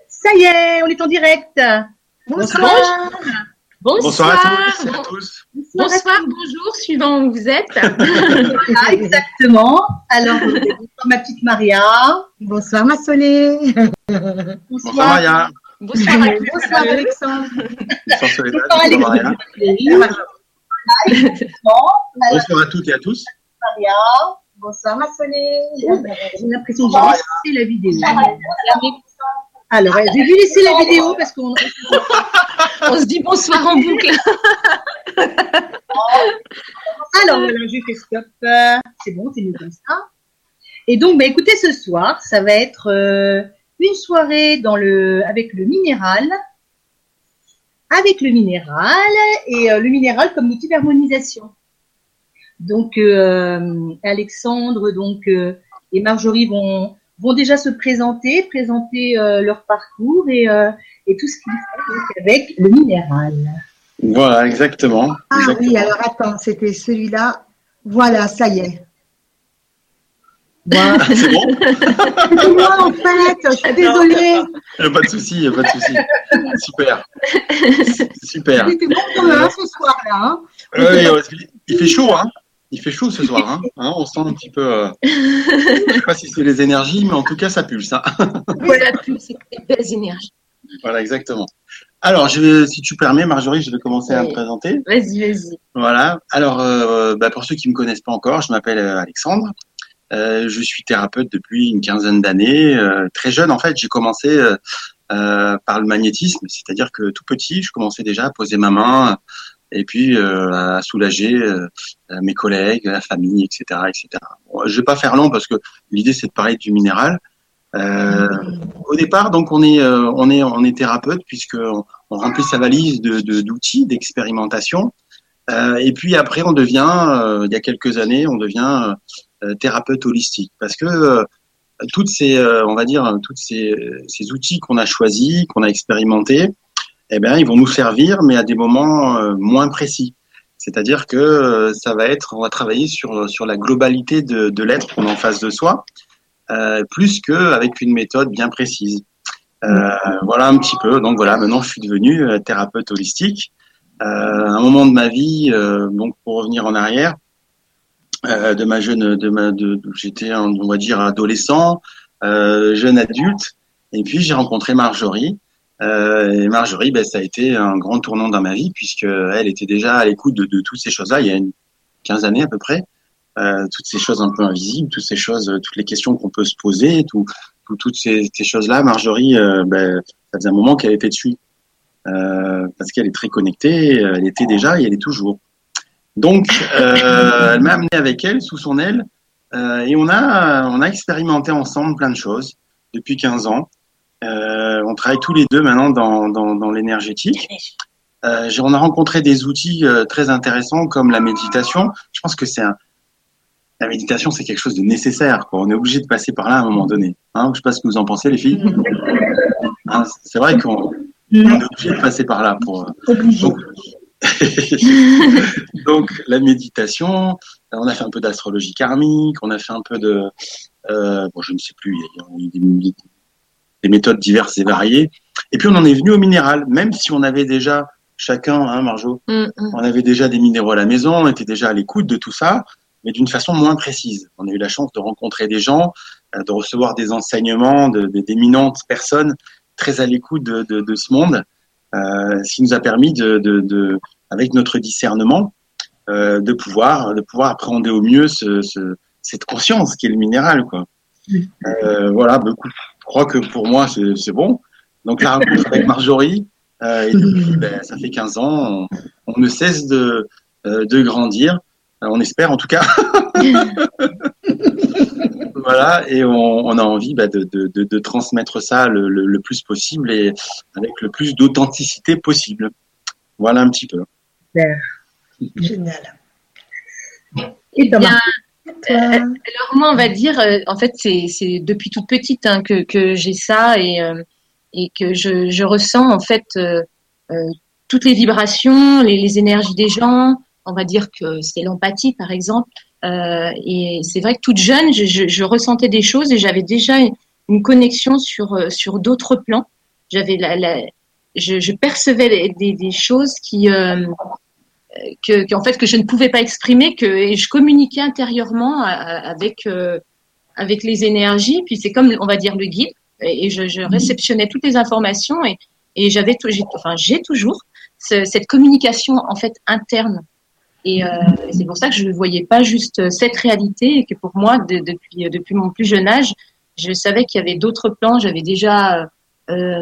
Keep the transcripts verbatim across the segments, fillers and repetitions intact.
Ça y est, on est en direct. Bonsoir. Bonsoir. Bonsoir à tous. À tous. Bonsoir, bonsoir, bonjour, suivant où vous êtes. Voilà, exactement. Alors, bonsoir ma petite Maria. Bonsoir ma Solé. Bonsoir, bonsoir Maria. Bonsoir, bonsoir Alexandre. Bonsoir Soledad. Bonsoir Maria. Bonsoir à toutes et à tous. Maria. Bonsoir ma Solé. J'ai l'impression que j'ai laissé la vidéo. Alors, j'ai dû laisser la vidéo parce qu'on on se dit bonsoir en boucle. Alors, voilà, j'ai fait stop. C'est bon, c'est mieux comme ça. Et donc, bah, écoutez, ce soir, ça va être euh, une soirée dans le, avec le minéral. Avec le minéral et euh, le minéral comme outil d'harmonisation. Donc, euh, Alexandre donc, euh, et Marjorie vont... vont déjà se présenter, présenter euh, leur parcours et, euh, et tout ce qu'ils font avec le minéral. Voilà, exactement. Ah exactement. Oui, alors attends, c'était celui-là. Voilà, ça y est. Voilà. C'est bon. C'est moi en fait, je suis désolée. Il n'y a pas de souci, il n'y a pas de souci. Super. Super. C'était bon pour là ce soir-là. Hein. Oui, il fait chaud, hein. Il fait chaud ce soir, hein, hein on sent un petit peu. Euh... Je ne sais pas si c'est les énergies, mais en tout cas, ça pulse. Hein. Voilà, c'est des belles énergies. Voilà, exactement. Alors, je vais, si tu permets, Marjorie, je vais commencer oui. à me présenter. Vas-y, vas-y. Voilà. Alors, euh, bah, pour ceux qui ne me connaissent pas encore, je m'appelle Alexandre. Euh, je suis thérapeute depuis une quinzaine d'années. Euh, très jeune, en fait, j'ai commencé euh, euh, par le magnétisme, c'est-à-dire que tout petit, je commençais déjà à poser ma main. Et puis euh, à soulager euh, mes collègues, la famille, et cetera, et cetera. Bon, je vais pas faire long parce que l'idée c'est de parler du minéral. Euh, au départ, donc on est euh, on est on est thérapeute puisque on, on remplit sa valise de, de d'outils, d'expérimentation. Euh, et puis après, on devient, euh, il y a quelques années, on devient euh, thérapeute holistique parce que euh, toutes ces, euh, on va dire, toutes ces ces outils qu'on a choisis, qu'on a expérimentés. Eh bien, ils vont nous servir, mais à des moments euh, moins précis. C'est-à-dire que euh, ça va être, on va travailler sur sur la globalité de, de l'être qu'on a en face de soi, euh, plus qu'avec une méthode bien précise. Euh, voilà un petit peu. Donc voilà, maintenant je suis devenu euh, thérapeute holistique. Euh, à un moment de ma vie, euh, donc pour revenir en arrière, euh, de ma jeune, de ma, de, de j'étais, un, on va dire adolescent, euh, jeune adulte, et puis j'ai rencontré Marjorie. Euh, et Marjorie, ben, ça a été un grand tournant dans ma vie puisque elle était déjà à l'écoute de, de toutes ces choses-là il y a une quinze années à peu près, euh, toutes ces choses un peu invisibles, toutes ces choses, toutes les questions qu'on peut se poser, tout, tout, toutes ces, ces choses-là. Marjorie, euh, ben, ça faisait un moment qu'elle était dessus euh, parce qu'elle est très connectée, elle était déjà et elle est toujours. Donc, euh, elle m'a amené avec elle sous son aile euh, et on a, on a expérimenté ensemble plein de choses depuis quinze ans. Euh, on travaille tous les deux maintenant dans, dans, dans l'énergétique. Euh, on a rencontré des outils euh, très intéressants comme la méditation. Je pense que c'est un, la méditation, c'est quelque chose de nécessaire, quoi. On est obligé de passer par là à un moment donné. Hein, je ne sais pas ce que vous en pensez, les filles. Hein, c'est vrai qu'on on est obligé de passer par là pour. Donc, donc la méditation. On a fait un peu d'astrologie karmique. On a fait un peu de. Euh, bon, je ne sais plus. Il y a des des méthodes diverses et variées. Et puis, on en est venu au minéral, même si on avait déjà, chacun, hein, Marjo, mm, mm. on avait déjà des minéraux à la maison, on était déjà à l'écoute de tout ça, mais d'une façon moins précise. On a eu la chance de rencontrer des gens, de recevoir des enseignements de, de, d'éminentes personnes très à l'écoute de, de, de ce monde, euh, ce qui nous a permis, de, de, de, avec notre discernement, euh, de pouvoir, de pouvoir appréhender au mieux ce, ce, cette conscience qui est le minéral, quoi. Mm. Euh, voilà, beaucoup. Je crois que pour moi, c'est, c'est bon. Donc, la rencontre avec Marjorie, euh, et depuis, ben, ça fait quinze ans, on, on ne cesse de, euh, de grandir. Euh, on espère, en tout cas. Voilà, et on, on a envie ben, de, de, de, de transmettre ça le, le, le plus possible et avec le plus d'authenticité possible. Voilà un petit peu. Super. Génial. Et bien, Euh, alors moi on va dire euh, en fait c'est c'est depuis toute petite hein, que que j'ai ça et euh, et que je je ressens en fait euh, euh, toutes les vibrations, les les énergies des gens. On va dire que c'est l'empathie par exemple. Euh, et c'est vrai que toute jeune je, je je ressentais des choses et j'avais déjà une connexion sur sur d'autres plans. j'avais la, la je, je percevais des, des, des choses qui euh, que, que en fait que je ne pouvais pas exprimer, que et je communiquais intérieurement avec euh, avec les énergies. Puis c'est comme on va dire le guide, et, et je, je réceptionnais toutes les informations et et j'avais j'ai, enfin j'ai toujours ce, cette communication en fait interne. Et euh, c'est pour ça que je ne voyais pas juste cette réalité et que pour moi, de, depuis, depuis mon plus jeune âge, je savais qu'il y avait d'autres plans. J'avais déjà, euh,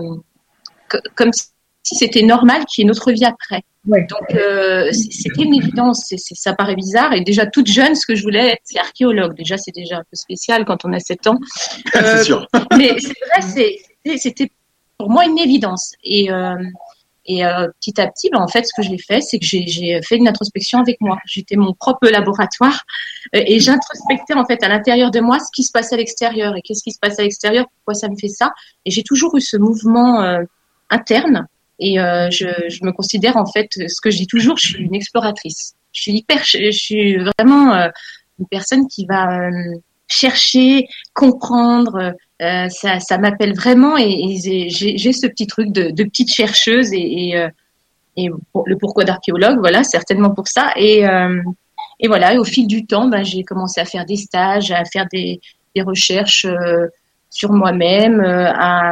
c- comme si c'était normal qu'il y ait une autre vie après. Ouais. Donc, euh, c'était une évidence. C'est, c'est, ça paraît bizarre. Et déjà, toute jeune, ce que je voulais être, c'est archéologue. Déjà, c'est déjà un peu spécial quand on a sept ans. Euh, c'est sûr. Mais c'est vrai, c'est, c'était, c'était pour moi une évidence. Et... Euh, Et euh, petit à petit, ben, en fait, ce que j'ai fait, c'est que j'ai, j'ai fait une introspection avec moi. J'étais mon propre laboratoire euh, et j'introspectais en fait à l'intérieur de moi ce qui se passe à l'extérieur et qu'est-ce qui se passe à l'extérieur, pourquoi ça me fait ça. Et j'ai toujours eu ce mouvement euh, interne et euh, je, je me considère en fait, ce que je dis toujours, je suis une exploratrice. Je suis hyper, je, je suis vraiment euh, une personne qui va euh, chercher, comprendre. Euh, ça, ça m'appelle vraiment et, et j'ai, j'ai ce petit truc de, de petite chercheuse et, et, euh, et pour, le pourquoi d'archéologue, voilà, certainement pour ça. Et, euh, et voilà, et au fil du temps, ben, j'ai commencé à faire des stages, à faire des, des recherches euh, sur moi-même, euh, à,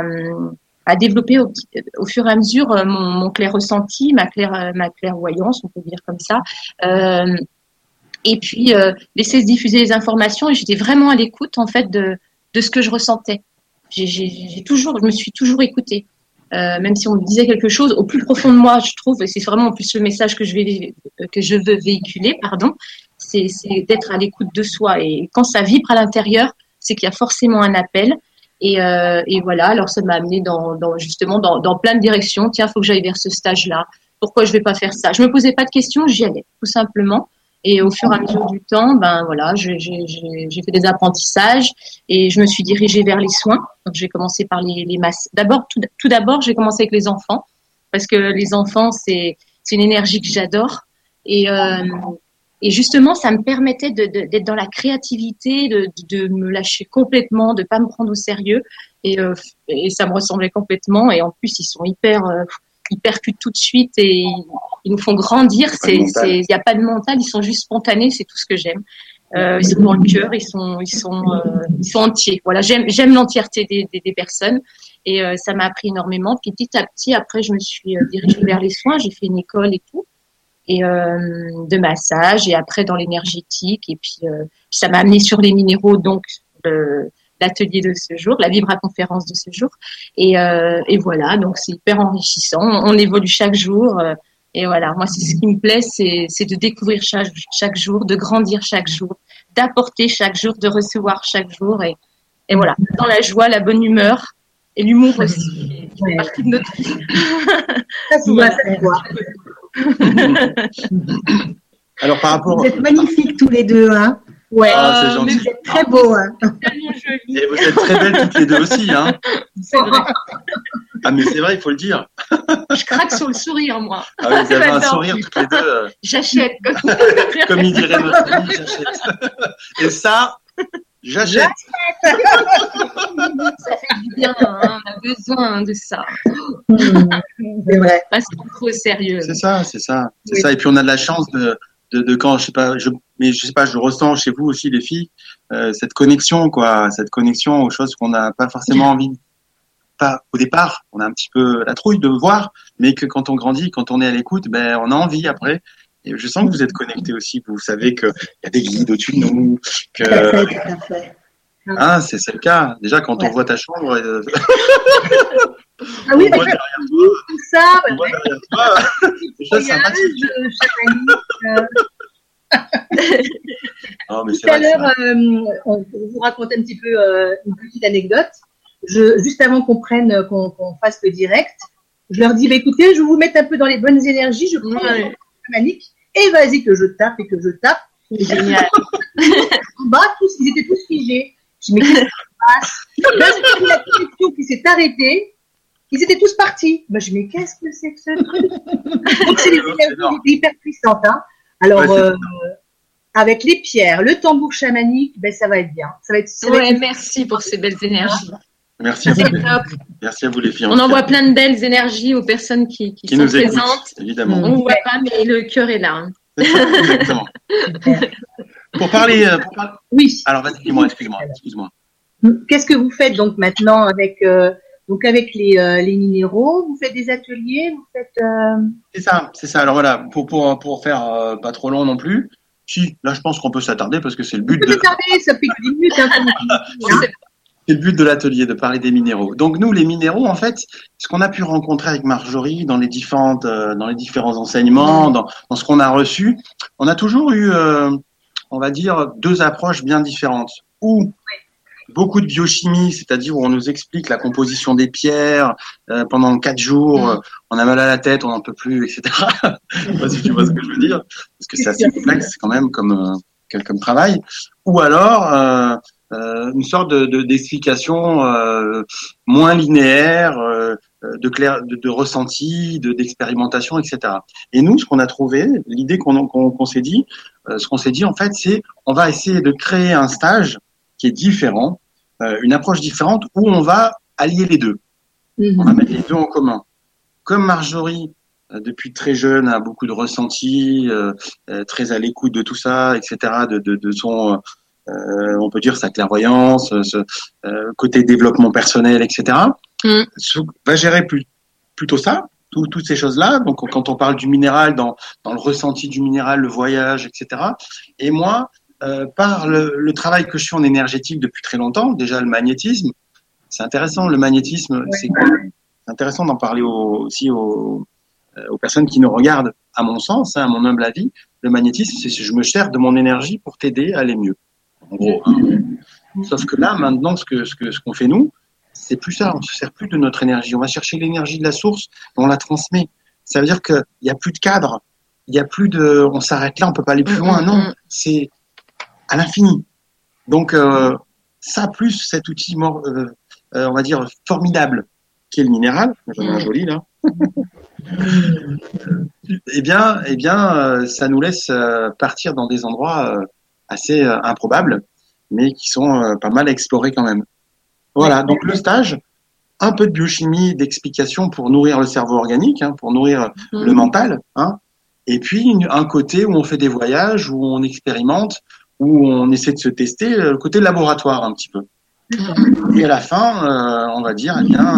à développer au, au fur et à mesure euh, mon, mon clair ressenti, ma claire, ma clairvoyance, on peut dire comme ça. Euh, et puis euh, laisser se diffuser les informations et j'étais vraiment à l'écoute en fait de de ce que je ressentais. J'ai, j'ai, j'ai toujours, je me suis toujours écoutée. Euh, même si on me disait quelque chose, au plus profond de moi, je trouve, et c'est vraiment en plus le message que je vais, que je veux véhiculer, pardon, c'est, c'est d'être à l'écoute de soi. Et quand ça vibre à l'intérieur, c'est qu'il y a forcément un appel. Et, euh, et voilà, alors ça m'a amené dans, dans justement dans, dans plein de directions. Tiens, faut que j'aille vers ce stage-là. Pourquoi je vais pas faire ça? Je me posais pas de questions, j'y allais, tout simplement. Et au fur et à mesure du temps, ben voilà, j'ai, j'ai, j'ai fait des apprentissages et je me suis dirigée vers les soins. Donc j'ai commencé par les, les masses. D'abord, tout, tout d'abord, j'ai commencé avec les enfants parce que les enfants, c'est, c'est une énergie que j'adore et euh, et justement, ça me permettait de, de, d'être dans la créativité, de, de me lâcher complètement, de pas me prendre au sérieux et, euh, et ça me ressemblait complètement. Et en plus, ils sont hyper euh, ils percutent tout de suite et ils, ils nous font grandir. C'est, c'est, il n'y a pas de mental, ils sont juste spontanés, c'est tout ce que j'aime. Euh, ils sont dans le cœur, ils sont, ils sont, euh, ils sont entiers. Voilà, j'aime, j'aime l'entièreté des, des, des personnes et euh, ça m'a appris énormément. Puis petit à petit, après, je me suis euh, dirigée vers les soins. J'ai fait une école et tout et euh, de massage et après dans l'énergétique et puis euh, ça m'a amené sur les minéraux donc. Euh, l'atelier de ce jour, la Vibra conférence de ce jour. Et, euh, et voilà, donc c'est hyper enrichissant. On, on évolue chaque jour. Euh, et voilà, moi, c'est ce qui me plaît, c'est, c'est de découvrir chaque, chaque jour, de grandir chaque jour, d'apporter chaque jour, de recevoir chaque jour. Et, et voilà, dans la joie, la bonne humeur et l'humour aussi, qui fait partie de notre vie. Ça se voit, ça se voit. Alors, par rapport... Vous êtes magnifiques tous les deux, hein. Ouais, ah, c'est gentil. Vous êtes très beaux. Hein. Et vous êtes très belles toutes les deux aussi, hein. C'est vrai. Ah, mais c'est vrai, il faut le dire. Je craque sur le sourire, moi. Ah oui, vous avez un sourire toutes les deux. J'achète. Comme, comme il dirait notre ami, j'achète. Et ça, j'achète. Ça fait du bien, hein, on a besoin de ça. Mmh, c'est vrai. Pas trop sérieux. C'est ça, c'est ça, c'est Oui. ça. Et puis on a de la chance de, de, de quand, je sais pas, je, mais je sais pas, je ressens chez vous aussi les filles, euh, cette connexion, quoi, cette connexion aux choses qu'on n'a pas forcément envie. Pas au départ, on a un petit peu la trouille de voir, mais que quand on grandit, quand on est à l'écoute, ben on a envie après. Et je sens que vous êtes connectés aussi. Vous savez qu'il y a des guides au-dessus de nous. Que... Tout à fait, tout à fait. Ah, c'est, c'est le cas. Déjà, quand Ouais. on voit ta chambre, euh... Ah oui, on mais voit ça, derrière toi, tout ça, on voit derrière toi. Déjà, c'est voyage, sympathique. euh, chamanique, euh, Oh, mais c'est Tout à vrai, c'est l'heure, vrai. euh, on, pour vous raconter un petit peu euh, une petite anecdote. Je, juste avant qu'on prenne, qu'on, qu'on fasse le direct, je leur dis, bah, écoutez, je vais vous mettre un peu dans les bonnes énergies, je prends Ouais. le chamanique et vas-y que je tape et que je tape. C'est génial. En bas, tous, ils étaient tous figés. Je dis, mais qu'est-ce qui se passe? Là, c'est la connexion qui s'est arrêtée. Ils étaient tous partis. Moi, je dis, mais qu'est-ce que c'est que ce truc? Donc, c'est des énergies hyper puissantes, hein. Alors, Ouais, c'est euh, avec les pierres, le tambour chamanique, ben, ça va être bien. Ça va être, ça va Ouais, être- merci pour ces belles énergies. Merci à vous. Merci à vous les filles. On envoie plein de belles énergies aux personnes qui, qui, qui sont nous présentes. Écoutent, évidemment. On ne voit pas, mais le cœur est là. Hein. C'est ça, exactement. pour parler, pour parler. Oui. Alors vas-y, dis-moi, excuse-moi, excuse-moi. Qu'est-ce que vous faites donc maintenant avec euh, donc avec les, euh, les minéraux? Vous faites des ateliers, vous faites. Euh... C'est ça, c'est ça. Alors voilà, pour pour pour faire euh, pas trop long non plus. Si, là je pense qu'on peut s'attarder parce que c'est le but. On peut de... s'attarder, ça fait que dix minutes. Hein, c'est le but de l'atelier, de parler des minéraux. Donc nous, les minéraux, en fait, ce qu'on a pu rencontrer avec Marjorie dans les différentes, euh, dans les différents enseignements, dans, dans ce qu'on a reçu, on a toujours eu, euh, on va dire, deux approches bien différentes. Ou beaucoup de biochimie, c'est-à-dire où on nous explique la composition des pierres euh, pendant quatre jours, euh, on a mal à la tête, on n'en peut plus, et cetera. Je sais pas si tu vois ce que je veux dire, parce que c'est assez complexe quand même comme euh, comme travail. Ou alors euh, euh, une sorte de, de d'explication euh, moins linéaire, euh, de clair, de, de ressenti, de d'expérimentation, et cetera. Et nous, ce qu'on a trouvé, l'idée qu'on qu'on, qu'on s'est dit, euh, ce qu'on s'est dit en fait, c'est on va essayer de créer un stage qui est différent, euh, une approche différente où on va allier les deux. Mmh. On va mettre les deux en commun. Comme Marjorie, euh, depuis très jeune, a beaucoup de ressentis, euh, euh, très à l'écoute de tout ça, et cetera, de, de, de son, euh, on peut dire sa clairvoyance, ce euh, côté développement personnel, et cetera. Mmh. Va gérer plus, plutôt ça, tout, toutes ces choses-là. Donc, quand on parle du minéral, dans, dans le ressenti du minéral, le voyage, et cetera. Et moi, Euh, par le, le travail que je fais en énergétique depuis très longtemps, déjà le magnétisme, c'est intéressant. Le magnétisme, ouais. c'est, c'est intéressant d'en parler aux, aussi aux, euh, aux personnes qui nous regardent. À mon sens, hein, à mon humble avis, le magnétisme, c'est je me sers de mon énergie pour t'aider à aller mieux. En gros. Hein. Sauf que là, maintenant, ce que ce que ce qu'on fait nous, c'est plus ça. On se sert plus de notre énergie. On va chercher l'énergie de la source, et on la transmet. Ça veut dire que il y a plus de cadre, il y a plus de, on s'arrête là, on peut pas aller plus loin. Non, c'est à l'infini. Donc euh, ça plus cet outil mort, euh, euh, on va dire formidable qui est le minéral, j'en ai un joli là. eh bien, eh bien, euh, ça nous laisse euh, partir dans des endroits euh, assez euh, improbables, mais qui sont euh, pas mal explorés quand même. Voilà. Donc le stage, un peu de biochimie, d'explication pour nourrir le cerveau organique, hein, pour nourrir mmh. le mental, hein, et puis une, un côté où on fait des voyages, où on expérimente, où on essaie de se tester, le côté laboratoire un petit peu. Et à la fin, euh, on va dire, eh bien,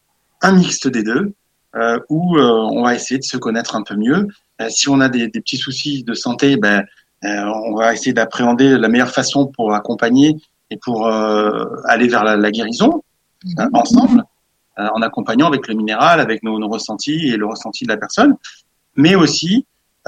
un mixte des deux, euh, où euh, on va essayer de se connaître un peu mieux. Euh, si on a des, des petits soucis de santé, ben, euh, on va essayer d'appréhender la meilleure façon pour accompagner et pour euh, aller vers la, la guérison euh, ensemble, euh, en accompagnant avec le minéral, avec nos, nos ressentis et le ressenti de la personne, mais aussi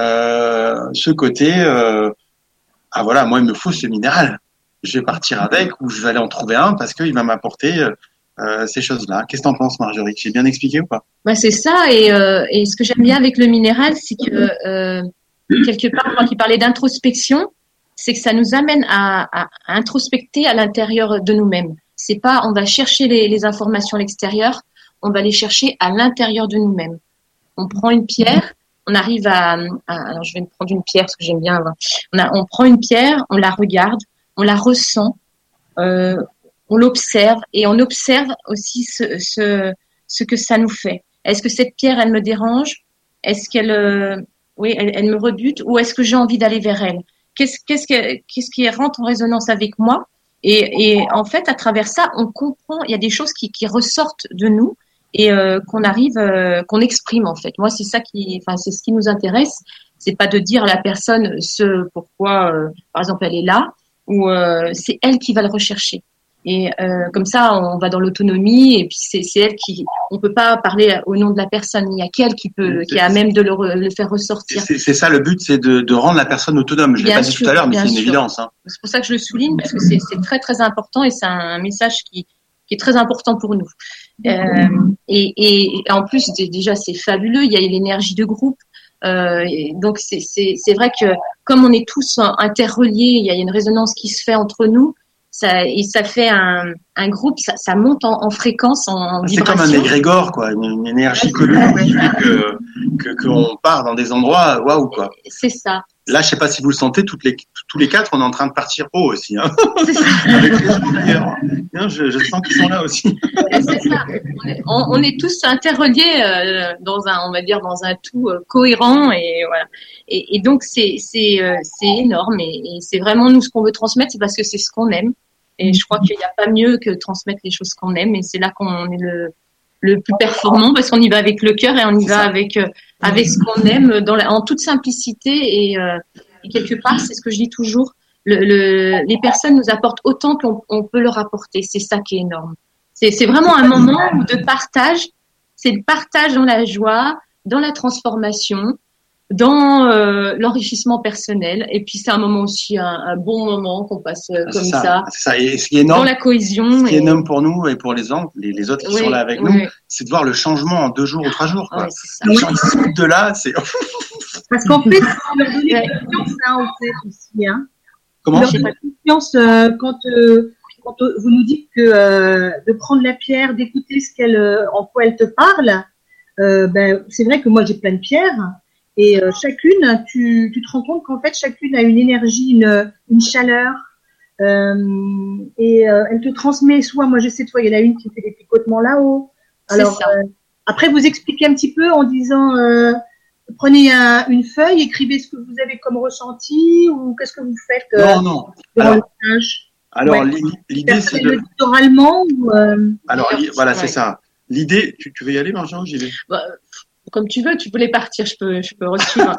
euh, ce côté euh, ah voilà, moi il me faut ce minéral. Je vais partir avec ou je vais aller en trouver un parce qu'il va m'apporter euh, ces choses-là. Qu'est-ce que t'en penses, Marjorie? J'ai bien expliqué ou pas? Bah c'est ça et, euh, et ce que j'aime bien avec le minéral, c'est que euh, quelque part, moi qui parlais d'introspection, c'est que ça nous amène à, à, à introspecter à l'intérieur de nous-mêmes. C'est pas on va chercher les, les informations à l'extérieur, on va les chercher à l'intérieur de nous-mêmes. On prend une pierre. On arrive à, à, alors je vais prendre une pierre parce que j'aime bien. On, a, on prend une pierre, on la regarde, on la ressent, euh, on l'observe et on observe aussi ce, ce, ce que ça nous fait. Est-ce que cette pierre, elle me dérange? Est-ce qu'elle, euh, oui, elle, elle me rebute ou est-ce que j'ai envie d'aller vers elle? Qu'est-ce, qu'est-ce, que, qu'est-ce qui rentre en résonance avec moi? Et, et en fait, à travers ça, on comprend. Il y a des choses qui, qui ressortent de nous. Et euh, qu'on arrive, euh, qu'on exprime en fait. Moi, c'est ça qui, enfin, c'est ce qui nous intéresse. C'est pas de dire à la personne ce pourquoi, euh, par exemple, elle est là, ou euh, c'est elle qui va le rechercher. Et euh, comme ça, on va dans l'autonomie. Et puis c'est, c'est elle qui, on peut pas parler au nom de la personne. Il y a qu'elle qui peut, qui est à même de le, le faire ressortir. C'est, c'est ça le but, c'est de, de rendre la personne autonome. Je l'ai pas dit tout à l'heure, mais c'est une sûr. évidence. Hein. C'est pour ça que je le souligne parce que c'est, c'est très très important et c'est un message qui, qui est très important pour nous. Euh, et, et, et en plus, déjà, c'est fabuleux. Il y a l'énergie de groupe. Euh, donc, c'est, c'est, c'est vrai que comme on est tous interreliés, il y a une résonance qui se fait entre nous. Ça, et ça fait un, un groupe, ça, ça monte en, en fréquence, en, en vibration. C'est comme un égrégore, quoi, une, une énergie commune qui fait que, que, qu'on part dans des endroits, waouh, quoi. C'est ça. Là, je sais pas si vous le sentez, toutes les, tous les quatre, on est en train de partir haut aussi. Hein. C'est ça. Avec les autres d'ailleurs. Je, je sens qu'ils sont là aussi. C'est ça. On, on est tous interreliés euh, dans un, on va dire, dans un tout euh, cohérent et voilà. Et, et donc c'est c'est euh, c'est énorme et, et c'est vraiment nous ce qu'on veut transmettre, c'est parce que c'est ce qu'on aime. Et je crois qu'il n'y a pas mieux que transmettre les choses qu'on aime. Et c'est là qu'on est le le plus performant parce qu'on y va avec le cœur et on y va avec euh, avec ce qu'on aime dans la, en toute simplicité et, euh, et quelque part c'est ce que je dis toujours, le, le, les personnes nous apportent autant qu'on on peut leur apporter, c'est ça qui est énorme, c'est c'est vraiment un moment de partage, c'est le partage dans la joie, dans la transformation, dans euh, l'enrichissement personnel et puis c'est un moment aussi un, un bon moment qu'on passe euh, comme ça, ça, c'est ça. Et ce qui est énorme, dans la cohésion, ce qui est et... énorme pour nous et pour les autres, les, les autres qui oui, sont là avec oui. nous, c'est de voir le changement en deux jours ou trois jours. Quoi. Ouais, c'est ça. Les gens ils sautent de là, c'est Parce qu'en fait, on leur donne confiance, hein, en fait, aussi, hein. comment On leur donne confiance euh, quand, euh, quand euh, vous nous dites que euh, de prendre la pierre, d'écouter ce qu'elle, euh, en quoi elle te parle. Euh, ben, c'est vrai que moi j'ai plein de pierres. Et euh, chacune, tu, tu te rends compte qu'en fait, chacune a une énergie, une, une chaleur. Euh, et euh, elle te transmet soit, moi je sais, toi, il y en a une qui fait des picotements là-haut. Alors, euh, après, vous expliquez un petit peu en disant, euh, prenez un, une feuille, écrivez ce que vous avez comme ressenti ou qu'est-ce que vous faites euh, Non, non. durant Alors, le stage. alors Ouais. l'idée, c'est de… Oralement ou… Euh... Alors, li... voilà, c'est ouais. ça. L'idée… Tu, tu veux y aller, Marjan, ou j'y vais? Bah, comme tu veux, tu voulais partir, je peux, je peux resuivre.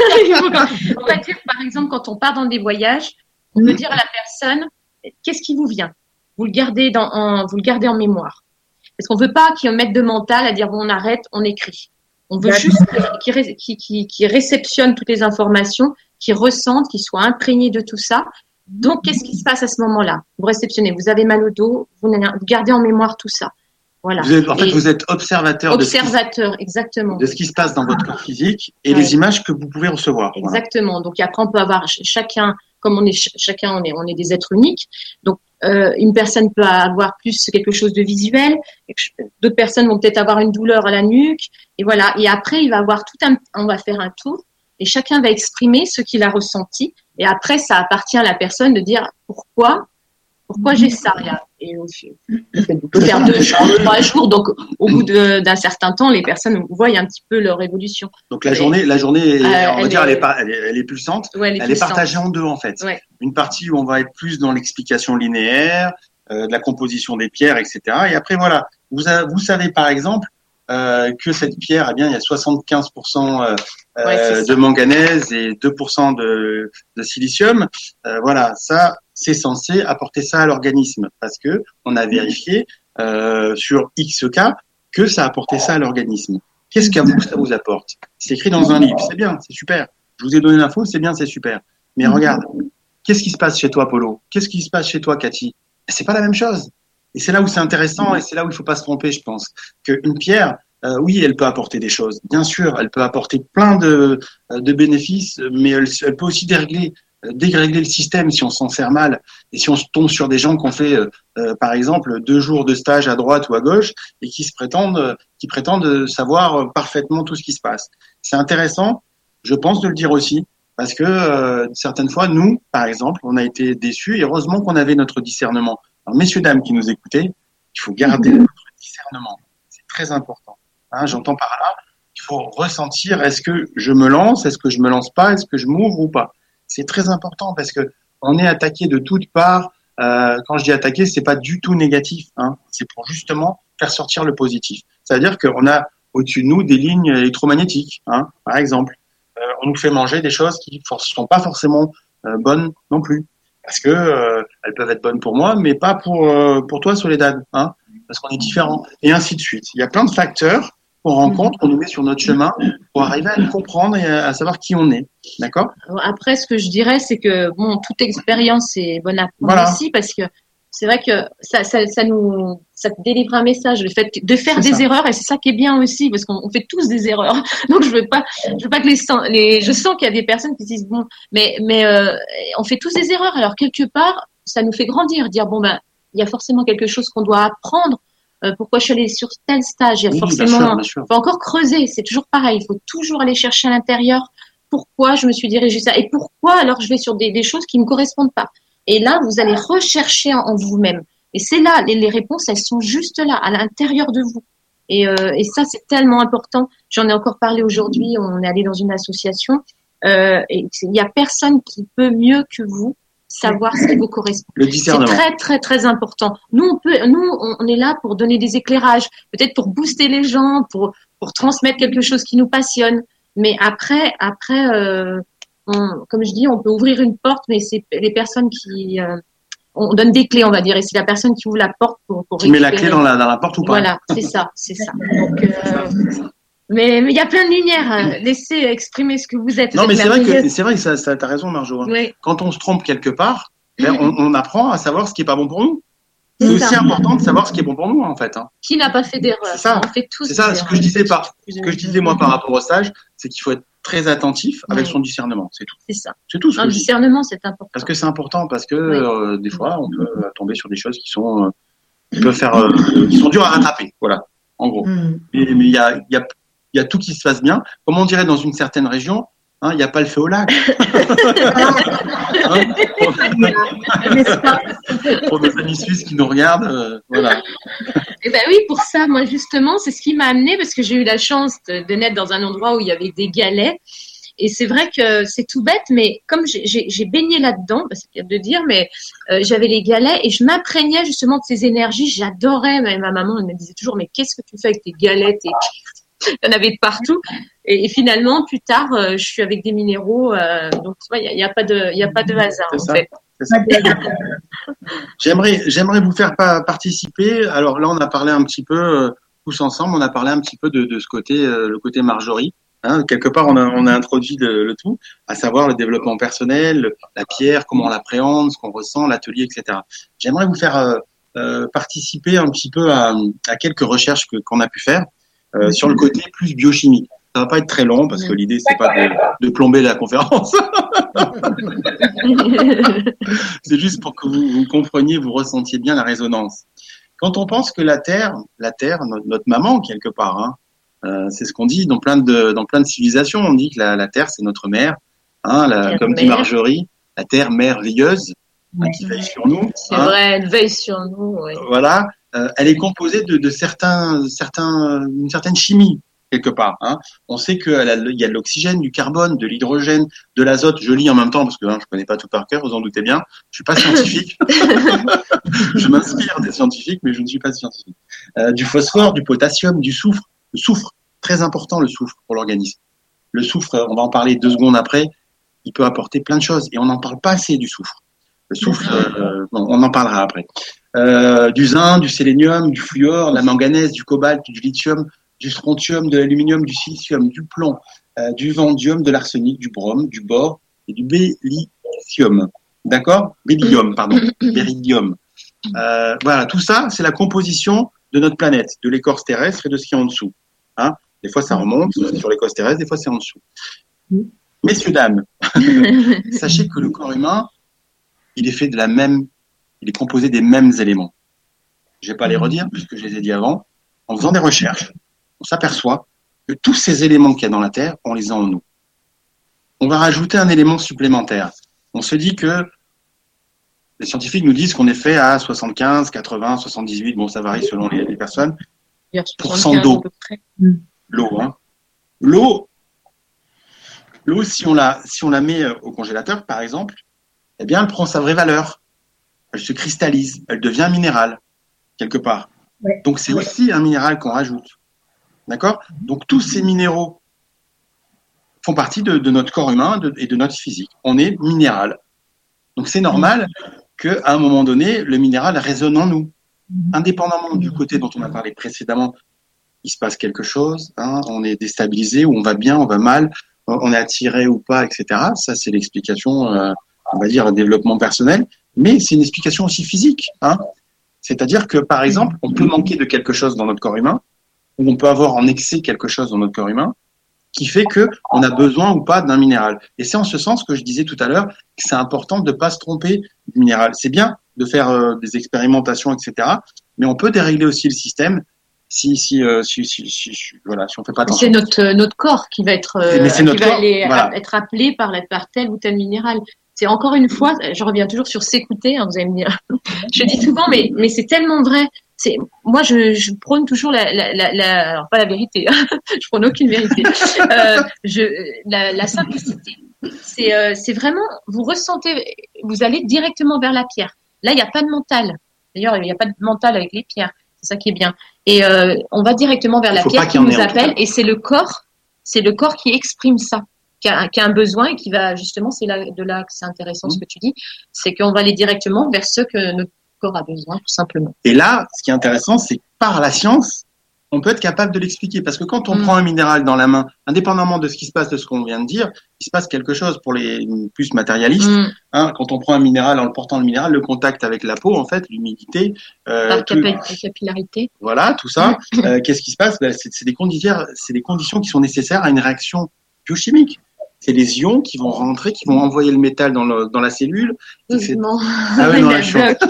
On va dire, par exemple, quand on part dans des voyages, on peut dire à la personne, qu'est-ce qui vous vient? Vous le gardez dans, en, vous le gardez en mémoire. Parce qu'on veut pas qu'il y ait un maître de mental à dire, bon, on arrête, on écrit. On veut juste qu'il ré, qui, qui, qui réceptionne toutes les informations, qu'il ressente, qu'il soit imprégné de tout ça. Donc, qu'est-ce qui se passe à ce moment-là? Vous réceptionnez, vous avez mal au dos, vous, vous gardez en mémoire tout ça. Voilà. Vous êtes, en fait, et vous êtes observateur, observateur, de, ce qui, exactement. de ce qui se passe dans votre corps physique et ouais. les images que vous pouvez recevoir. Exactement. Voilà. Donc, après, on peut avoir chacun, comme on est chacun, on est, on est des êtres uniques. Donc, euh, une personne peut avoir plus quelque chose de visuel. D'autres personnes vont peut-être avoir une douleur à la nuque. Et voilà. Et après, il va avoir tout un, on va faire un tour et chacun va exprimer ce qu'il a ressenti. Et après, ça appartient à la personne de dire pourquoi. Pourquoi j'ai ça là? Et on peut faire deux jours, trois jours. Donc, au bout de, d'un certain temps, les personnes voient un petit peu leur évolution. Donc, la journée, la journée, euh, on va dire, est, elle, est pas, elle, est, elle est pulsante. Ouais, elle est, elle pulsante. est partagée en deux, en fait. Ouais. Une partie où on va être plus dans l'explication linéaire, euh, de la composition des pierres, et cetera. Et après, voilà. Vous, a, vous savez, par exemple, euh, que cette pierre, eh bien, il y a soixante-quinze pour cent euh, ouais, de manganèse et deux pour cent de, de silicium. Euh, voilà. Ça, c'est censé apporter ça à l'organisme parce que on a vérifié euh, sur X cas que ça apportait ça à l'organisme. Qu'est-ce que ça vous apporte? C'est écrit dans un livre, c'est bien, c'est super. Je vous ai donné l'info, c'est bien, c'est super. Mais regarde, qu'est-ce qui se passe chez toi, Polo? Qu'est-ce qui se passe chez toi, Cathy? C'est pas la même chose. Et c'est là où c'est intéressant et c'est là où il faut pas se tromper, je pense. Qu'une pierre, euh, oui, elle peut apporter des choses. Bien sûr, elle peut apporter plein de, de bénéfices, mais elle, elle peut aussi dérégler dérégler le système si on s'en sert mal et si on tombe sur des gens qui ont fait euh, euh, par exemple deux jours de stage à droite ou à gauche et qui se prétendent euh, qui prétendent savoir parfaitement tout ce qui se passe. C'est intéressant, je pense, de le dire aussi parce que euh, certaines fois nous par exemple on a été déçus et heureusement qu'on avait notre discernement. Alors messieurs dames qui nous écoutez, il faut garder notre discernement, c'est très important, hein, j'entends par là il faut ressentir, est-ce que je me lance, est-ce que je me lance pas, est-ce que je m'ouvre ou pas. C'est très important parce que on est attaqué de toutes parts. Euh, quand je dis attaqué, c'est pas du tout négatif. Hein. C'est pour justement faire sortir le positif. C'est-à-dire qu'on a au-dessus de nous des lignes électromagnétiques, hein, par exemple. Euh, on nous fait manger des choses qui ne sont pas forcément euh, bonnes non plus, parce que euh, elles peuvent être bonnes pour moi, mais pas pour euh, pour toi, Soledad, hein, parce qu'on est différents. Et ainsi de suite. Il y a plein de facteurs qu'on rencontre, qu'on nous met sur notre chemin pour arriver à nous comprendre et à savoir qui on est. D'accord? Après, ce que je dirais, c'est que bon, toute expérience est bonne à prendre voilà. aussi, parce que c'est vrai que ça, ça, ça nous, ça te délivre un message, le fait de faire c'est des ça. erreurs, et c'est ça qui est bien aussi, parce qu'on fait tous des erreurs. Donc je veux pas, je veux pas que les, les je sens qu'il y a des personnes qui se disent bon, mais mais euh, on fait tous des erreurs. Alors quelque part, ça nous fait grandir, dire bon ben, il y a forcément quelque chose qu'on doit apprendre. Euh, pourquoi je suis allée sur tel stage? Il y a oui, forcément, il faut encore creuser. C'est toujours pareil. Il faut toujours aller chercher à l'intérieur pourquoi je me suis dirigée ça et pourquoi alors je vais sur des, des choses qui me correspondent pas. Et là, vous allez rechercher en, en vous-même. Et c'est là, les, les réponses, elles sont juste là, à l'intérieur de vous. Et, euh, et ça, c'est tellement important. J'en ai encore parlé aujourd'hui. On est allé dans une association. Euh, et il y a personne qui peut mieux que vous savoir ce qui vous correspond. Le discernement. C'est très, très, très important. Nous, on peut, nous, on est là pour donner des éclairages, peut-être pour booster les gens, pour, pour transmettre quelque chose qui nous passionne. Mais après, après, euh, on, comme je dis, on peut ouvrir une porte, mais c'est les personnes qui, euh, on donne des clés, on va dire, et c'est la personne qui ouvre la porte pour, pour qui met la clé dans la, dans la porte ou pas. Voilà, c'est ça, c'est ça. Donc, euh, mais il y a plein de lumière. Laissez exprimer ce que vous êtes. Non, vous mais êtes c'est vrai que c'est vrai que ça, ça t'as raison, Marjo. Hein. Oui. Quand on se trompe quelque part, ben, on, on apprend à savoir ce qui est pas bon pour nous. C'est C'est aussi ça. important de savoir ce qui est bon pour nous, en fait. Hein. Qui n'a pas fait d'erreur? C'est ça. On fait tous. C'est ça. des Ce que erreurs. je disais par, ce que je disais moi par rapport au stage, c'est qu'il faut être très attentif avec Oui. son discernement. C'est tout. C'est ça. C'est tout ce Un que je dis. discernement, c'est important. Parce que c'est important, parce que Oui. euh, des fois, on peut euh, tomber sur des choses qui sont, euh, qui peuvent faire, euh, qui sont dures à rattraper. Voilà, en gros. Mm. Mais mais il y a, il y a, il y a tout qui se passe bien. Comme on dirait dans une certaine région, hein, il n'y a pas le feu au lac. Hein, N'est-ce pas? pour nos amis suisses qui nous regardent, euh, voilà. Eh ben oui, pour ça, moi justement, c'est ce qui m'a amené parce que j'ai eu la chance de, de naître dans un endroit où il y avait des galets. Et c'est vrai que c'est tout bête, mais comme j'ai, j'ai, j'ai baigné là-dedans, bah, c'est bien de dire, mais euh, j'avais les galets et je m'imprégnais justement de ces énergies. J'adorais. Ma, ma maman elle me disait toujours, mais qu'est-ce que tu fais avec tes galettes? Et il y en avait de partout. Et, et finalement, plus tard, euh, je suis avec des minéraux. Euh, donc, tu vois, il n'y a, a pas de, il y a pas de hasard C'est en ça. fait. C'est ça. J'aimerais, j'aimerais vous faire pa- participer. Alors là, on a parlé un petit peu euh, tous ensemble. On a parlé un petit peu de, de ce côté, euh, le côté Marjorie. Hein, quelque part, on a, on a introduit le, le tout, à savoir le développement personnel, le- la pierre, comment on l'appréhende, ce qu'on ressent, l'atelier, et cetera. J'aimerais vous faire euh, euh, participer un petit peu à, à quelques recherches que, qu'on a pu faire euh, sur le côté plus biochimique. Ça va pas être très long parce que l'idée c'est pas de, de plomber la conférence. C'est juste pour que vous, vous compreniez, vous ressentiez bien la résonance. Quand on pense que la Terre, la Terre, notre, notre maman quelque part, hein, euh, c'est ce qu'on dit dans plein de dans plein de civilisations. On dit que la, la Terre c'est notre mère, hein, la, Terre comme dit mère. Marjorie, la Terre merveilleuse hein, qui veille sur nous. C'est hein. vrai, elle veille sur nous. Ouais. Voilà, euh, elle est composée de, de certains certains une certaine chimie quelque part. Hein. On sait qu'il y a de l'oxygène, du carbone, de l'hydrogène, de l'azote. Je lis en même temps parce que hein, je connais pas tout par cœur, vous en doutez bien. Je suis pas scientifique. Je m'inspire des scientifiques, mais je ne suis pas scientifique. Euh, du phosphore, du potassium, du soufre. Le soufre, très important le soufre pour l'organisme. Le soufre, on va en parler deux secondes après, il peut apporter plein de choses et on n'en parle pas assez du soufre. Le soufre, euh, bon, on en parlera après. Euh, du zinc, du sélénium, du fluor, de la manganèse, du cobalt, du lithium, du strontium, de l'aluminium, du silicium, du plomb, euh, du vanadium, de l'arsenic, du brome, du bore et du béryllium. D'accord? Béryllium, pardon. Béryllium. Euh, voilà, tout ça, c'est la composition de notre planète, de l'écorce terrestre et de ce qui est en dessous. Hein? Des fois, ça remonte sur l'écorce terrestre, des fois, c'est en dessous. Messieurs, dames, sachez que le corps humain, il est fait de la même, il est composé des mêmes éléments. Je vais pas les redire puisque je les ai dit avant. En faisant des recherches, on s'aperçoit que tous ces éléments qu'il y a dans la Terre, on les a en nous. On va rajouter un élément supplémentaire. On se dit que les scientifiques nous disent qu'on est fait à soixante-quinze, quatre-vingts, soixante-dix-huit, bon, ça varie selon les, les personnes, pour cent d'eau. L'eau, hein. L'eau, l'eau, si on la, si on la met au congélateur, par exemple, eh bien, elle prend sa vraie valeur. Elle se cristallise, elle devient minérale, quelque part. Ouais. Donc, c'est Ouais. aussi un minéral qu'on rajoute. D'accord? Donc, tous ces minéraux font partie de, de notre corps humain de, et de notre physique. On est minéral. Donc, c'est normal qu'à un moment donné, le minéral résonne en nous. Indépendamment du côté dont on a parlé précédemment, il se passe quelque chose, hein, on est déstabilisé, ou on va bien, on va mal, on est attiré ou pas, et cetera. Ça, c'est l'explication, euh, on va dire, développement personnel. Mais c'est une explication aussi physique. Hein. C'est-à-dire que, par exemple, on peut manquer de quelque chose dans notre corps humain, ou on peut avoir en excès quelque chose dans notre corps humain, qui fait que on a besoin ou pas d'un minéral. Et c'est en ce sens que je disais tout à l'heure que c'est important de ne pas se tromper du minéral. C'est bien de faire euh, des expérimentations, et cetera. Mais on peut dérégler aussi le système si si, euh, si, si, si, si voilà, si on fait pas attention. C'est notre notre corps qui va être euh, mais c'est qui notre va corps, aller, voilà. être appelé par la, par tel ou tel minéral. C'est encore une fois, je reviens toujours sur s'écouter. Hein, vous allez me dire, je dis souvent, mais mais c'est tellement vrai. C'est moi, je, je prône toujours la, la, la, la alors pas la vérité. Je prône aucune vérité. Euh, je la, la simplicité. C'est euh, c'est vraiment, vous ressentez, vous allez directement vers la pierre. Là, il n'y a pas de mental. D'ailleurs, il n'y a pas de mental avec les pierres. C'est ça qui est bien. Et euh, on va directement vers la pierre qui nous appelle, et c'est le corps, c'est le corps qui exprime ça, qui a, qui a un besoin et qui va justement, c'est là de là que c'est intéressant mmh. ce que tu dis, c'est qu'on va aller directement vers ce que notre corps a besoin, tout simplement. Et là, ce qui est intéressant, c'est que par la science, on peut être capable de l'expliquer. Parce que quand on mmh. prend un minéral dans la main, indépendamment de ce qui se passe, de ce qu'on vient de dire, il se passe quelque chose pour les plus matérialistes. Mmh. Hein, quand on prend un minéral, en le portant le minéral, le contact avec la peau, en fait, l'humidité. Euh, Par tout, capillarité. Voilà, tout ça. Mmh. Euh, qu'est-ce qui se passe? Ben, c'est, c'est, des conditions, c'est des conditions qui sont nécessaires à une réaction biochimique. C'est les ions qui vont rentrer, qui vont envoyer le métal dans, le, dans la cellule. Non. Ah ouais, non, là,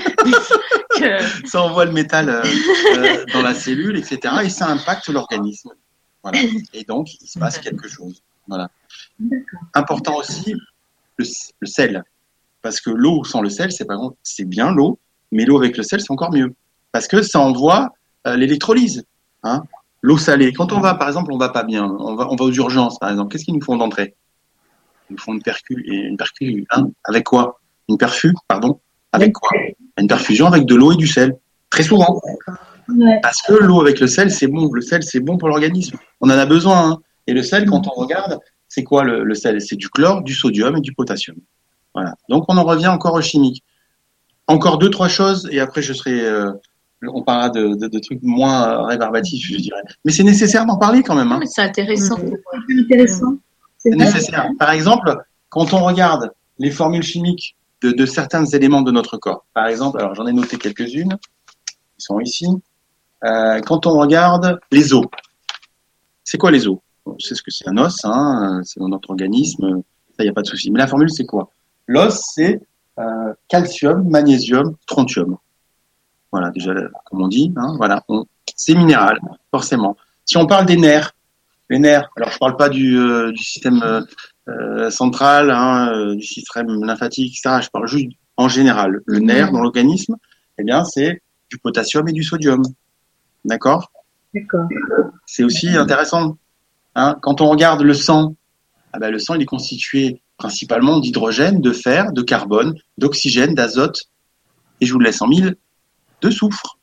ça envoie le métal euh, euh, dans la cellule, et cetera. Et ça impacte l'organisme. Voilà. Et donc, il se passe quelque chose. Voilà. Important aussi, le, le sel. Parce que l'eau sans le sel, c'est pas bon, c'est bien l'eau, mais l'eau avec le sel, c'est encore mieux. Parce que ça envoie euh, l'électrolyse. Hein. L'eau salée. Quand on va, par exemple, on va pas bien, on va, on va aux urgences, par exemple. Qu'est-ce qu'ils nous font d'entrée? Ils nous font une percu, et une percu, hein, avec quoi? Une perfu, pardon, avec quoi? Une perfusion avec de l'eau et du sel, très souvent. Ouais. Parce que l'eau avec le sel, c'est bon. Le sel, c'est bon pour l'organisme. On en a besoin. Hein. Et le sel, quand on regarde, c'est quoi le, le sel? C'est du chlore, du sodium et du potassium. Voilà. Donc on en revient encore au chimique. Encore deux, trois choses, et après je serai, euh, on parlera de, de, de trucs moins rébarbatifs, je dirais. Mais c'est nécessaire d'en parler quand même. Hein. Mais c'est intéressant. C'est intéressant. C'est nécessaire. Par exemple, quand on regarde les formules chimiques de, de certains éléments de notre corps, par exemple, alors j'en ai noté quelques-unes, qui sont ici. Euh, quand on regarde les os, c'est quoi les os? On sait ce que c'est un os, hein, c'est dans notre organisme, ça y a pas de souci. Mais la formule c'est quoi? L'os c'est euh, calcium, magnésium, strontium. Voilà, déjà comme on dit, hein, voilà, on, c'est minéral, forcément. Si on parle des nerfs, les nerfs, alors je parle pas du, euh, du système euh, euh, central, hein, euh, du système lymphatique, et cetera. Je parle juste en général. Le nerf dans l'organisme, eh bien, c'est du potassium et du sodium. D'accord? D'accord. C'est aussi intéressant. Hein, quand on regarde le sang, ah ben, le sang il est constitué principalement d'hydrogène, de fer, de carbone, d'oxygène, d'azote, et je vous le laisse en mille, de soufre.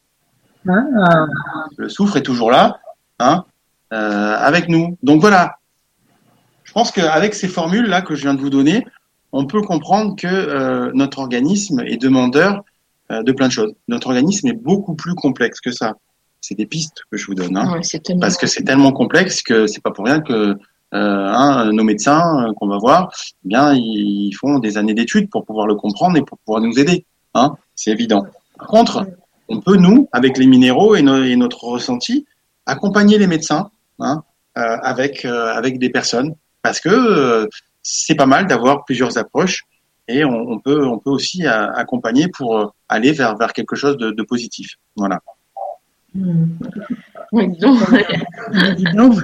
Ah. Le soufre est toujours là, hein, euh, avec nous. Donc voilà. Je pense qu'avec ces formules-là que je viens de vous donner, on peut comprendre que euh, notre organisme est demandeur euh, de plein de choses. Notre organisme est beaucoup plus complexe que ça. C'est des pistes que je vous donne, hein, ouais, c'est tellement... parce que c'est tellement complexe que c'est pas pour rien que euh, hein, nos médecins euh, qu'on va voir, eh bien ils font des années d'études pour pouvoir le comprendre et pour pouvoir nous aider. Hein, c'est évident. Par contre, on peut nous, avec les minéraux et, no- et notre ressenti, accompagner les médecins hein, euh, avec euh, avec des personnes, parce que euh, c'est pas mal d'avoir plusieurs approches et on, on peut on peut aussi euh, accompagner pour euh, aller vers vers quelque chose de, de positif. Voilà. Mmh. Oui, donc. Dis donc.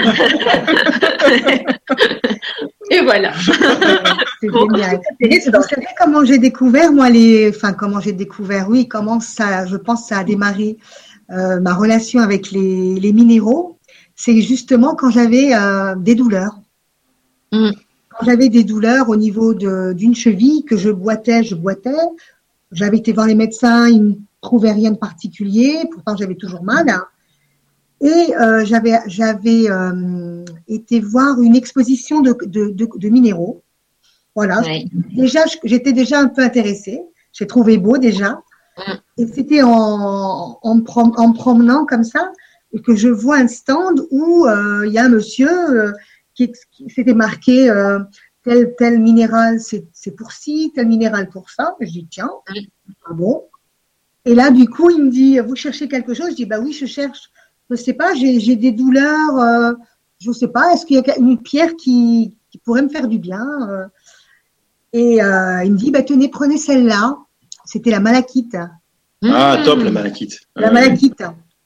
Et voilà. C'est génial. Vous savez comment j'ai découvert, moi, les. Enfin, comment j'ai découvert, oui, comment ça, je pense, ça a démarré euh, ma relation avec les, les minéraux. C'est justement quand j'avais euh, des douleurs. Mm. Quand j'avais des douleurs au niveau de, d'une cheville, que je boitais, je boitais. J'avais été voir les médecins, ils ne trouvaient rien de particulier. Pourtant, j'avais toujours mal. Hein. Et euh, j'avais, j'avais euh, été voir une exposition de, de, de, de minéraux. Voilà. Oui. Déjà, j'étais déjà un peu intéressée. J'ai trouvé beau déjà. Mm. Et c'était en, en, prom- en promenant comme ça que je vois un stand où il euh, y a un monsieur euh, qui, qui s'était marqué euh, tel tel minéral c'est, c'est pour ci, tel minéral pour ça. Je dis tiens, mm. ah bon. Et là, du coup, il me dit vous cherchez quelque chose? Je dis bah oui, je cherche. Je sais pas, j'ai, j'ai des douleurs, euh, je sais pas, est-ce qu'il y a une pierre qui, qui pourrait me faire du bien euh, Et euh, il me dit, bah, tenez, prenez celle-là. C'était la malachite. Ah, top, la malachite. La malachite.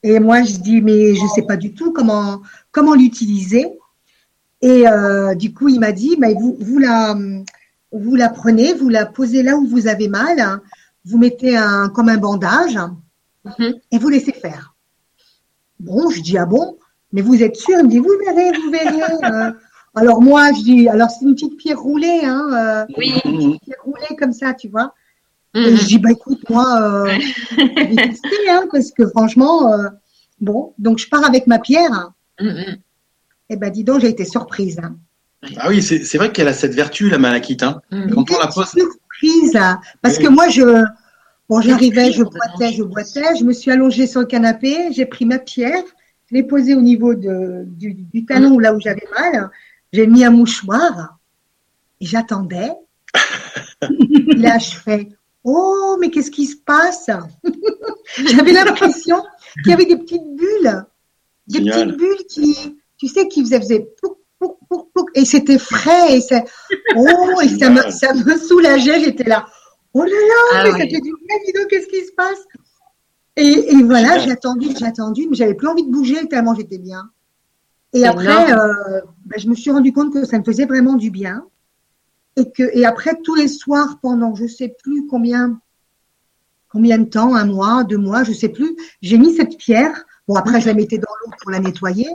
Et moi, je dis, mais je ne sais pas du tout comment, comment l'utiliser. Et euh, du coup, il m'a dit, mais vous, vous, la, vous la prenez, vous la posez là où vous avez mal, hein, vous mettez un, comme un bandage mm-hmm. et vous laissez faire. Bon, je dis, ah bon, mais vous êtes sûr? Il me dit, vous verrez, vous verrez. euh, alors moi, je dis, alors c'est une petite pierre roulée, hein, euh, oui. une petite pierre roulée comme ça, tu vois. Et je dis, bah écoute, moi, euh, je vais tester, hein, parce que franchement, euh, bon, donc je pars avec ma pierre. Mm-hmm. Et ben dis donc, j'ai été surprise. Hein. Ah oui, c'est, c'est vrai qu'elle a cette vertu, la malachite. Hein. Mm-hmm. Quand on la pose. Surprise, hein, parce oui. que moi, je, bon, j'arrivais, je boitais, je boitais, je me suis allongée sur le canapé, j'ai pris ma pierre, je l'ai posée au niveau de, du, du talon, mm-hmm. là où j'avais mal, j'ai mis un mouchoir, et j'attendais. Là, je fais. Oh, mais qu'est-ce qui se passe? J'avais l'impression qu'il y avait des petites bulles. Des Génial. petites bulles qui, tu sais, qui faisaient, faisaient pouc, pouc, pouc, pouc, et c'était frais. Et ça, oh, et ça me, ça me soulageait. J'étais là. Oh là là, ah, mais oui. ça fait du bien, dis donc, qu'est-ce qui se passe? Et, et voilà, Génial. j'ai attendu, j'ai attendu, mais j'avais plus envie de bouger tellement j'étais bien. Et C'est après, euh, ben, je me suis rendu compte que ça me faisait vraiment du bien. Et que, et après, tous les soirs, pendant je sais plus combien, combien de temps, un mois, deux mois, je sais plus, j'ai mis cette pierre. Bon, après, je la mettais dans l'eau pour la nettoyer.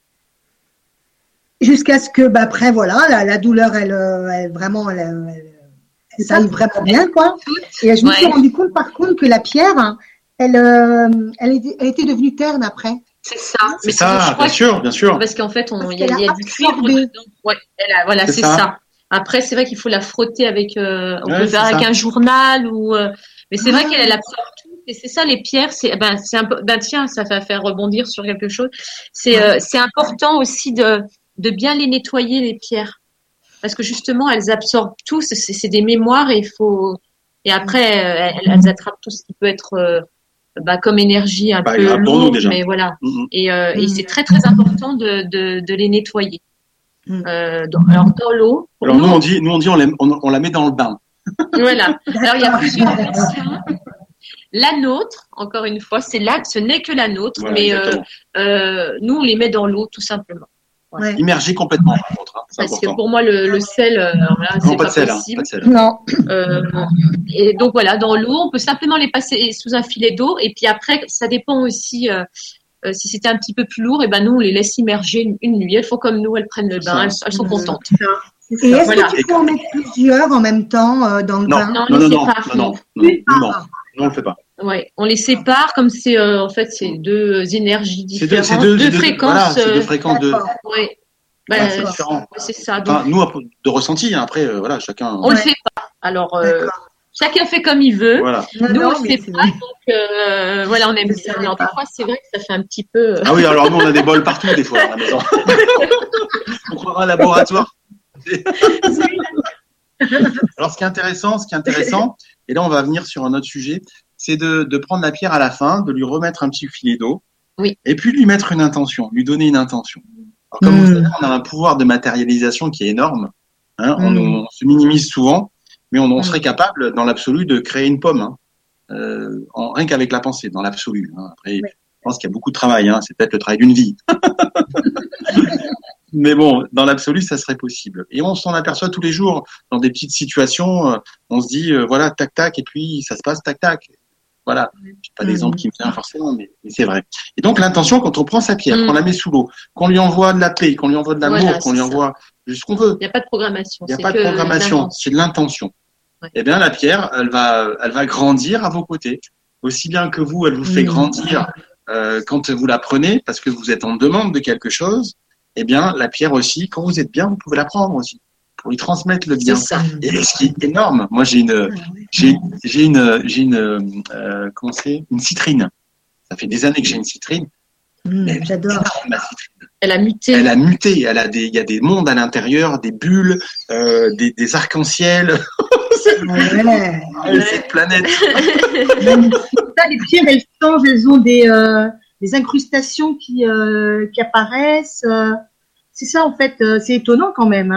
Jusqu'à ce que, bah, après, voilà, la, la douleur, elle, elle vraiment, elle, elle, elle ça aille vraiment bien, quoi. Et je me ouais. suis rendu compte, par contre, que la pierre, elle, euh, elle, était, elle était devenue terne après. C'est ça. C'est mais ça, je crois bien sûr, bien sûr. Parce qu'en fait, il y a, y a du cuivre dedans. Ouais, elle a, voilà, c'est, c'est ça. ça. Après, c'est vrai qu'il faut la frotter avec, euh, on ouais, peut faire avec ça. un journal ou, euh, mais c'est ah. vrai qu'elle absorbe tout. Et c'est ça, les pierres, c'est, ben, c'est un peu, ben, tiens, ça va faire rebondir sur quelque chose. C'est, euh, c'est important aussi de, de bien les nettoyer, les pierres. Parce que justement, elles absorbent tout. C'est, c'est des mémoires et il faut, et après, euh, elles, elles attrapent tout ce qui peut être, euh, bah, comme énergie un bah, peu lourde, mais voilà. Mm-hmm. Et, euh, mm-hmm. et c'est très, très important de, de, de les nettoyer. Euh, dans, alors dans l'eau. Alors nous, nous on dit, nous on dit on, on, on la met dans le bain. Voilà. Alors il y a plusieurs versions. La nôtre, encore une fois, c'est là, ce n'est que la nôtre, voilà, mais euh, euh, nous on les met dans l'eau tout simplement. Voilà. Ouais. Immergé complètement. Par contre, hein, Parce important. que pour moi le, le sel, euh, voilà, non, c'est pas, pas, de sel, possible. Hein, pas de sel. Non. Euh, et donc voilà, dans l'eau, on peut simplement les passer sous un filet d'eau, et puis après, ça dépend aussi. Euh, Euh, si c'était un petit peu plus lourd, et ben nous on les laisse immerger une, une nuit. Elles font comme nous, elles prennent le bain, elles, elles sont contentes. Et est-ce voilà. que tu peux en mettre plusieurs en même temps euh, dans le non, bain? Non, non, non, non, non, non, non, non, non, on le fait pas. Ouais, on les sépare comme c'est euh, en fait c'est deux énergies différentes, c'est deux, c'est deux, deux fréquences. Voilà, c'est deux fréquences de. Ouais. Ben, voilà, c'est différent. C'est ça. Donc... Enfin, nous de ressenti, hein, après euh, voilà, chacun. On ouais. le fait pas. Alors. Euh, Chacun fait comme il veut. Voilà. Nous, non, on ne sait pas. Donc, euh, voilà, on aime ça. Mais en parfois, c'est vrai que ça fait un petit peu. Ah oui, alors nous, on a des bols partout, des fois, à la maison. On croira un laboratoire. Alors, ce qui est intéressant, ce qui est intéressant, et là, on va venir sur un autre sujet, c'est de, de prendre la pierre à la fin, de lui remettre un petit filet d'eau. Oui. Et puis, lui mettre une intention, lui donner une intention. Alors, comme mmh. vous savez, on a un pouvoir de matérialisation qui est énorme. Hein, mmh. on, on se minimise souvent. Mais on, on serait capable, dans l'absolu, de créer une pomme, hein, euh, en, rien qu'avec la pensée, dans l'absolu. Hein. Après, oui. je pense qu'il y a beaucoup de travail. Hein, c'est peut-être le travail d'une vie. Mais bon, dans l'absolu, ça serait possible. Et on s'en aperçoit tous les jours dans des petites situations. Euh, on se dit, euh, voilà, tac, tac, et puis ça se passe, tac, tac. Voilà. J'ai pas mmh. d'exemple qui me vient forcément, mais, mais c'est vrai. Et donc l'intention, quand on prend sa pierre, mmh. qu'on la met sous l'eau, qu'on lui envoie de la paix, qu'on lui envoie de l'amour, voilà, qu'on lui envoie juste ce qu'on veut. Il n'y a pas de programmation. Il n'y a pas de programmation. C'est de l'intention. Ouais. Eh bien, la pierre, elle va, elle va grandir à vos côtés. Aussi bien que vous, elle vous fait mmh. grandir euh, quand vous la prenez, parce que vous êtes en demande de quelque chose. Eh bien, la pierre aussi, quand vous êtes bien, vous pouvez la prendre aussi pour lui transmettre le bien. C'est ça. Et ce qui est énorme, moi j'ai une, j'ai, j'ai une, j'ai une, euh, comment c'est, une citrine. Ça fait des années que j'ai une citrine. Mmh, j'adore. Ma citrine. Elle a muté. Elle a muté. Elle a des, il y a des mondes à l'intérieur, des bulles, euh, des, des arcs-en-ciel. Ouais. Cette planète. Ça, les pierres, elles changent, elles ont des, euh, des incrustations qui, euh, qui apparaissent. Euh, c'est ça, en fait, euh, c'est étonnant quand même, hein.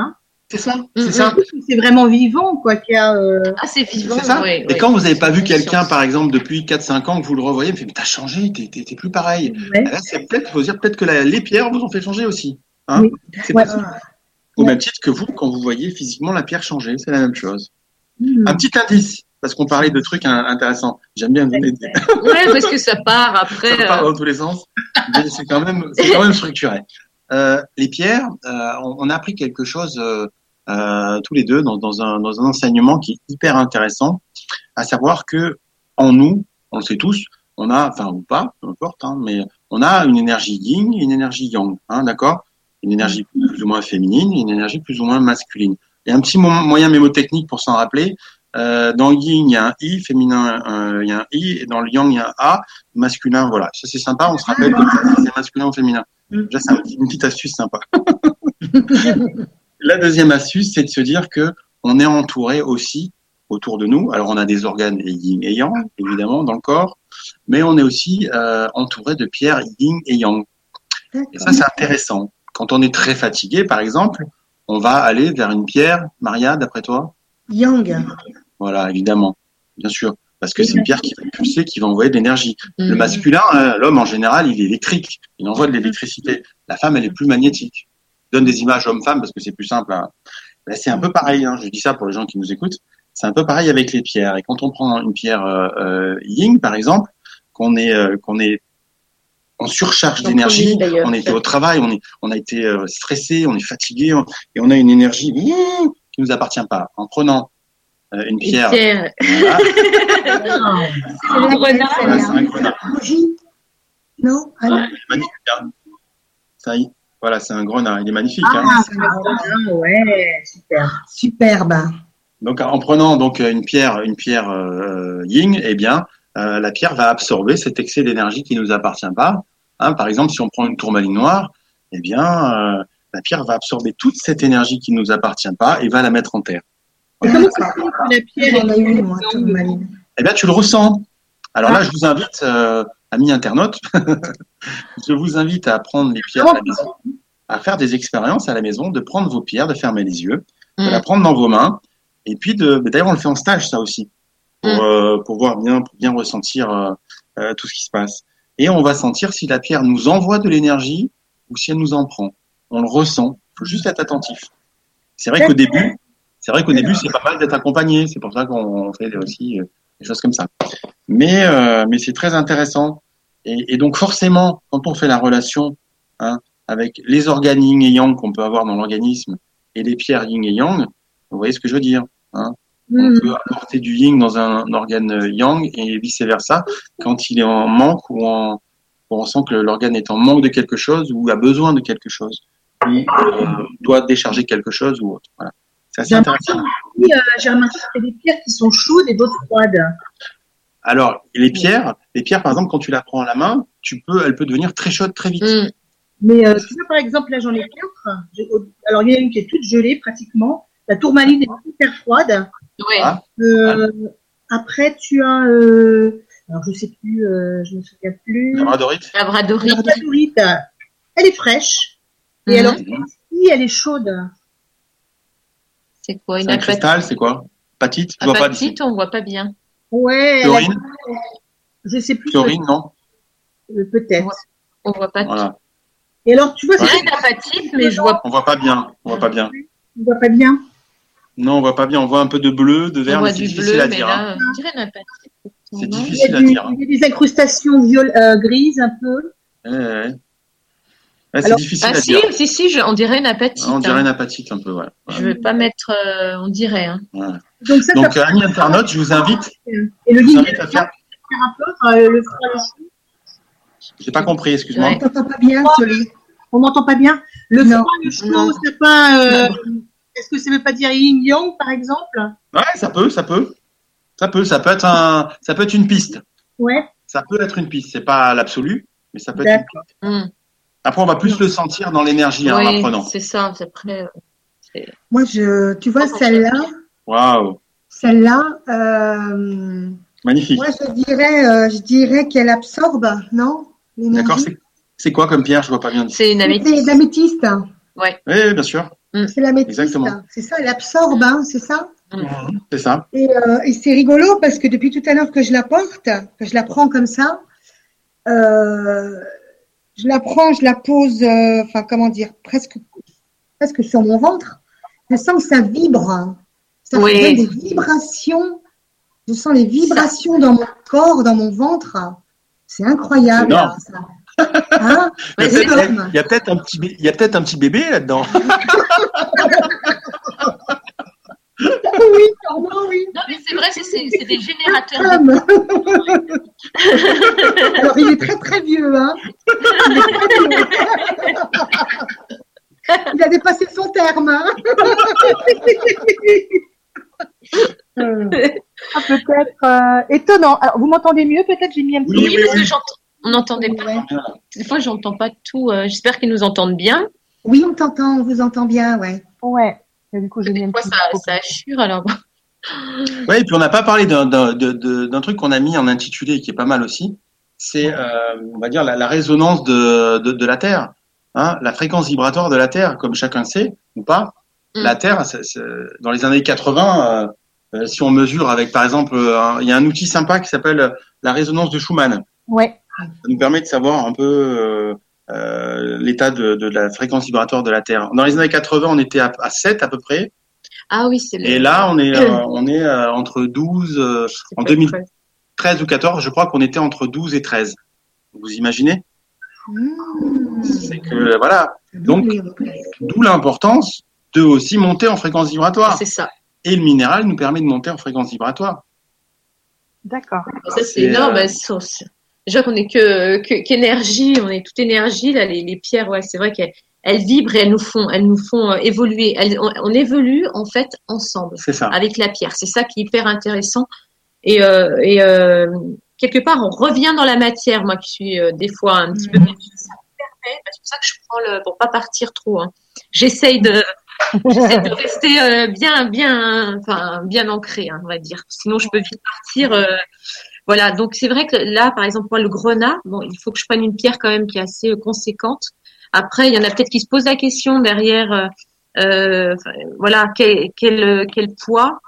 C'est ça, Mm, c'est ça. C'est vraiment vivant, quoi, qu'il y a. Euh... Ah, c'est vivant. C'est ça. Ouais, Et ouais. quand vous n'avez pas vu Conscience. quelqu'un, par exemple, depuis quatre cinq ans, que vous le revoyez, vous faites, mais t'as changé, t'es, t'es, t'es plus pareil. Ouais. Et là, c'est peut-être, faut dire peut-être que la- les pierres vous ont fait changer aussi. Hein. Oui. C'est Ouais. possible. Au même titre que vous, quand vous voyez physiquement la pierre changer, c'est la même chose. Mmh. Un petit indice, parce qu'on parlait de trucs hein, intéressants. J'aime bien donner des... Ouais, parce que ça part après. Ça part euh, dans tous les sens. Mais c'est quand même, c'est quand même structuré. Euh, les pierres, euh, on, on a appris quelque chose euh, euh, tous les deux dans, dans, un, dans un enseignement qui est hyper intéressant, à savoir que en nous, on le sait tous, on a, enfin ou pas, peu importe, hein, mais on a une énergie yin et une énergie yang, hein, d'accord? Une énergie plus ou moins féminine et une énergie plus ou moins masculine. Il y a un petit moyen mémotechnique pour s'en rappeler. Euh, dans le yin, il y a un i, féminin, euh, il y a un i, et dans le yang, il y a un a, masculin, voilà. Ça, c'est sympa, on se rappelle comme ça, si c'est masculin ou féminin. Déjà, c'est un petit- une petite astuce sympa. La deuxième astuce, c'est de se dire que on est entouré aussi autour de nous. Alors, on a des organes yin et yang, évidemment, dans le corps, mais on est aussi euh, entouré de pierres yin et yang. Et ça, c'est intéressant. Quand on est très fatigué, par exemple, on va aller vers une pierre, Maria, d'après toi? Yang. Voilà, évidemment, bien sûr, parce que c'est une pierre qui va pulser, qui va envoyer de l'énergie. Le Mhm. masculin, hein, l'homme en général, il est électrique, il envoie de l'électricité. La femme, elle est plus magnétique. Je donne des images homme-femme parce que c'est plus simple. Hein. Ben, c'est un peu pareil, hein, je dis ça pour les gens qui nous écoutent, c'est un peu pareil avec les pierres. Et quand on prend une pierre euh, euh, yin, par exemple, qu'on est, euh, qu'on est en surcharge Donc, d'énergie, on est d'ailleurs. on était au travail, on est, on a été euh, stressé, on est fatigué, on- et on a une énergie mmh, qui nous appartient pas. En prenant euh, une Une pierre, pierre. voilà, C'est un renard. voilà, c'est un grenat. Bougie. Non? Ah, non. Il est magnifique, hein. Ça y- voilà, c'est un grenat, il est magnifique. Ah, Hein. c'est bien, ouais, super. Superbe. Donc, en prenant donc une pierre, une pierre euh, yin, eh bien, euh, la pierre va absorber cet excès d'énergie qui nous appartient pas. Hein, par exemple, si on prend une tourmaline noire, eh bien, euh, la pierre va absorber toute cette énergie qui nous appartient pas et va la mettre en terre. Et comment ça se fait que la pierre J'en ai est une, moi, tourmaline. Eh bien, tu le ressens. Alors là, je vous invite, euh, amis internautes, je vous invite à prendre les pierres à la maison, à faire des expériences à la maison, de prendre vos pierres, de fermer les yeux, de Mm. la prendre dans vos mains, et puis de. D'ailleurs, on le fait en stage, ça aussi, pour, Mm. euh, pour voir bien, pour bien ressentir euh, euh, tout ce qui se passe. Et on va sentir si la pierre nous envoie de l'énergie ou si elle nous en prend. On le ressent. Il faut juste être attentif. C'est vrai qu'au début, c'est vrai qu'au début, c'est pas mal d'être accompagné. C'est pour ça qu'on fait aussi euh, des choses comme ça. Mais, euh, mais c'est très intéressant. Et, et donc forcément, quand on fait la relation hein, avec les organes yin et yang qu'on peut avoir dans l'organisme et les pierres yin et yang, vous voyez ce que je veux dire. Hein. On Mmh. peut apporter du yin dans un organe yang et vice versa quand il est en manque ou en ou on sent que l'organe est en manque de quelque chose ou a besoin de quelque chose ou euh, doit décharger quelque chose ou autre. Voilà. C'est assez J'ai intéressant. remarqué, aussi, euh, j'ai remarqué qu'il y a des pierres qui sont chaudes et d'autres froides. Alors les pierres, les pierres par exemple quand tu la prends à la main, tu peux, elle peut devenir très chaude très vite. Mm. Mais euh, tu vois, par exemple, là, j'en ai quatre. J'ai- Alors, il y en a une qui est toute gelée, pratiquement. La tourmaline est super froide. Ouais. Ah. Euh, après, tu as... Euh... Alors, je sais plus, euh, je me souviens plus. Labradorite. Labradorite. La labradorite, elle est fraîche. Et Mhm. alors, si elle est chaude. C'est quoi une C'est un apatite? cristal, c'est quoi? Patite, je vois pas d'ici. Apatite, on voit pas bien. Ouais, elle a- Chlorine, je sais plus. chlorine, non? euh, Peut-être. On voit pas. Voilà. Et alors, tu vois, C'est c'est une apatite, mais je vois On voit pas bien. On voit pas bien. on voit pas bien. Non, on voit pas bien. On voit un peu de bleu, de on vert, voit mais c'est du difficile bleu, à mais dire. hein. là, on dirait une apatite. C'est Non. Il y, a difficile à du- dire. il y a des incrustations viol, euh, grises un peu. Ouais, ouais, ouais. Ouais, c'est Alors- difficile Ah à si, dire. si, si, je- on dirait une apatite. On dirait hein. une apatite un peu, ouais. Je vais pas mettre, euh, on dirait. Hein. Voilà. Donc, ça, Donc, ça euh, amis internautes, je vous invite, Et le je vous yin invite à faire. par rapport euh, le froid, le chaud. J'ai pas compris, excuse-moi. Ouais. On t'entend pas bien, Solé. On m'entend pas bien. Le Non. froid, le chaud, Non. c'est pas. euh, Est-ce que ça veut pas dire yin yang par exemple? Ouais, ça peut, ça peut, ça peut, ça peut être un, ça peut être une piste. Ouais. Ça peut être une piste. C'est pas l'absolu, mais ça peut être une D'accord. piste. Mm. Après, on va plus le sentir dans l'énergie hein, en Oui, apprenant. c'est ça. Après, euh, c'est- Moi, je, tu vois, celle-là, Waouh, celle-là, euh, magnifique. moi, je dirais, euh, je dirais qu'elle absorbe, non? L'énergie. D'accord, c'est, c'est quoi comme pierre? Je vois pas bien. d'ici. c'est une C'est améthyste. l'améthyste. Ouais. Oui, oui, bien sûr. C'est l'améthyste. Exactement. C'est ça, elle absorbe, hein, c'est ça. Mmh. C'est ça. Et, euh, et c'est rigolo parce que depuis tout à l'heure que je la porte, que je la prends comme ça, euh, je la prends, je la pose, euh, enfin comment dire, presque, presque sur mon ventre. Je sens que ça vibre. Ça Oui. fait des vibrations. Je sens les vibrations ça. Dans mon corps, dans mon ventre. C'est incroyable. C'est ça. Hein il, y a peut-être, il y a peut-être un petit, il y a peut-être un petit bébé là-dedans. Oui, pardon, oui. Non, mais c'est vrai, c'est, c'est, c'est des générateurs. Alors, il est très, très vieux, hein. Il est très vieux. Il a dépassé son terme, hein. Ah, peut-être euh, étonnant. Alors, vous m'entendez mieux? Peut-être j'ai mis un petit Oui, oui, parce oui. que j'entends. On n'entendait pas. Ouais. Des fois, j'entends pas tout. Euh, j'espère qu'ils nous entendent bien. Oui, on t'entend, on vous entend bien, ouais. Ouais. Et du coup, j'ai mis un Des fois, petit ça, peu. ça assure alors. Ouais, et puis on n'a pas parlé d'un, d'un, de- de- d'un truc qu'on a mis en intitulé qui est pas mal aussi. C'est, euh, on va dire, la, la résonance de, de, de la Terre. Hein, la fréquence vibratoire de la Terre, comme chacun sait ou pas. Mm. La Terre, c'est, c'est, dans les années quatre-vingts, euh, euh, si on mesure avec, par exemple, euh, il y a un outil sympa qui s'appelle la résonance de Schumann. Ouais. Ça nous permet de savoir un peu euh, euh, l'état de, de la fréquence vibratoire de la Terre. Dans les années quatre-vingts, on était à, à sept à peu près. Ah oui, c'est le. Et là, on est, euh, on est euh, entre douze, euh, en deux mille treize ou quatorze, je crois qu'on était entre douze et treize. Vous imaginez? Mmh. C'est que, voilà. Donc, d'où l'importance de aussi monter en fréquence vibratoire. C'est ça. Et le minéral nous permet de monter en fréquence vibratoire. D'accord. Ça, c'est, c'est, énorme. euh, Bah, c'est, c'est- déjà qu'on est que, que, qu'énergie, on est toute énergie, là, les, les pierres, ouais, c'est vrai qu'elles elles vibrent et elles nous font, elles nous font euh, évoluer. Elles, on, on évolue, en fait, ensemble. C'est ça. Avec la pierre. C'est ça qui est hyper intéressant. Et, euh, et euh, quelque part, on revient dans la matière. Moi, qui suis euh, des fois un petit peu, ça me permet. C'est pour ça que je prends le, pour pas partir trop. Hein. J'essaye de, j'essaie de rester euh, bien, bien, enfin, bien ancré, hein, on va dire. Sinon, je peux vite partir. Euh, voilà. Donc, c'est vrai que là, par exemple, moi, le grenat, bon, il faut que je prenne une pierre quand même qui est assez euh, conséquente. Après, il y en a peut-être qui se posent la question derrière. Euh, euh, voilà, quel, quel, quel poids.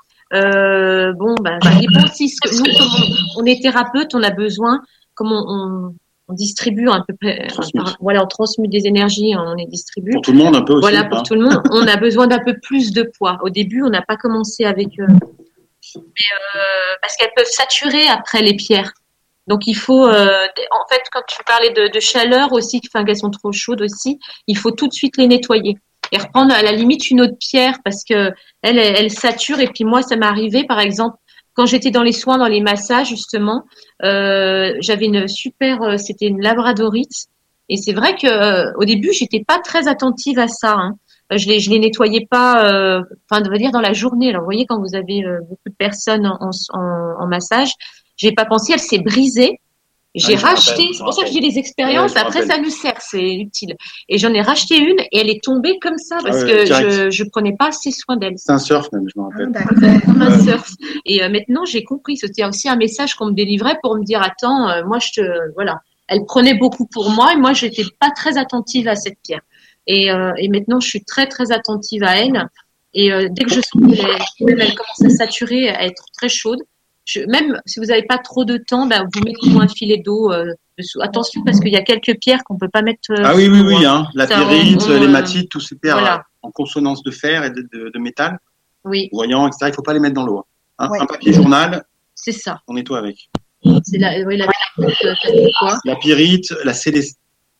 Euh, bon, ben, ça dépend aussi. Ce que nous, comme on, on est thérapeute, on a besoin, comme on, on, on distribue un peu près, par, voilà, on transmute des énergies, on les distribue. Pour tout le monde, un peu aussi. Voilà, pour hein. tout le monde, on a besoin d'un peu plus de poids. Au début, on n'a pas commencé avec, euh, mais, euh, parce qu'elles peuvent saturer après les pierres. Donc il faut, euh, en fait, quand tu parlais de, de chaleur aussi, enfin qu'elles sont trop chaudes aussi, il faut tout de suite les nettoyer et reprendre à la limite une autre pierre parce que elle, elle, elle sature. Et puis moi, ça m'est arrivé, par exemple, quand j'étais dans les soins, dans les massages justement, euh, j'avais une super, euh, c'était une labradorite. Et c'est vrai que euh, au début, j'étais pas très attentive à ça. Hein. Je les, je les nettoyais pas, euh, enfin, on va dire dans la journée. Alors, vous voyez, quand vous avez euh, beaucoup de personnes en, en, en massage, j'ai pas pensé, elle s'est brisée. J'ai Ah, racheté, rappelle, c'est pour ça que je dis les expériences. Ouais, je après, ça nous sert, c'est utile. Et j'en ai racheté une et elle est tombée comme ça parce Ah ouais, que direct. je je prenais pas assez soin d'elle. C'est un surf même, je me rappelle. Ah, d'accord. Comme un surf. Et euh, maintenant, j'ai compris. C'était aussi un message qu'on me délivrait pour me dire, attends, euh, moi, je te, voilà. Elle prenait beaucoup pour moi et moi, j'étais pas très attentive à cette pierre. Et, euh, et maintenant, je suis très, très attentive à elle. Et euh, dès que je sens qu'elle elle commence à saturer, à être très chaude, je, même si vous n'avez pas trop de temps, ben, vous mettez un filet d'eau euh, dessous. Attention, parce qu'il y a quelques pierres qu'on peut pas mettre. Euh, Ah oui, oui, oui, hein. hein. La Ça, pyrite, on- on, l'hématite, tous ces pierres voilà. euh, en consonance de fer et de, de, de métal, Oui, voyant, et cetera. Il faut pas les mettre dans l'eau. Hein. Ouais. Un papier journal, c'est ça. on nettoie avec. C'est la, oui, la, la, la, quoi. La pyrite, la célestite,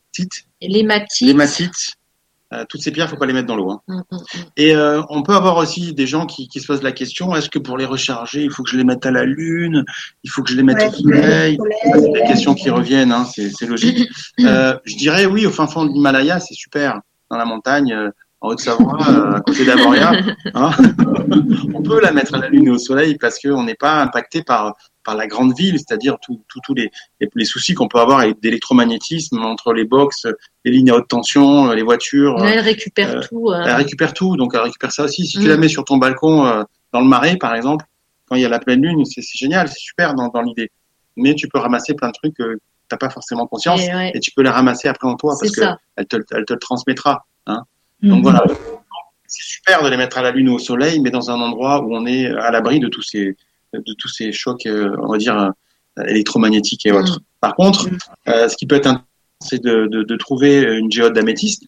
Et l'hématite. l'hématite, euh, toutes ces pierres, faut pas les mettre dans l'eau. Hein. Hum, hum, hum. Et euh, on peut avoir aussi des gens qui, qui se posent la question, est-ce que pour les recharger, il faut que je les mette à la lune, il faut que je les mette Ouais, au soleil? soleil, C'est des questions qui reviennent, hein, c'est, c'est logique. Euh, je dirais oui, au fin fond de l'Himalaya, c'est super. Dans la montagne, euh, en Haute-Savoie, euh, à côté d'Avoria, hein, on peut la mettre à la lune et au soleil parce qu'on n'est pas impacté par par la grande ville, c'est-à-dire tous tout, tout les, les, les soucis qu'on peut avoir avec d'électromagnétisme entre les box, les lignes à haute tension, les voitures. Là, elle récupère euh, tout. Euh, Elle récupère tout, donc elle récupère ça aussi. Si tu Mm. la mets sur ton balcon, euh, dans le marais, par exemple, quand il y a la pleine lune, c'est, c'est génial, c'est super dans, dans l'idée. Mais tu peux ramasser plein de trucs que t'as pas forcément conscience, Et ouais. et tu peux les ramasser après en toi C'est parce que ça. elle te, elle te le transmettra. Hein. Mhm. Donc voilà. c'est super de les mettre à la lune ou au soleil, mais dans un endroit où on est à l'abri de tous ces, de tous ces chocs, euh, on va dire, euh, électromagnétiques et autres. Mmh. Par contre, mmh. euh, ce qui peut être intéressant, c'est de, de, de trouver une géode d'améthyste.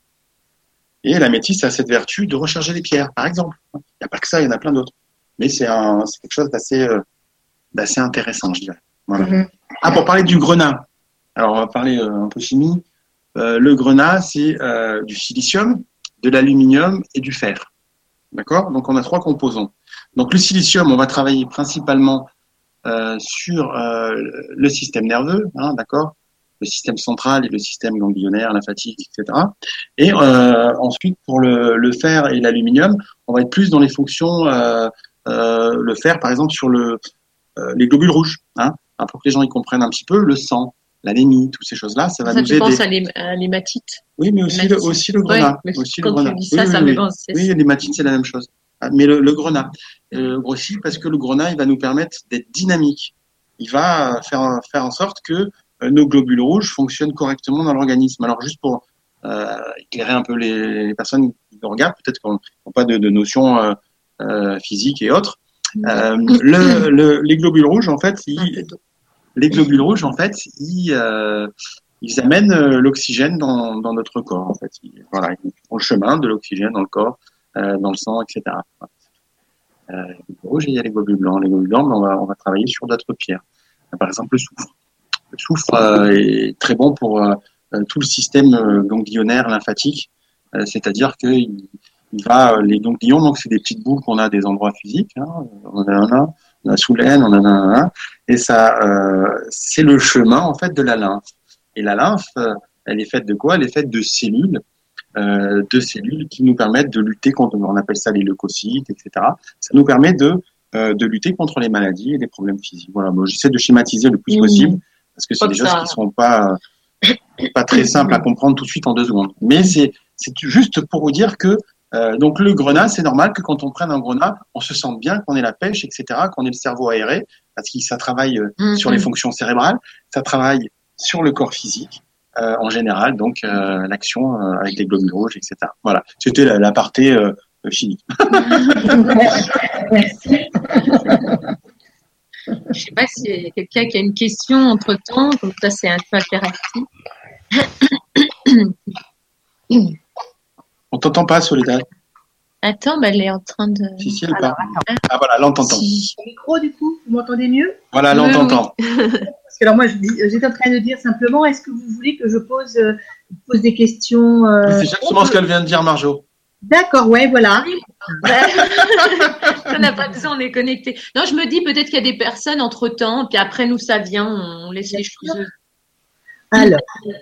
Et l'améthyste a cette vertu de recharger les pierres, par exemple. Il n'y a pas que ça, il y en a plein d'autres. Mais c'est, un, c'est quelque chose d'assez, euh, d'assez intéressant, je dirais. Voilà. Mmh. Ah, pour parler du grenat. Alors, on va parler euh, un peu chimie. Euh, le grenat, c'est euh, du silicium, de l'aluminium et du fer. D'accord ? Donc, on a trois composants. Donc, le silicium, on va travailler principalement euh, sur euh, le système nerveux, hein, d'accord ? Le système central et le système ganglionnaire, lymphatique, et cetera. Et euh, ensuite, pour le, le fer et l'aluminium, on va être plus dans les fonctions, euh, euh, le fer, par exemple, sur le, euh, les globules rouges, hein, pour que les gens y comprennent un petit peu, le sang, l'anémie, toutes ces choses-là, ça va ça, nous tu aider. Tu penses à l'hématite ? Oui, mais aussi, le, aussi le grenat. Ouais, aussi quand le grenat. tu dis ça, oui, ça oui, me oui. pense. Oui, l'hématite, c'est la même chose. Mais le, le grenat euh, grossit parce que le grenat, il va nous permettre d'être dynamique. Il va faire, faire en sorte que euh, nos globules rouges fonctionnent correctement dans l'organisme. Alors, juste pour euh, éclairer un peu les, les personnes qui nous regardent, peut-être qu'on n'a pas de, de notions euh, euh, physiques et autres, euh, le, le, les globules rouges, en fait, ils, les globules rouges, en fait, ils, euh, ils amènent euh, l'oxygène dans, dans notre corps, en fait. Ils, voilà, ils font le chemin de l'oxygène dans le corps, euh, dans le sang, et cetera. Euh, les globules rouges, et il y a les globules blancs. Les globules blancs, on va, on va travailler sur d'autres pierres. Par exemple, le soufre. Le soufre euh, est très bon pour euh, tout le système euh, ganglionnaire, lymphatique. Euh, c'est-à-dire que il, il va, les ganglions, donc c'est des petites boules qu'on a à des endroits physiques. Hein, on en a un, on a sous l'aine, on en a un, et ça, euh, c'est le chemin en fait de la lymphe. Et la lymphe, euh, elle est faite de quoi ? Elle est faite de cellules, euh, de cellules qui nous permettent de lutter contre, on appelle ça les leucocytes, et cetera. Ça nous permet de euh, de lutter contre les maladies et les problèmes physiques. Voilà, moi j'essaie de schématiser le plus mmh. possible parce que c'est des ça. choses qui sont pas pas très simples à comprendre tout de suite en deux secondes. Mais c'est c'est juste pour vous dire que Euh, donc le grenat, c'est normal que quand on prenne un grenat, on se sente bien, qu'on ait la pêche, et cetera, qu'on ait le cerveau aéré, parce que ça travaille euh, mmh. sur les fonctions cérébrales, ça travaille sur le corps physique euh, en général, donc euh, l'action euh, avec les globules rouges, et cetera. Voilà, c'était la, la partie euh, chimique. Merci. Je sais pas s'il y a quelqu'un qui a une question entre temps, comme ça c'est un peu interactif. On t'entend pas, Soledad. Attends, bah, elle est en train de. Si, si, elle parle. Ah, voilà, là, on t'entend. Si. Le micro, du coup, vous m'entendez mieux ? Voilà, là, on oui, t'entend. Oui. Parce que alors, moi, je dis, j'étais en train de dire simplement, est-ce que vous voulez que je pose, euh, pose des questions euh, C'est exactement ce qu'elle vient de dire, Marjo. D'accord, ouais, voilà. Ça n'a pas besoin, on est connecté. Non, je me dis peut-être qu'il y a des personnes entre-temps, puis après, nous, ça vient, on laisse les choses. Alors.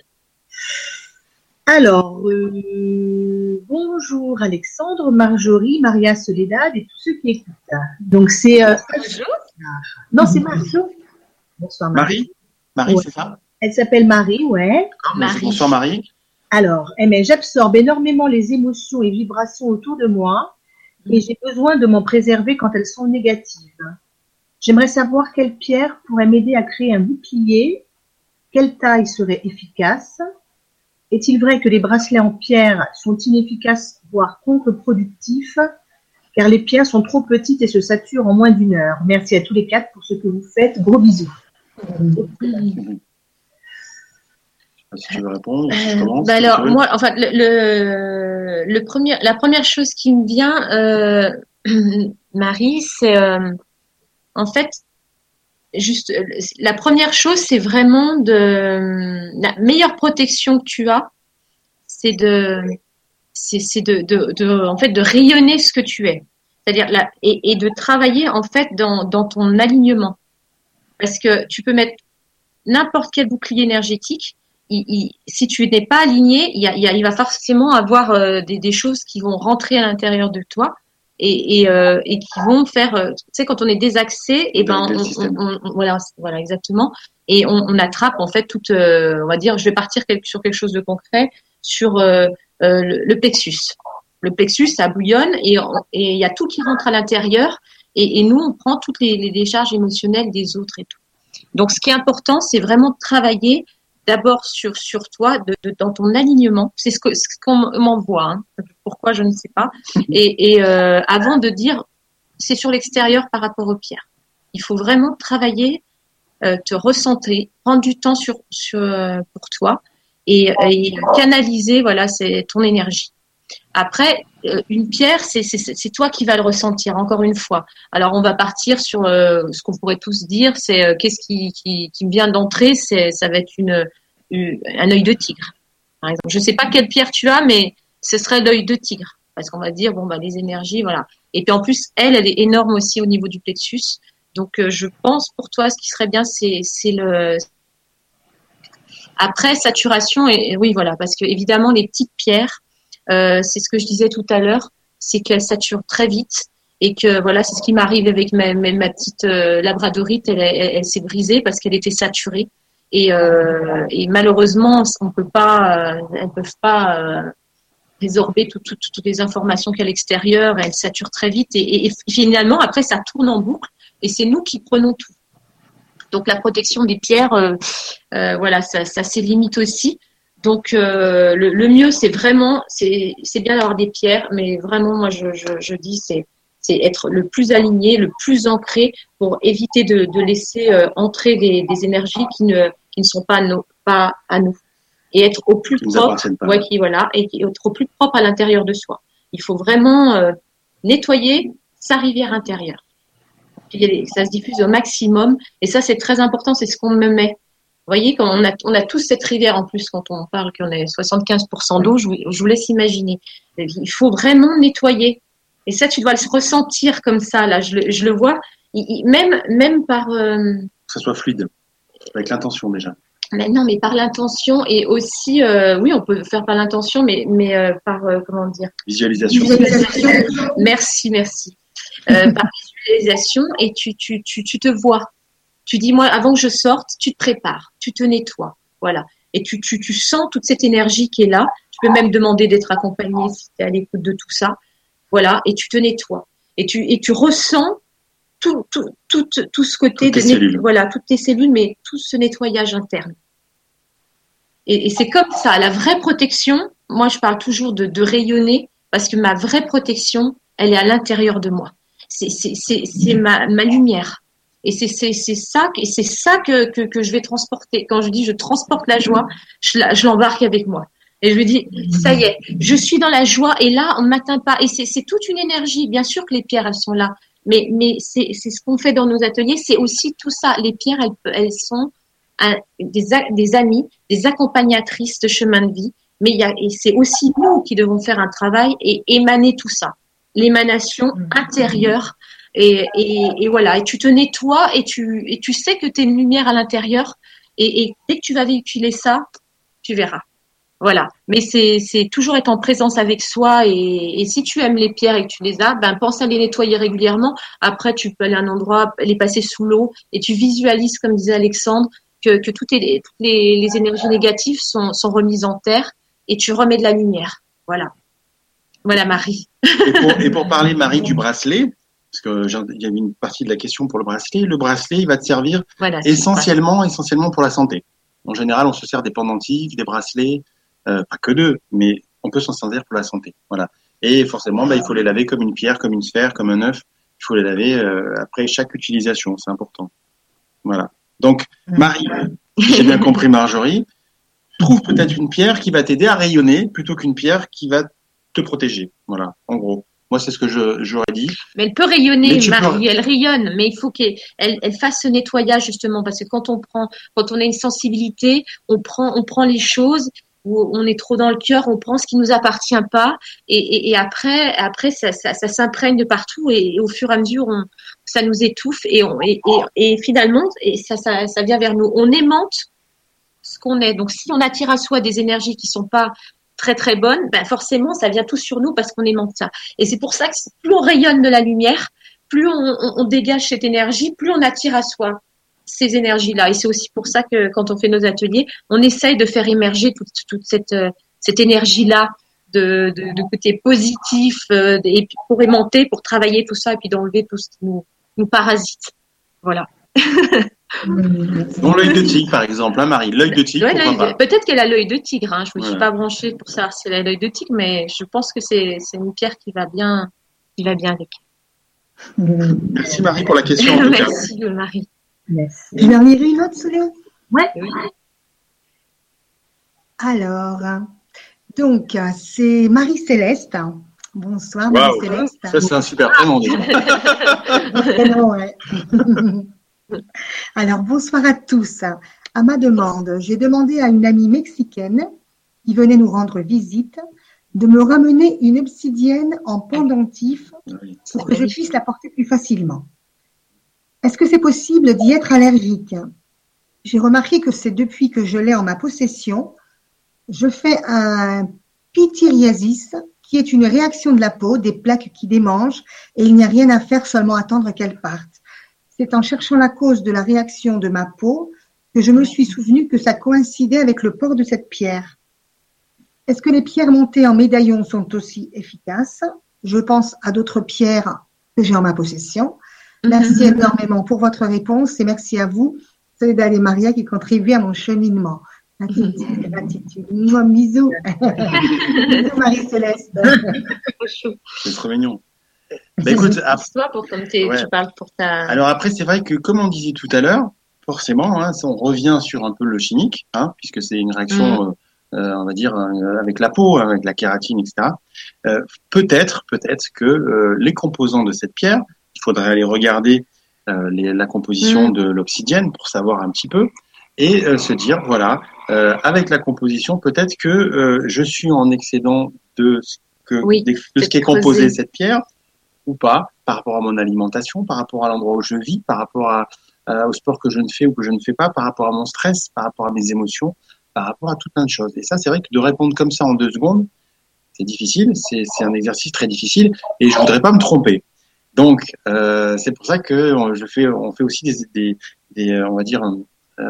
Alors, euh, bonjour Alexandre, Marjorie, Maria Soledad et tous ceux qui écoutent. Donc c'est euh, non, c'est Marjo. Bonsoir Marie. Marie, ouais. C'est ça ? Elle s'appelle Marie, ouais. Marie. Bonsoir Marie. Alors, eh bien, j'absorbe énormément les émotions et vibrations autour de moi et j'ai besoin de m'en préserver quand elles sont négatives. J'aimerais savoir quelle pierre pourrait m'aider à créer un bouclier, quelle taille serait efficace. Est-il vrai que les bracelets en pierre sont inefficaces, voire contre-productifs, car les pierres sont trop petites et se saturent en moins d'une heure? Merci à tous les quatre pour ce que vous faites. Gros bisous. Mmh. Si tu veux répondre, je commence. Bah alors, moi, enfin, le, le, le premier, la première chose qui me vient, euh, Marie, c'est euh, en fait, juste, la première chose, c'est vraiment de la meilleure protection que tu as, c'est de, c'est, c'est de, de, de, en fait, de rayonner ce que tu es, c'est-à-dire là, et, et de travailler en fait dans, dans ton alignement, parce que tu peux mettre n'importe quel bouclier énergétique. Il, il, si tu n'es pas aligné, il, y a, il, y a, il va forcément avoir euh, des, des choses qui vont rentrer à l'intérieur de toi et, et, euh, et qui vont faire. Euh, tu sais, quand on est désaxé, et ben, on, on, on, voilà, voilà, exactement. Et on, on attrape en fait toute. Euh, on va dire, je vais partir quelque, sur quelque chose de concret, sur euh, euh, le, le plexus. Le plexus, ça bouillonne et, et il y a tout qui rentre à l'intérieur. Et, et nous, on prend toutes les, les décharges émotionnelles des autres et tout. Donc, ce qui est important, c'est vraiment de travailler. D'abord sur sur toi, de, de, dans ton alignement, c'est ce que ce qu'on m'envoie. Hein. pourquoi, je ne sais pas. Et, et euh, avant de dire, c'est sur l'extérieur par rapport aux pierres. Il faut vraiment travailler, euh, te recentrer, prendre du temps sur, sur euh, pour toi et, et canaliser, voilà, c'est ton énergie. Après, euh, une pierre, c'est, c'est, c'est toi qui vas le ressentir, encore une fois. Alors, on va partir sur euh, ce qu'on pourrait tous dire, c'est euh, qu'est-ce qui, qui, qui me vient d'entrer, c'est, ça va être une, une, un œil de tigre, par exemple. Je ne sais pas quelle pierre tu as, mais ce serait l'œil de tigre. Parce qu'on va dire, bon, bah, les énergies, voilà. Et puis, en plus, elle, elle est énorme aussi au niveau du plexus. Donc, euh, je pense, pour toi, ce qui serait bien, c'est, c'est le... Après, saturation, et oui, voilà, parce que, évidemment, les petites pierres, Euh, c'est ce que je disais tout à l'heure, c'est qu'elle sature très vite et que voilà, c'est ce qui m'arrive avec ma, ma, ma petite euh, labradorite, elle, elle, elle s'est brisée parce qu'elle était saturée et, euh, et malheureusement, on peut pas, euh, elles peuvent pas euh, résorber tout, tout, toutes les informations qu'il y a à l'extérieur, elles saturent très vite et, et, et finalement après ça tourne en boucle et c'est nous qui prenons tout. Donc la protection des pierres, euh, euh, voilà, ça, ça ses limites aussi. Donc euh, le, le mieux c'est vraiment c'est c'est bien d'avoir des pierres, mais vraiment moi je je, je dis c'est c'est être le plus aligné, le plus ancré pour éviter de, de laisser euh, entrer des, des énergies qui ne qui ne sont pas à nous, pas à nous et être au plus propre, ouais, qui voilà et être au plus propre à l'intérieur de soi. Il faut vraiment euh, nettoyer sa rivière intérieure. Ça se diffuse au maximum et ça c'est très important, c'est ce qu'on me met. Vous voyez, quand on a, on a tous cette rivière en plus, quand on parle qu'on a soixante-quinze pour cent d'eau, je vous, je vous laisse imaginer. Il faut vraiment nettoyer. Et ça, tu dois le ressentir comme ça, là. Je le, je le vois, il, il, même, même par. Euh... Que ça soit fluide, avec l'intention déjà. Mais non, mais par l'intention et aussi, euh, oui, on peut faire par l'intention, mais, mais euh, par, euh, comment dire Visualisation. Visualisation. Merci, merci. Euh, par visualisation, et tu, tu, tu, tu te vois. Tu dis, moi, avant que je sorte, tu te prépares, tu te nettoies, voilà. Et tu, tu, tu sens toute cette énergie qui est là. Tu peux même demander d'être accompagné si tu es à l'écoute de tout ça, voilà. Et tu te nettoies. Et tu, et tu ressens tout, tout, tout, tout ce côté toutes de, tes cellules. Voilà, toutes tes cellules, mais tout ce nettoyage interne. Et, et c'est comme ça, la vraie protection. Moi, je parle toujours de, de rayonner parce que ma vraie protection, elle est à l'intérieur de moi. C'est, c'est, c'est, c'est ma, ma lumière. Et c'est, c'est, c'est ça, et c'est ça que, que, que je vais transporter. Quand je dis je transporte la joie, je, la, je l'embarque avec moi. Et je me dis, ça y est, je suis dans la joie et là, on ne m'atteint pas. Et c'est, c'est toute une énergie. Bien sûr que les pierres, elles sont là. Mais, mais c'est, c'est ce qu'on fait dans nos ateliers. C'est aussi tout ça. Les pierres, elles, elles sont un, des, des amies, des accompagnatrices de chemin de vie. Mais il y a, et c'est aussi nous qui devons faire un travail et émaner tout ça. L'émanation intérieure. Et, et, et voilà, et tu te nettoies et tu, et tu sais que tu es une lumière à l'intérieur et, et dès que tu vas véhiculer ça, tu verras. Voilà, mais c'est, c'est toujours être en présence avec soi et, et si tu aimes les pierres et que tu les as, ben pense à les nettoyer régulièrement. Après, tu peux aller à un endroit, les passer sous l'eau et tu visualises, comme disait Alexandre, que, que toutes, les, toutes les, les énergies négatives sont, sont remises en terre et tu remets de la lumière. Voilà. Voilà, Marie. Et pour, et pour parler, Marie, du bracelet, parce qu'il y avait une partie de la question pour le bracelet. Le bracelet, il va te servir voilà, essentiellement, essentiellement pour la santé. En général, on se sert des pendentifs, des bracelets, euh, pas que d'eux, mais on peut s'en servir pour la santé. Voilà. Et forcément, bah, il faut les laver comme une pierre, comme une sphère, comme un œuf. Il faut les laver euh, après chaque utilisation, c'est important. Voilà. Donc, Marie, si j'ai bien compris Marjorie, trouve peut-être une pierre qui va t'aider à rayonner plutôt qu'une pierre qui va te protéger. Voilà, en gros. Moi, c'est ce que je, j'aurais dit. Mais elle peut rayonner, Marie, peux... elle rayonne, mais il faut qu'elle elle, elle fasse ce nettoyage, justement, parce que quand on prend, quand on a une sensibilité, on prend, on prend les choses où on est trop dans le cœur, on prend ce qui nous appartient pas, et, et, et après, après, ça, ça, ça s'imprègne de partout, et, et au fur et à mesure, on, ça nous étouffe, et, on, et, et, et finalement, et ça, ça, ça vient vers nous. On aimante ce qu'on est. Donc, si on attire à soi des énergies qui sont pas très très bonne, ben forcément ça vient tout sur nous parce qu'on aimante ça. Et c'est pour ça que plus on rayonne de la lumière, plus on, on, on dégage cette énergie, plus on attire à soi ces énergies-là. Et c'est aussi pour ça que quand on fait nos ateliers, on essaye de faire émerger toute, toute cette, cette énergie-là de, de, de côté positif euh, et puis pour aimanter, pour travailler tout ça et puis d'enlever tout ce qui nous, nous parasite. Voilà. Dont l'œil de tigre, par exemple, hein, Marie. L'œil de tigre, Ouais, pourquoi l'œil de- pas. Peut-être qu'elle a l'œil de tigre. Hein. Je me suis Ouais. pas branchée pour savoir si elle a l'œil de tigre, mais je pense que c'est c'est une pierre qui va bien, qui va bien avec. Merci Marie pour la question. En tout cas. Merci Marie. Merci. Je vais en lire une autre, Soléa. Ouais. Oui. Alors, donc, c'est Marie-Céleste. Bonsoir, Waouh. Marie-Céleste. Ça, c'est un super prénom déjà. Prénom, ouais. Alors, bonsoir à tous. À ma demande, j'ai demandé à une amie mexicaine qui venait nous rendre visite de me ramener une obsidienne en pendentif Oui. pour que je puisse la porter plus facilement. Est-ce que c'est possible d'y être allergique? J'ai remarqué que c'est depuis que je l'ai en ma possession, je fais un pityriasis, qui est une réaction de la peau, des plaques qui démangent, et il n'y a rien à faire, seulement attendre qu'elles partent. C'est en cherchant la cause de la réaction de ma peau que je me suis souvenu que ça coïncidait avec le port de cette pierre. Est-ce que les pierres montées en médaillon sont aussi efficaces? Je pense à d'autres pierres que j'ai en ma possession. Merci énormément pour votre réponse et merci à vous, Soledad et Maria, qui contribuent à mon cheminement. Gratitude, gratitude. Mouah, bisous. Bisous, Marie-Céleste. Trop chou. C'est trop mignon. Bah, écoute, ap- Toi, pour comme t'es- Ouais. tu parles pour ta. alors après, c'est vrai que comme on disait tout à l'heure, forcément, hein, ça, on revient sur un peu le chimique, hein, puisque c'est une réaction, euh, euh, on va dire, euh, avec la peau, avec la kératine, et cetera. Euh, peut-être, peut-être que euh, les composants de cette pierre, il faudrait aller regarder euh, les- la composition Mm. de l'obsidienne pour savoir un petit peu et euh, se dire, voilà, euh, avec la composition, peut-être que euh, je suis en excédent de ce que Oui, de, de ce qui est creuser. composé cette pierre ou pas, par rapport à mon alimentation, par rapport à l'endroit où je vis, par rapport à, à- au sport que je ne fais ou que je ne fais pas, par rapport à mon stress, par rapport à mes émotions, par rapport à tout plein de choses. Et ça, c'est vrai que de répondre comme ça en deux secondes, c'est difficile, c'est c'est un exercice très difficile et je voudrais pas me tromper. Donc, euh, c'est pour ça que on- je fais, on fait aussi des, des, des euh, on va dire, euh,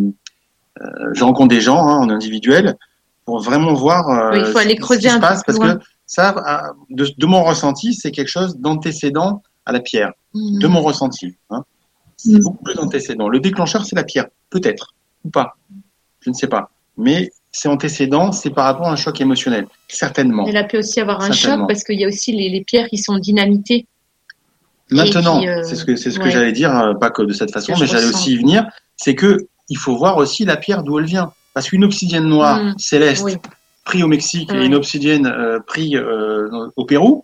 euh, je rencontre des gens hein, en individuel pour vraiment voir euh, Oui, il faut aller ce qui- creuser ce qui se un peu passe plus parce loin. que ça, euh, de, de mon ressenti, c'est quelque chose d'antécédent à la pierre, de mon ressenti. Hein. C'est Mm. beaucoup plus antécédent. Le déclencheur, c'est la pierre, peut-être ou pas, je ne sais pas. Mais c'est antécédent, c'est par rapport à un choc émotionnel, certainement. Elle a pu aussi avoir un Certainement. choc parce qu'il y a aussi les, les pierres qui sont dynamitées. Maintenant, puis, euh, c'est ce que c'est ce que ouais. j'allais dire, euh, pas que de cette façon, Que mais je j'allais ressens. aussi y venir. C'est que il faut voir aussi la pierre d'où elle vient, parce qu'une obsidienne noire Mm. céleste Oui. prise au Mexique Ouais. et une obsidienne euh, prise euh, au Pérou,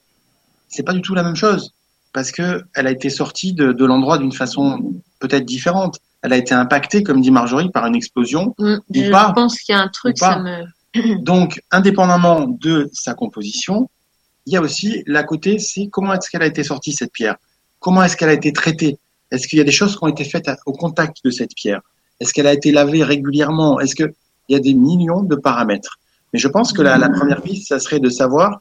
c'est pas du tout la même chose, parce que elle a été sortie de, de l'endroit d'une façon peut-être différente. Elle a été impactée, comme dit Marjorie, par une explosion. Mm. Ou Je pas. pense qu'il y a un truc, Ou pas. ça me. Donc, indépendamment de sa composition, il y a aussi la côté, c'est comment est-ce qu'elle a été sortie cette pierre? Comment est-ce qu'elle a été traitée? Est-ce qu'il y a des choses qui ont été faites à- au contact de cette pierre? Est-ce qu'elle a été lavée régulièrement? Est-ce que il y a des millions de paramètres? Mais je pense que la, la première piste, ça serait de savoir,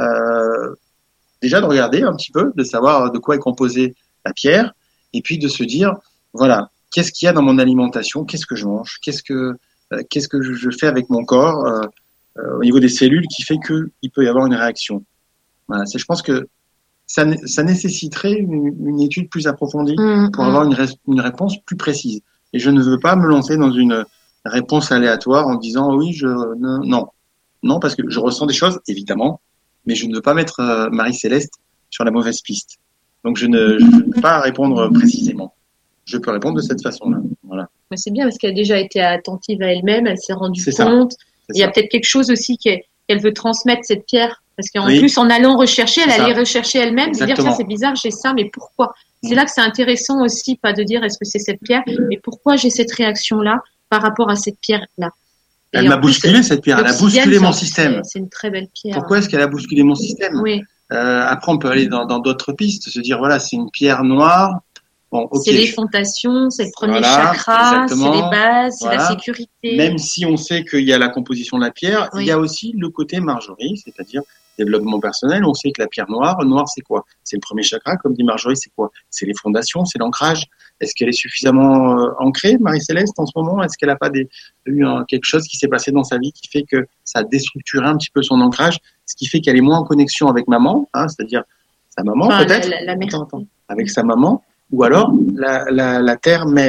euh, déjà de regarder un petit peu, de savoir de quoi est composée la pierre, et puis de se dire, voilà, qu'est-ce qu'il y a dans mon alimentation? Qu'est-ce que je mange? Qu'est-ce que euh, qu'est-ce que je, je fais avec mon corps euh, euh, au niveau des cellules qui fait que il peut y avoir une réaction? Voilà, c'est, je pense que ça, né- ça nécessiterait une, une étude plus approfondie Mm, pour mm. avoir une, res- une réponse plus précise. Et je ne veux pas me lancer dans une réponse aléatoire en disant oui, je non, non, non, parce que je ressens des choses évidemment, mais je ne veux pas mettre euh, Marie-Céleste sur la mauvaise piste. Donc je ne, je ne peux pas répondre précisément. Je peux répondre de cette façon-là. Voilà. Mais c'est bien parce qu'elle a déjà été attentive à elle-même, elle s'est rendue C'est ça. compte. C'est Il y a ça. peut-être quelque chose aussi qu'elle qu'elle veut transmettre cette pierre. Parce qu'en Oui. plus, en allant rechercher, elle C'est ça. allait rechercher elle-même, de dire Exactement. tiens, c'est bizarre, j'ai ça, mais pourquoi? C'est Mm. là que c'est intéressant aussi, pas de dire est-ce que c'est cette pierre, mais pourquoi j'ai cette réaction-là par rapport à cette pierre-là. Et Elle en m'a plus, bousculé cette pierre. Elle a l'obsidienne, bousculé c'est- mon système. c'est- C'est une très belle pierre. Pourquoi est-ce qu'elle a bousculé mon système? Oui, Euh, après, on peut aller dans dans d'autres pistes, se dire voilà, c'est une pierre noire. Bon, ok. c'est les fondations, c'est le premier Voilà, chakra, c'est exactement. les bases, c'est la Voilà. sécurité. Même si on sait qu'il y a la composition de la pierre, Oui. il y a aussi le côté Marjorie, c'est-à-dire développement personnel. On sait que la pierre noire, le noir, c'est quoi? C'est le premier chakra, comme dit Marjorie, c'est quoi? C'est les fondations, c'est l'ancrage. Est-ce qu'elle est suffisamment euh, ancrée, Marie-Céleste, en ce moment? Est-ce qu'elle n'a pas des, eu un- quelque chose qui s'est passé dans sa vie qui fait que ça a déstructuré un petit peu son ancrage, ce qui fait qu'elle est moins en connexion avec maman, hein, c'est-à-dire sa maman Enfin, peut-être, la, la, la mère. Attends, attends. avec sa maman, ou alors la, la, la terre-mère.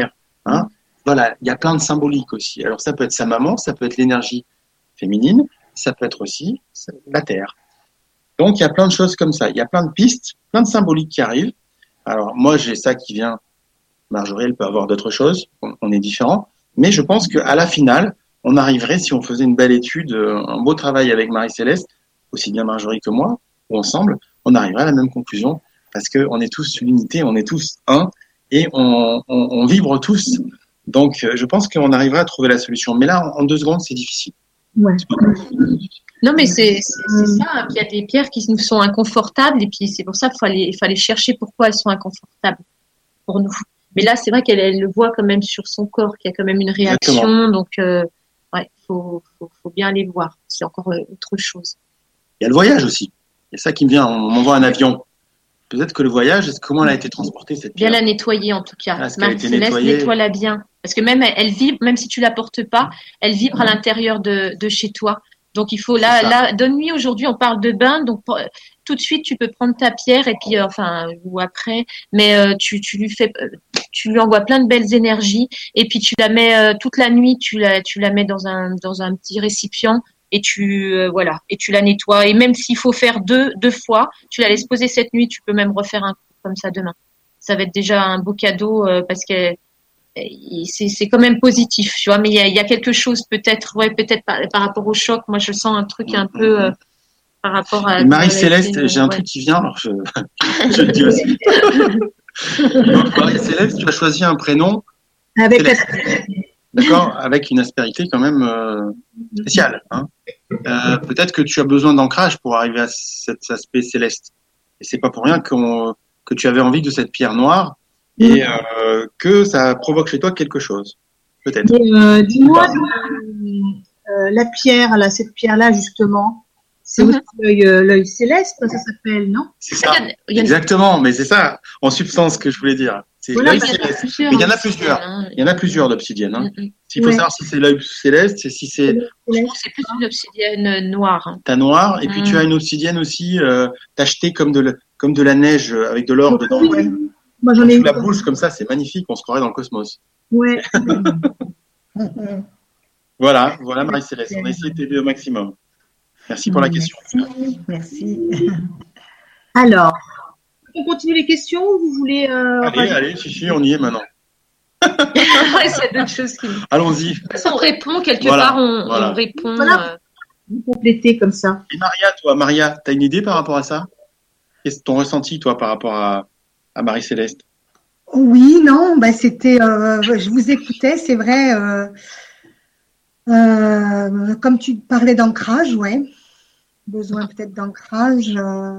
Hein. Voilà, il y a plein de symboliques aussi. Alors ça peut être sa maman, ça peut être l'énergie féminine, ça peut être aussi la terre. Donc il y a plein de choses comme ça. Il y a plein de pistes, plein de symboliques qui arrivent. Alors moi j'ai ça qui vient. Marjorie, elle peut avoir d'autres choses. On, on est différents, mais je pense qu'à la finale, on arriverait, si on faisait une belle étude, un beau travail avec Marie-Céleste, aussi bien Marjorie que moi, ou ensemble, on arriverait à la même conclusion, parce qu'on est tous l'unité, on est tous un, et on, on, on vibre tous. Donc, je pense qu'on arriverait à trouver la solution. Mais là, en deux secondes, c'est difficile. Ouais. Non, mais c'est, c'est, c'est ça. Hein. Il y a des pierres qui nous sont inconfortables, et puis c'est pour ça qu'il fallait, il fallait chercher pourquoi elles sont inconfortables pour nous. Mais là, c'est vrai qu'elle elle le voit quand même sur son corps, qu'il y a quand même une réaction. Exactement. Donc, euh, ouais, faut, faut, faut bien aller voir. C'est encore autre chose. Il y a le voyage aussi. Il y a ça qui me vient. On m'envoie un avion. Peut-être que le voyage, comment elle a été transportée, cette pierre ? Bien la nettoyer, en tout cas. Marie-Céleste, nettoie-la bien. Parce que même, elle, elle vibre, même si tu la portes pas, elle vibre à l'intérieur de, de chez toi. Donc, il faut, là, là, de nuit, aujourd'hui, on parle de bain. Donc, pour, tout de suite, tu peux prendre ta pierre et puis, euh, enfin, ou après, mais euh, tu, tu lui fais, tu lui envoies plein de belles énergies et puis tu la mets euh, toute la nuit, tu la, tu la mets dans un, dans un petit récipient et tu, euh, voilà, et tu la nettoies. Et même s'il faut faire deux, deux fois, tu la laisses poser cette nuit, tu peux même refaire un coup comme ça demain. Ça va être déjà un beau cadeau euh, parce que c'est, c'est quand même positif, tu vois. Mais il y a, il y a quelque chose peut-être, ouais, peut-être par, par rapport au choc. Moi, je sens un truc un peu euh, par rapport à. Marie-Céleste, euh, j'ai un ouais. truc qui vient. Alors je, je le dis aussi. Donc, Marie-Céleste, tu as choisi un prénom. Avec Céleste. D'accord, avec une aspérité quand même euh, spéciale. Hein. Euh, peut-être que tu as besoin d'ancrage pour arriver à cet aspect céleste. Et c'est pas pour rien qu'on, que tu avais envie de cette pierre noire et euh, que ça provoque chez toi quelque chose. Peut-être. Et, euh, dis-moi, euh, la pierre, là, cette pierre-là justement, c'est mm-hmm. aussi l'œil, euh, l'œil céleste, ça s'appelle, non ? C'est ça. Exactement, mais c'est ça, en substance, que je voulais dire. C'est voilà, l'œil céleste. Mais il y en a plusieurs. Il y en a plusieurs d'obsidiennes. Hein. Mm-hmm. Il faut ouais. savoir si c'est l'œil céleste et si c'est. Je pense que c'est plus une obsidienne noire. Hein. T'as noir et mm. puis tu as une obsidienne aussi euh, tachetée comme de le, comme de la neige avec de l'or dedans. Ouais. Moi j'en ai eu. La bouche comme ça, c'est magnifique. On se croirait dans le cosmos. Ouais. Voilà, voilà Marie-Céleste. On a essayé de t'aider au maximum. Merci pour la question. Merci. Merci. Alors, on continue les questions ou vous voulez euh, Allez, rajouter... allez, chichi, on y est maintenant. Ouais, c'est d'autres choses qui. Allons-y. On répond quelque voilà, part, on, voilà. on répond. Voilà. Euh... Vous complétez comme ça. Et Maria, toi, Maria, t'as une idée par rapport à ça ? Qu'est-ce ton ressenti, toi, par rapport à, à Marie-Céleste ? Oui, non, bah c'était. Euh, je vous écoutais, c'est vrai. Euh, euh, comme tu parlais d'ancrage, ouais. Besoin peut-être d'ancrage. Euh,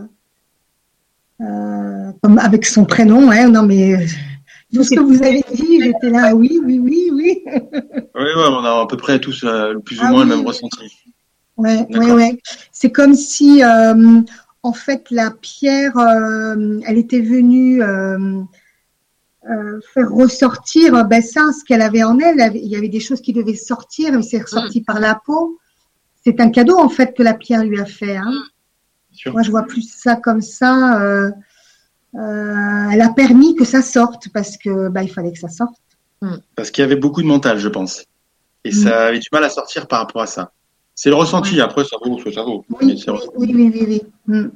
euh, comme avec son prénom, ouais. Non, mais. Tout ce que vous avez dit, j'étais là, oui, oui, oui, oui. Oui, ouais, on a à peu près tous euh, plus ou ah, moins oui, le même oui. ressenti. Oui, oui, oui. C'est comme si, euh, en fait, la pierre, euh, elle était venue euh, euh, faire ressortir ben, ça, ce qu'elle avait en elle. Il y avait des choses qui devaient sortir, mais c'est ressorti mmh. par la peau. C'est un cadeau, en fait, que la pierre lui a fait. Hein. Moi, je vois plus ça comme ça. Euh, Euh, elle a permis que ça sorte parce que bah, il fallait que ça sorte. Parce qu'il y avait beaucoup de mental, je pense. Et mmh. ça avait du mal à sortir par rapport à ça. C'est le ressenti, ouais. Après ça vaut, ça vaut. Oui, oui, oui, oui, oui, oui. Mmh.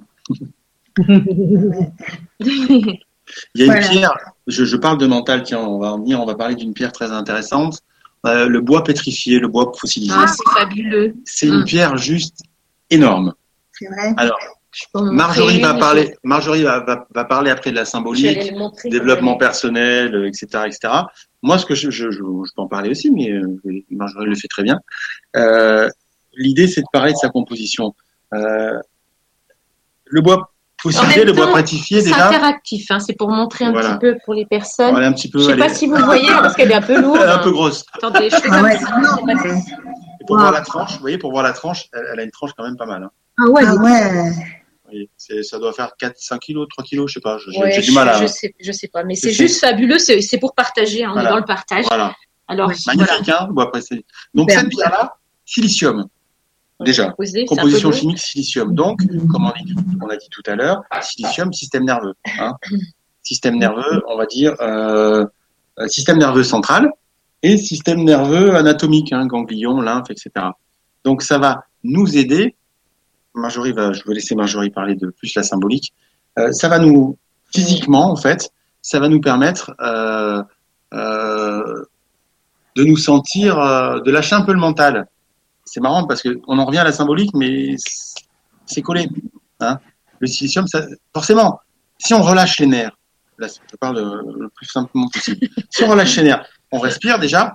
Il y a voilà. une pierre, je, je parle de mental, tiens, on va en venir, on va parler d'une pierre très intéressante. Euh, le bois pétrifié, le bois fossilisé. Ah, c'est fabuleux. C'est mmh. une pierre juste énorme. C'est vrai. Alors, Marjorie va parler. Marjorie va, va, va parler après de la symbolique, développement personnel, et cetera, et cetera. Moi, ce que je, je, je, je peux en parler aussi, mais Marjorie le fait très bien. Euh, l'idée, c'est de parler de sa composition. Euh, le bois fossilisé, le bois pétrifié, déjà. C'est interactif, hein, c'est pour montrer un voilà. petit peu pour les personnes. Voilà, un petit peu. Je ne sais allez. pas si vous voyez parce qu'elle est un peu lourde. Elle est un peu grosse. Attendez, je fais ah, ouais. ça. Et pour wow. voir la tranche, vous voyez, pour voir la tranche, elle, elle a une tranche quand même pas mal. Hein. Ah ouais. Ah ouais. Oui, c'est, ça doit faire quatre, cinq kilos, trois kilos, je sais pas. J'ai, ouais, j'ai du mal à. Je sais, je sais pas, mais c'est, c'est juste fabuleux. C'est, c'est pour partager. Hein, voilà. On est dans le partage. Voilà. Alors, magnifique, voilà. Hein. Bon, après, c'est... Donc cette pierre-là, silicium. Déjà, Posé, composition chimique silicium. Donc, comme on a dit, on a dit tout à l'heure, silicium, système nerveux. Hein. Système nerveux, on va dire euh, euh, système nerveux central et système nerveux anatomique, hein, ganglion, lymphe, et cetera. Donc ça va nous aider. Marjorie va, je vais laisser Marjorie parler de plus la symbolique. Euh, ça va nous, physiquement en fait, ça va nous permettre euh, euh, de nous sentir, euh, de lâcher un peu le mental. C'est marrant parce que on en revient à la symbolique, mais c'est collé. Hein. Le silicium, ça, forcément, si on relâche les nerfs, là, je parle le, le plus simplement possible. Si on relâche les nerfs, on respire déjà.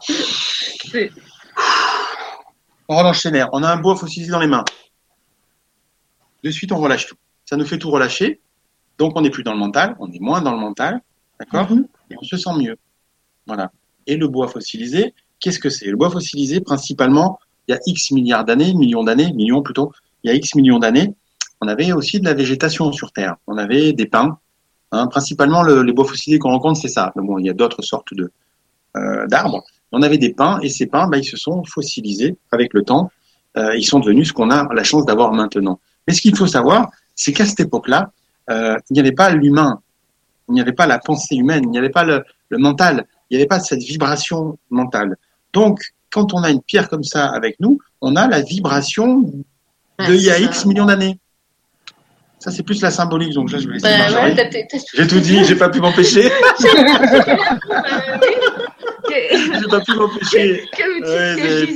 On relâche les nerfs. On a un bois fossilisé dans les mains. De suite, on relâche tout. Ça nous fait tout relâcher. Donc, on n'est plus dans le mental. On est moins dans le mental. D'accord ? Mm-hmm. Et on se sent mieux. Voilà. Et le bois fossilisé, qu'est-ce que c'est ? Le bois fossilisé, principalement, il y a X milliards d'années, millions d'années, millions plutôt, il y a X millions d'années, on avait aussi de la végétation sur Terre. On avait des pins. Hein, principalement, le, les bois fossilisés qu'on rencontre, c'est ça. Mais bon, il y a d'autres sortes de euh, d'arbres. On avait des pins, et ces pins, bah, ils se sont fossilisés avec le temps. Euh, ils sont devenus ce qu'on a la chance d'avoir maintenant. Mais ce qu'il faut savoir, c'est qu'à cette époque-là, euh, il n'y avait pas l'humain, il n'y avait pas la pensée humaine, il n'y avait pas le, le mental, il n'y avait pas cette vibration mentale. Donc, quand on a une pierre comme ça avec nous, on a la vibration de ouais, il y a X millions d'années. Ça, c'est plus la symbolique. Donc là, je vais laisser bah, Marjorie. Ouais, j'ai tout dit, j'ai pas pu m'empêcher. J'ai pas pu m'empêcher. Je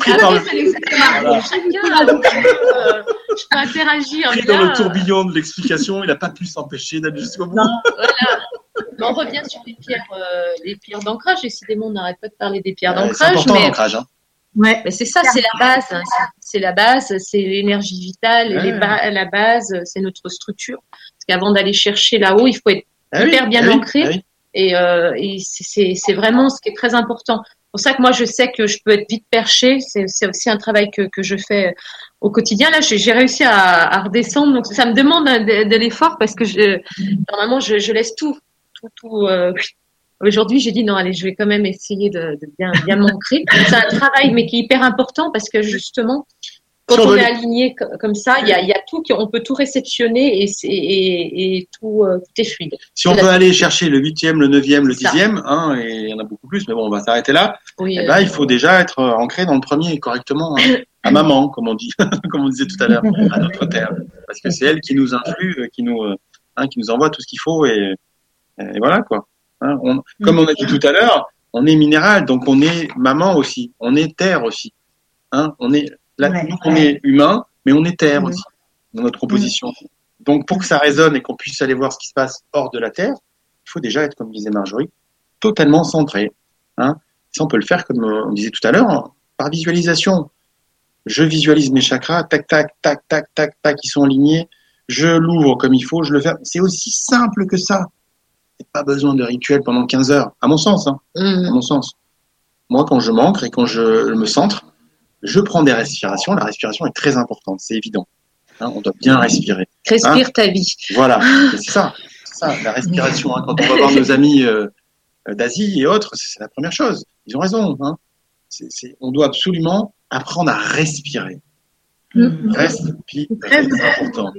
peux interagir. Pris dans le tourbillon de l'explication, il n'a pas pu s'empêcher d'aller jusqu'au bout. Non, voilà. On revient sur les pierres, euh, les pierres d'ancrage. Décidément, on n'arrête pas de parler des pierres ouais, d'ancrage. C'est important, mais l'ancrage. Hein. Ouais, mais c'est ça, c'est la base. Hein. C'est la base, c'est l'énergie vitale. Ouais. Les ba- la base, c'est notre structure. Parce qu'avant d'aller chercher là-haut, il faut être ah hyper oui, bien ah ancré. Oui, ah oui. Et, euh, et c'est, c'est vraiment ce qui est très important. C'est pour ça que moi, je sais que je peux être vite perché. C'est, c'est aussi un travail que, que je fais au quotidien. Là, j'ai, j'ai réussi à, à redescendre. Donc, ça me demande de, de l'effort parce que je, normalement, je, je laisse tout. tout, tout euh, Aujourd'hui, j'ai dit non, allez, je vais quand même essayer de, de bien, bien m'ancrer. C'est un travail, mais qui est hyper important parce que justement, quand on est aligné comme ça, il y a, il y a tout, on peut tout réceptionner et, et, et tout, euh, tout est fluide. Si on veut aller chercher le huitième, le neuvième, le dixième, hein, et il y en a beaucoup plus, mais bon, on va s'arrêter là. Oui, eh ben, euh... il faut déjà être ancré dans le premier correctement, hein, à maman, comme on dit, comme on disait tout à l'heure, à notre terre, parce que c'est elle qui nous influe, qui nous, hein, qui nous envoie tout ce qu'il faut et, et voilà quoi. Hein, on, comme on a dit tout à l'heure, on est minéral, donc on est maman aussi, on est terre aussi. Hein, on est là, ouais, nous, on ouais. est humain, mais on est terre ouais. aussi dans notre composition. Ouais. Donc pour que ça résonne et qu'on puisse aller voir ce qui se passe hors de la terre, il faut déjà être, comme disait Marjorie, totalement centré. Hein. Ça, on peut le faire comme on disait tout à l'heure, par visualisation. Je visualise mes chakras, tac, tac, tac, tac, tac, tac, ils sont alignés. Je l'ouvre comme il faut, je le fais. C'est aussi simple que ça. Il n'y a pas besoin de rituel pendant quinze heures, à mon sens. Hein, mmh. À mon sens. Moi, quand je m'ancre et quand je me centre, je prends des respirations. La respiration est très importante, c'est évident. Hein, on doit bien respirer. Respire hein. ta vie. Voilà, c'est ça. C'est ça, la respiration. Hein. Quand on va voir nos amis euh, d'Asie et autres, c'est la première chose. Ils ont raison. Hein. C'est, c'est, on doit absolument apprendre à respirer. Mmh. Respirer, c'est important.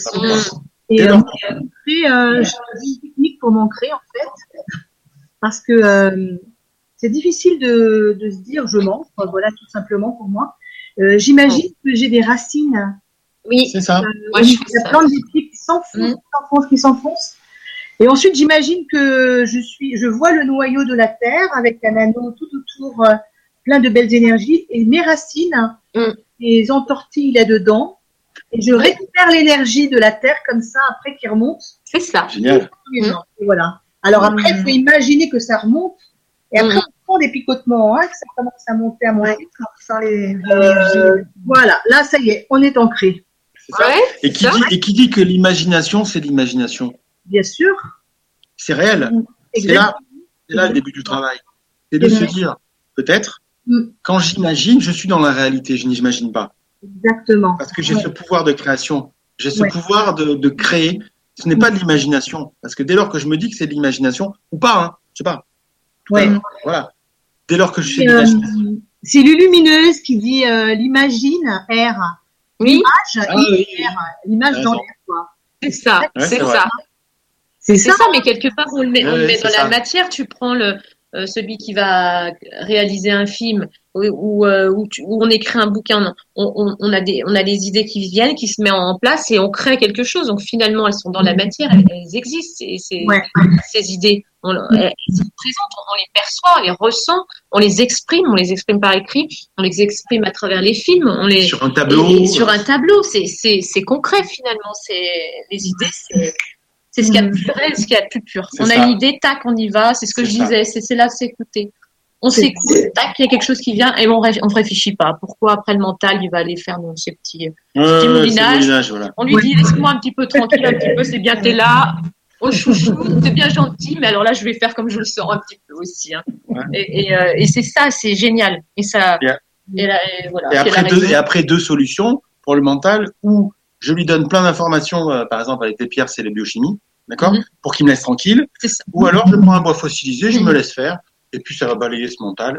Et euh, après, euh, j'ai une technique pour m'ancrer en fait, parce que euh, c'est difficile de, de se dire je m'ancre, voilà tout simplement pour moi. Euh, j'imagine que j'ai des racines. Oui, c'est ça. Euh, Moi, je il y a plein de pieds qui s'enfoncent, mmh. qui s'enfoncent, qui s'enfoncent. Et ensuite, j'imagine que je suis, je vois le noyau de la terre avec un anneau tout autour, euh, plein de belles énergies, et mes racines, mmh. les entortillent là-dedans. Et je récupère l'énergie de la terre comme ça, après qui remonte. C'est ça. Génial. Et voilà. Alors après, il faut imaginer que ça remonte. Et après, mmh. on prend des picotements, hein, que ça commence à monter, à monter. Sans les euh, voilà. Là, ça y est, on est ancré. C'est ça. Ouais, et, qui ça. Dit, et qui dit que l'imagination, c'est l'imagination? Bien sûr. C'est réel. Mmh. C'est là, c'est là le début du travail. C'est de mmh. se dire, peut-être, mmh. quand j'imagine, je suis dans la réalité, je n'imagine pas. Exactement. Parce que j'ai ouais. ce pouvoir de création, j'ai ce ouais. pouvoir de, de créer. Ce n'est pas de l'imagination, parce que dès lors que je me dis que c'est de l'imagination ou pas, hein, je sais pas. Ouais. Euh, voilà. Dès lors que je fais de euh, l'imagination. C'est Lulumineuse qui dit euh, l'imagine R. Oui. L'image, ah, oui. R. L'image ouais, dans l'air, quoi. C'est ça. Ouais, c'est, c'est ça. C'est, c'est ça. ça, mais quelque part on le met, ouais, on le met dans ça. la matière. Tu prends le euh, celui qui va réaliser un film ou où, euh, où, tu, où on écrit un bouquin, on, on, on a des on a des idées qui viennent, qui se mettent en place et on crée quelque chose. Donc finalement, elles sont dans la matière, elles, elles existent ces, ces, Ouais. ces idées. On, elles sont présentes, on les perçoit, on les ressent, on les exprime, on les exprime par écrit, on les exprime à travers les films, on les Sur un tableau. et, et sur un tableau, c'est c'est c'est concret finalement. C'est les idées, c'est c'est ce qu'il y a de plus vrai, ce qu'il y a de plus pur. C'est On ça. a une idée, tac, on y va. C'est ce que C'est je ça. disais. C'est c'est là de s'écouter. On C'est- s'écoute, tac, il y a quelque chose qui vient et on ré- on réfléchit pas. Pourquoi après le mental, il va aller faire nos ces petits. Ouais, petit ouais, c'est moulinage. le moulinage, voilà. On lui dit laisse-moi un petit peu tranquille, un petit peu, c'est bien, t'es là. Oh chouchou, t'es bien gentil, mais alors là je vais faire comme je le sens un petit peu aussi. Hein. Ouais. Et, et, euh, et c'est ça, c'est génial. Et ça. Yeah. Et, là, et voilà. Et c'est après, la deux, raison. et après deux solutions pour le mental où je lui donne plein d'informations, euh, par exemple avec les pierres, c'est la biochimie, d'accord, Mhm. pour qu'il me laisse tranquille. C'est ça. Ou alors je prends un bois fossilisé, je Mhm. me laisse faire, et puis ça va balayer ce mental.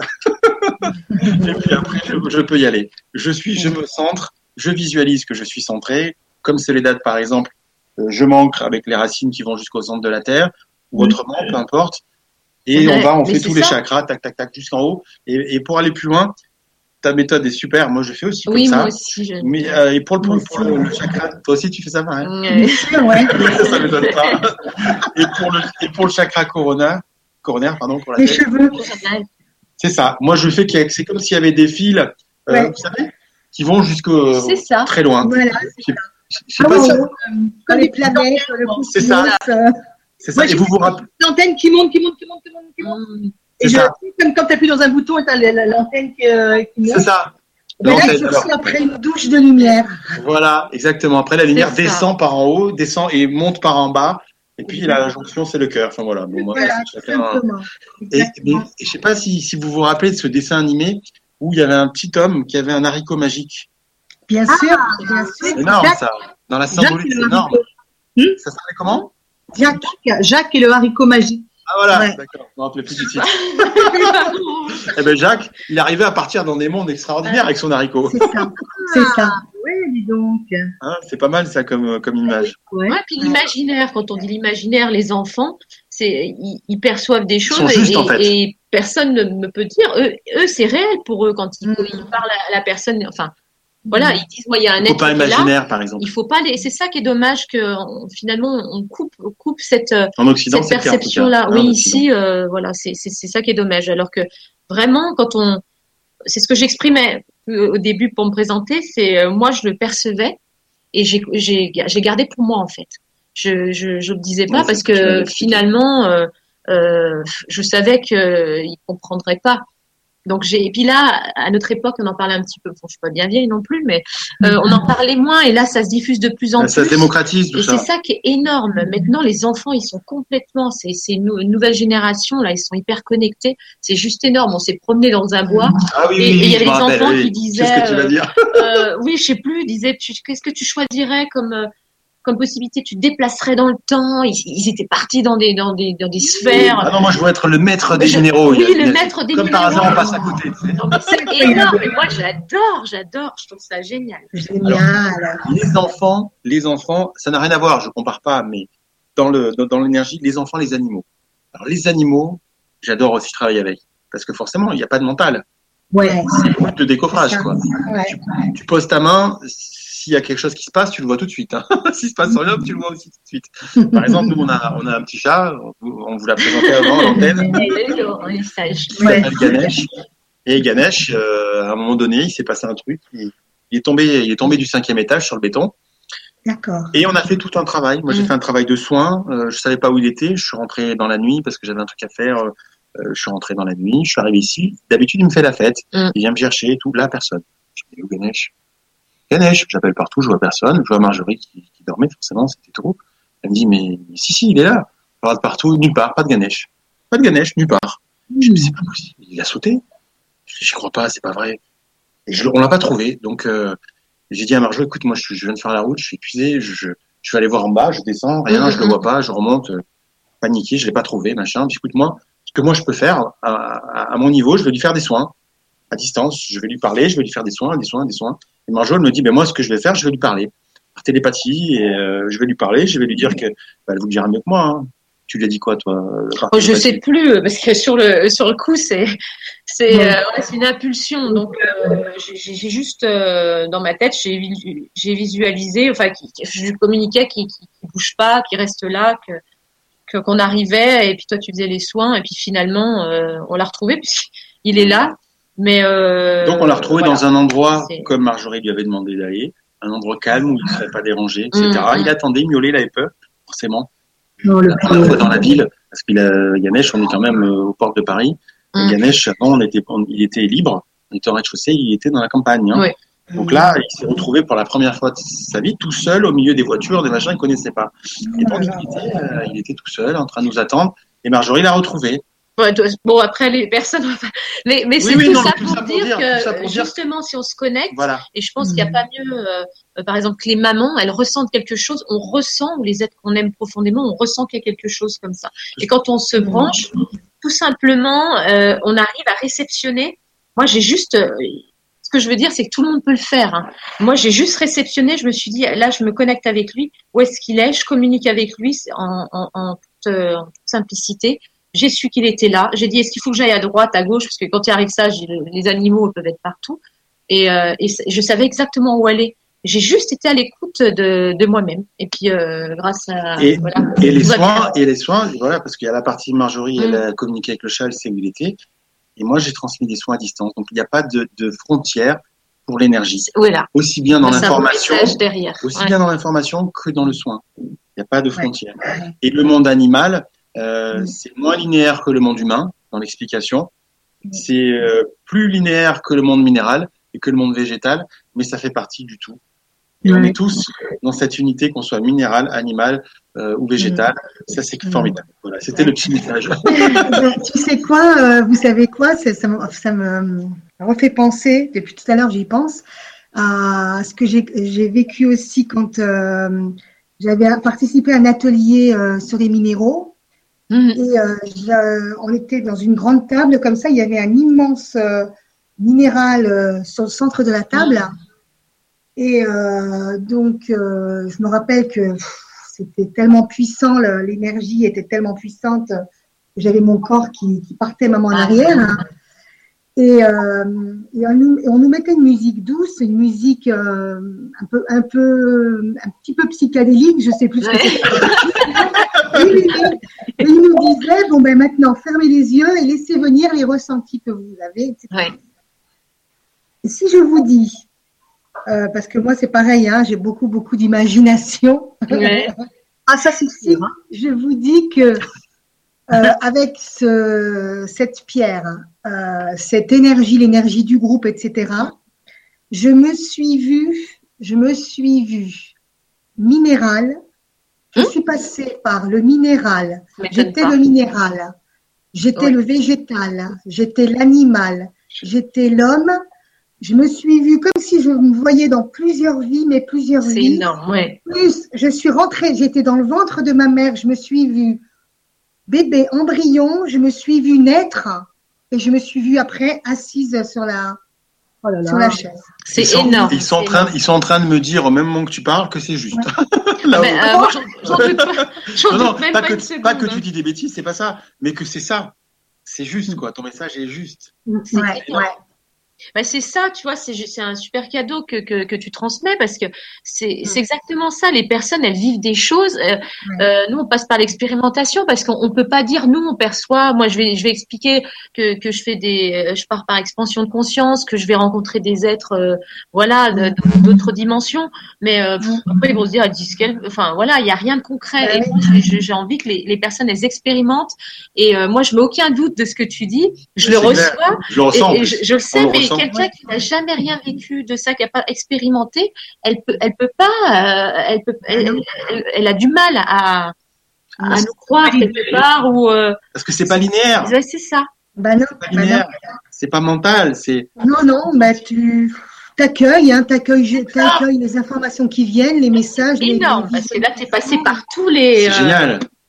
Et puis après, je, je peux y aller. Je suis, je me centre, je visualise que je suis centré. Comme c'est les dates, par exemple, euh, je m'ancre avec les racines qui vont jusqu'au centre de la terre, ou autrement, peu importe. Et Ouais, on va, on mais fait c'est tous les ça. chakras, tac, tac, tac, jusqu'en haut. Et, et pour aller plus loin, ta méthode est super. Moi, je fais aussi Oui, comme moi ça. aussi. Je... Mais euh, et pour le, pour, Moi pour le, le chakra, toi aussi tu fais ça pareil. Ouais. Ouais. Ça m'étonne pas. Et pour le et pour le chakra corona, coronaire, pardon, pour la Les tête, cheveux. c'est ça. Moi je fais que c'est comme s'il y avait des fils, euh, Ouais. vous savez, qui vont jusqu'au C'est ça. très loin. Voilà. Je sais je sais Ah pas ouais, si ouais. Comme les planètes, le C'est ça. cosmos, euh, c'est ça. Moi, Et j'ai vous vous rappelez, l'antenne qui monte, qui monte, qui monte, qui monte, qui monte. Mmh. Et c'est je, ça. comme quand tu appuies dans un bouton et tu as l'antenne qui, euh, qui monte. C'est ça. ben là, L'antenne, je alors. suis après une douche de lumière. Voilà, exactement. Après la lumière C'est ça. descend par en haut, descend et monte par en bas. Et puis la jonction c'est le cœur. Enfin voilà. Bon, moi, Voilà, c'est tout chacun, hein. simplement. Et, Exactement. mais, et je sais pas si, si vous vous rappelez de ce dessin animé où il y avait un petit homme qui avait un haricot magique. Bien sûr, bien C'est sûr. énorme Jacques- ça. Dans la Jacques symbolique, et c'est le énorme. haricot. Hmm Ça s'appelait comment? Jacques, Jacques et le haricot magique. Ah voilà, Ouais. d'accord. Je me rappelais plus du titre. Eh ben Jacques, il arrivait à partir dans des mondes extraordinaires avec son haricot. c'est ça. C'est ça. Ouais, dis donc. Hein, c'est pas mal ça comme, comme image. Ouais. Ouais, puis l'imaginaire, quand on dit l'imaginaire, les enfants, c'est ils, ils perçoivent des choses sont et, justes, en fait. et personne ne me peut dire. Eux, eux c'est réel pour eux quand ils, Mm. ils parlent à la personne. Enfin, voilà, ils disent moi il y a un Le être copain qui est là. imaginaire par exemple. Il faut pas les. C'est ça qui est dommage que on- finalement on coupe on coupe cette euh, En Occident, cette c'est le cas, en tout cas. perception-là. Hein, Oui, en Occident. ici, euh, voilà, c'est c'est c'est ça qui est dommage. Alors que vraiment, quand on, c'est ce que j'exprimais euh, au début pour me présenter, c'est euh, moi je le percevais et j'ai j'ai j'ai gardé pour moi en fait. Je je je le disais pas Ouais, parce c'est ce que tu m'avais que expliqué. finalement euh, euh, je savais que euh, il comprendrait pas. Donc j'ai et puis là à notre époque on en parlait un petit peu. Bon, je suis pas bien vieille non plus, mais euh, on en parlait moins et là ça se diffuse de plus en Ça plus. se démocratise tout Et ça. c'est ça qui est énorme. Maintenant, les enfants, ils sont complètement, c'est c'est une nou- une nouvelle génération, là, ils sont hyper connectés. C'est juste énorme. On s'est promené dans un bois. Ah oui, Et- oui, et il y oui, avait je me les rappelle, enfants oui. qui disaient, Qu'est-ce que tu vas euh, dire? Euh, oui, je sais plus, ils disaient, tu- qu'est-ce que tu choisirais comme, euh, comme possibilité? Tu te déplacerais dans le temps. Ils, ils étaient partis dans des, dans des, dans des sphères. Ah non, moi je veux être le maître des Je- minéraux. oui, Il y a- le il y a- maître des Comme par hasard, minéraux. on passe à côté. tu sais. Non, mais c'est énorme. Et moi, j'adore, j'adore. Je trouve ça génial. Génial. Les enfants, les enfants, ça n'a rien à voir, je compare pas, mais dans le dans, dans l'énergie, les enfants, les animaux. Alors les animaux, j'adore aussi travailler avec, parce que forcément, il n'y a pas de mental, Ouais. c'est de décoffrage, C'est ça. quoi. Ouais. Tu poses ta main, s'il y a quelque chose qui se passe, tu le vois tout de suite. Hein. S'il se passe sur l'homme, tu le vois aussi tout de suite. Par exemple, nous, on a on a un petit chat, on on vous l'a présenté avant à l'antenne, On est sage. qui s'appelle Ganesh. Et Ganesh, euh, à un moment donné, il s'est passé un truc, il, il est tombé, il est tombé du cinquième étage sur le béton. D'accord. Et on a fait tout un travail. Moi, j'ai Mm. fait un travail de soins. Euh, je savais pas où il était. Je suis rentré dans la nuit parce que j'avais un truc à faire. Euh, je suis rentré dans la nuit. Je suis arrivé ici. D'habitude, il me fait la fête. Mm. Il vient me chercher et tout. Là, personne. Je dis, où Ganesh? Ganesh. J'appelle partout. Je vois personne. Je vois Marjorie qui, qui dormait. Forcément, c'était trop. Elle me dit, mais, mais si, si, il est là. Je regarde partout. Nulle part. Pas de Ganesh. Pas de Ganesh. Nulle part. Je dis, mais c'est pas possible. Il a sauté. Je dis, j'y crois pas. C'est pas vrai. Et je, on l'a pas trouvé. Donc, euh, j'ai dit à Marjo, écoute, moi, je, je viens de faire la route, je suis épuisé, je, je, je vais aller voir en bas, je descends, rien, Mhm. je le vois pas, je remonte, euh, paniqué, je l'ai pas trouvé, machin. Puis écoute, moi, ce que moi je peux faire, à, à, à mon niveau, je vais lui faire des soins, à distance, je vais lui parler, je vais lui faire des soins, des soins, des soins. Et Marjo, elle me dit, ben moi, ce que je vais faire, je vais lui parler. Par télépathie, et euh, je vais lui parler, je vais lui dire que, bah, elle vous le dira mieux que moi, hein. Tu lui as dit quoi, toi? Oh, je sais plus, parce que sur le sur le coup, c'est c'est euh, ouais, c'est une impulsion. Donc euh, j'ai, j'ai juste euh, dans ma tête, j'ai j'ai visualisé, enfin, qui, je lui communiquais qu'il qui, qui bouge pas, qu'il reste là, que, que qu'on arrivait, et puis toi tu faisais les soins, et puis finalement euh, on l'a retrouvé puisqu'il est là. Mais euh, donc on l'a retrouvé voilà. Dans un endroit C'est... comme Marjorie lui avait demandé d'aller, un endroit calme où il ne serait pas dérangé, et cetera. Mmh. Il attendait, miaulait, il avait peur, forcément. Non, le la fois dans la ville, parce qu'il a Ganesh, on est quand même aux portes de Paris. Mmh. Ganesh, avant, on était, on, il était libre, on était en rez-de-chaussée, il était dans la campagne. Hein. Oui. Donc là, il s'est retrouvé pour la première fois de sa vie tout seul au milieu des voitures, des machins, il connaissait pas. Et donc il était, euh, il était tout seul, en train de nous attendre. Et Marjorie l'a retrouvé. Ouais, bon, après, les personnes, mais, mais c'est oui, oui, tout, non, ça, mais tout pour ça pour dire, dire que, ça pour justement, dire... si on se connecte, voilà. Et je pense mmh. qu'il n'y a pas mieux, euh, par exemple, que les mamans, elles ressentent quelque chose, on ressent, ou les êtres qu'on aime profondément, on ressent qu'il y a quelque chose comme ça. Et quand on se branche, tout simplement, euh, on arrive à réceptionner. Moi, j'ai juste, euh, ce que je veux dire, c'est que tout le monde peut le faire. Hein. Moi, j'ai juste réceptionné, je me suis dit, là, je me connecte avec lui, où est-ce qu'il est, je communique avec lui en, en, en, toute, euh, en toute simplicité. J'ai su qu'il était là. J'ai dit, est-ce qu'il faut que j'aille à droite, à gauche? Parce que quand il arrive ça, j'ai, les animaux peuvent être partout. Et, euh, et je savais exactement où aller. J'ai juste été à l'écoute de, de moi-même. Et puis, euh, grâce à... Et, voilà, et les soins, et les soins, voilà, parce qu'il y a la partie Marjorie, mmh. elle a communiqué avec le chat, elle sait où il était. Et moi, j'ai transmis des soins à distance. Donc, il n'y a pas de, de frontière pour l'énergie. Voilà. Aussi bien dans l'information, derrière. aussi ouais. bien dans l'information que dans le soin. Il n'y a pas de frontière. Ouais. Et le monde animal, Euh, mmh. c'est moins linéaire que le monde humain dans l'explication. Mmh. C'est euh, plus linéaire que le monde minéral et que le monde végétal, mais ça fait partie du tout. Et mmh. on est tous dans cette unité, qu'on soit minéral, animal euh, ou végétal. Mmh. Ça, c'est formidable. Voilà, c'était ouais. le petit message. Tu sais quoi, euh, vous savez quoi, ça, ça, me, ça me refait penser, depuis tout à l'heure j'y pense, à ce que j'ai, j'ai vécu aussi quand euh, j'avais participé à un atelier euh, sur les minéraux. Mmh. Et euh, je, on était dans une grande table comme ça, il y avait un immense euh, minéral euh, sur le centre de la table. Mmh. Et euh, donc, euh, je me rappelle que pff, c'était tellement puissant, le, l'énergie était tellement puissante que j'avais mon corps qui, qui partait même en arrière. Hein. Et, euh, et, on nous, et on nous mettait une musique douce, une musique euh, un peu, un peu, un petit peu psychédélique, je sais plus ce que c'est. Et, et il nous disait, bon ben maintenant, fermez les yeux et laissez venir les ressentis que vous avez, et cetera. Ouais. Et si je vous dis, euh, parce que moi c'est pareil, hein, j'ai beaucoup beaucoup d'imagination. Ouais. Ah ça c'est sûr. Je vous dis que euh, avec ce, cette pierre, euh, cette énergie, l'énergie du groupe, et cetera. Je me suis vue, je me suis vue minérale. Je suis passée par le minéral, j'étais le minéral, j'étais oui. le végétal, j'étais l'animal, j'étais l'homme. Je me suis vue comme si je me voyais dans plusieurs vies, mais plusieurs C'est vies. C'est énorme, oui. Plus, je suis rentrée, j'étais dans le ventre de ma mère, je me suis vue bébé, embryon, je me suis vue naître et je me suis vue après assise sur la, oh là là. sur la chaise. C'est ils sont, énorme. Ils sont, en train, ils sont en train de me dire au même moment que tu parles que c'est juste. Ouais. Là, mais, euh, moi, j'en, j'en doute pas. J'en non, doute même pas, pas que, une seconde. Pas que tu dis des bêtises, c'est pas ça, mais que c'est ça. C'est juste, quoi. Ton message est juste. C'est ouais, ouais. Ben c'est ça, tu vois, c'est, c'est un super cadeau que, que, que tu transmets parce que c'est, c'est exactement ça. Les personnes, elles vivent des choses. Euh, ouais. euh, nous, on passe par l'expérimentation parce qu'on on peut pas dire nous, on perçoit. Moi, je vais, je vais expliquer que, que je fais des, je pars par expansion de conscience, que je vais rencontrer des êtres, euh, voilà, de, de, d'autres dimensions. Mais euh, pff, après, ils vont se dire, elles disent qu'elles, enfin, voilà, il y a rien de concret. Et moi, j'ai, j'ai envie que les, les personnes, elles expérimentent. Et euh, moi, je mets aucun doute de ce que tu dis. Je c'est le reçois. Clair. Je le ressens. Et, et je, je le sais, mais quelqu'un ouais. qui n'a jamais rien vécu de ça, qui n'a pas expérimenté, elle peut, elle peut pas, euh, elle peut, elle, elle, elle a du mal à, à nous croire quelque part ou. Euh, Parce que c'est pas linéaire. Ouais, c'est ça. Bah non. C'est pas linéaire. Bah non. C'est pas mental. C'est. Non non, bah tu t'accueilles, hein, t'accueilles, t'accueilles les informations qui viennent, les messages. C'est énorme les, parce que là t'es passé par tous les. C'est euh... génial.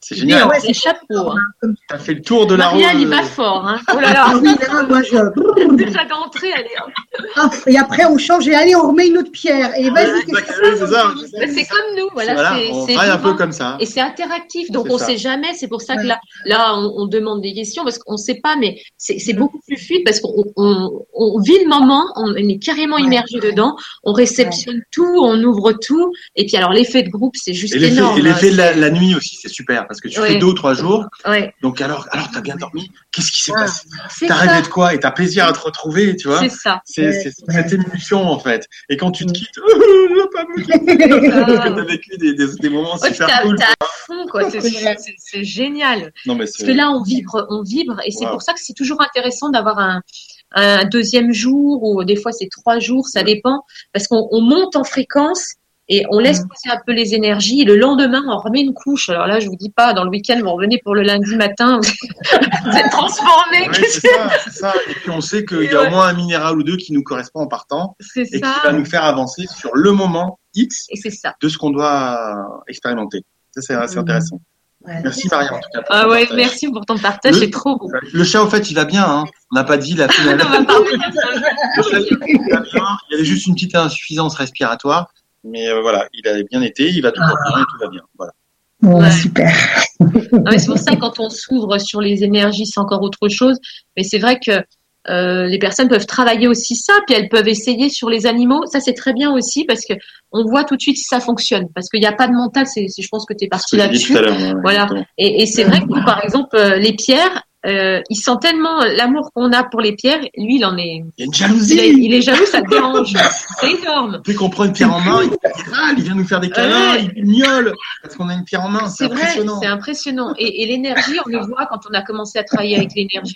C'est génial. Ouais, c'est chapeau. Hein. Tu as fait le tour de la roue. Marianne, il va fort. Hein. Oh là là. Ah oui, là, moi, je... Déjà d'entrée, elle est... Ah, et après, on change et allez, on remet une autre pierre. Et vas-y, Ouais, qu'est-ce que c'est ça. Mais c'est comme nous. Voilà, Voilà, c'est, on c'est travaille un vivant. peu comme ça. Et c'est interactif, donc C'est on ça. sait jamais. C'est pour ça que Ouais. là, là, on, on demande des questions parce qu'on sait pas, mais c'est, c'est beaucoup plus fluide parce qu'on on, on vit le moment, on est carrément Ouais. immergé dedans, on réceptionne tout, on ouvre tout, et puis alors l'effet de groupe, c'est juste Et l'effet, énorme. et l'effet hein, de la, c'est- la nuit aussi, c'est super parce que tu Ouais. fais deux ou trois jours. Ouais, Donc alors, alors t'as bien dormi. Qu'est-ce qui s'est Ah. passé? c'est T'as ça. rêvé de quoi? Et t'as plaisir à te retrouver, tu vois? C'est ça. C'est, c'est Ouais. cette émulsion en fait. Et quand tu te Mm. quittes, je veux pas me quitter. Ah. Parce que t'as vécu des, des, des moments Ouais, puis super t'as, cool. t'as à fond, quoi. C'est, C'est vrai. c'est, c'est génial. Non mais Parce c'est. que là, on vibre, on vibre, et c'est Wow. pour ça que c'est toujours intéressant d'avoir un, un deuxième jour, ou des fois c'est trois jours, ça dépend, parce qu'on on monte en fréquence et on laisse Mm. passer un peu les énergies, et le lendemain, on remet une couche. Alors là, je vous dis pas, dans le week-end, vous revenez pour le lundi matin, vous êtes transformés. Oui, c'est ça, c'est ça. Et puis on sait qu'il y a Ouais. au moins un minéral ou deux qui nous correspond en partant C'est et qui ça. va nous faire avancer sur le moment X Et c'est ça. de ce qu'on doit expérimenter. Ça, c'est c'est Mm. intéressant. Ouais. Merci Maria en tout cas. pour Ah ton ouais, partage. merci pour ton partage, Le- c'est trop beau. Le chat, au fait, il va bien. Hein. On n'a pas dit la finale. On va pas revenir sur le- Le chat, il va bien. Il y avait juste une petite insuffisance respiratoire. Mais euh, voilà, il a bien été, il va toujours bien et tout va bien. Voilà. Bon, Ouais. super. Ah ouais, c'est pour ça que quand on s'ouvre sur les énergies, c'est encore autre chose. Mais c'est vrai que euh, les personnes peuvent travailler aussi ça, puis elles peuvent essayer sur les animaux. Ça, c'est très bien aussi parce que on voit tout de suite si ça fonctionne. Parce qu'il n'y a pas de mental. C'est, c'est- je pense que tu es Ce parti que j'ai dit là-dessus. tout à l'heure. ouais, Voilà. exactement. Et, et c'est vrai que nous, par exemple, euh, les pierres, euh, il sent tellement l'amour qu'on a pour les pierres. Lui, il en est, Il y a une il jalousie. est, il est jaloux, ça le dérange. C'est énorme. Dès qu'on prend une pierre en main, il, il râle, il vient nous faire des câlins, Ouais. il miaule parce qu'on a une pierre en main. C'est, C'est vrai, impressionnant. c'est impressionnant. Et, et l'énergie, on le voit quand on a commencé à travailler avec l'énergie.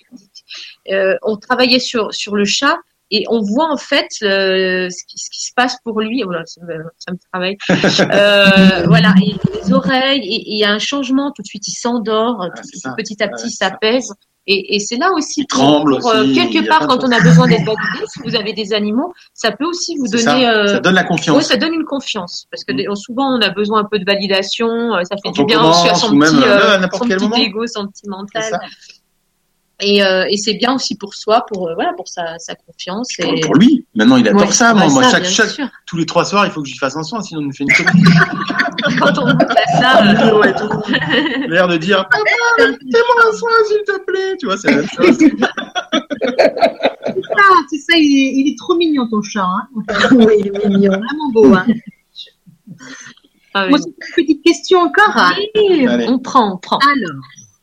Euh, on travaillait sur sur le chat et on voit en fait le- ce, qui, ce qui se passe pour lui. Oh là, ça, me, ça me travaille. Euh, voilà, et les oreilles, et et il y a un changement. Tout de suite, il s'endort. Ah, tout- c'est tout ça. petit à Ouais, petit, c'est il ça. s'apaise. Et, et c'est là aussi Il pour, tremble pour, euh, aussi, il y quelque a part plein de quand on a choses. besoin d'être validé, si vous avez des animaux, ça peut aussi vous C'est donner. ça. euh, Ça donne la Ouais, confiance. ça donne une confiance parce que Mm. des- souvent on a besoin un peu de validation, euh, ça fait Quand du on bien aussi à commence, son ou même, petit, euh, euh, à n'importe son quel petit moment. ego C'est sentimental. ça. Et, euh, et c'est bien aussi pour soi, pour euh, voilà, pour sa, sa confiance. Pour, Et... pour lui, maintenant il adore Ouais, ça. bah Moi, moi ça, chaque, bien chaque, sûr. tous les trois soirs, il faut que j'y fasse un soin, sinon il me fait une copie. Quand on goûte à ça, euh, Ouais, tout. L'air de dire Papa, fais-moi un soin, s'il te plaît. Tu vois, c'est la même chose. Ah, c'est ça, il est, il est trop mignon ton chat. Hein. Oui, il est mignon. Vraiment beau. Hein. ah, Moi, oui. c'est une petite question encore. Hein. Oui, Allez. on prend, on prend. Alors,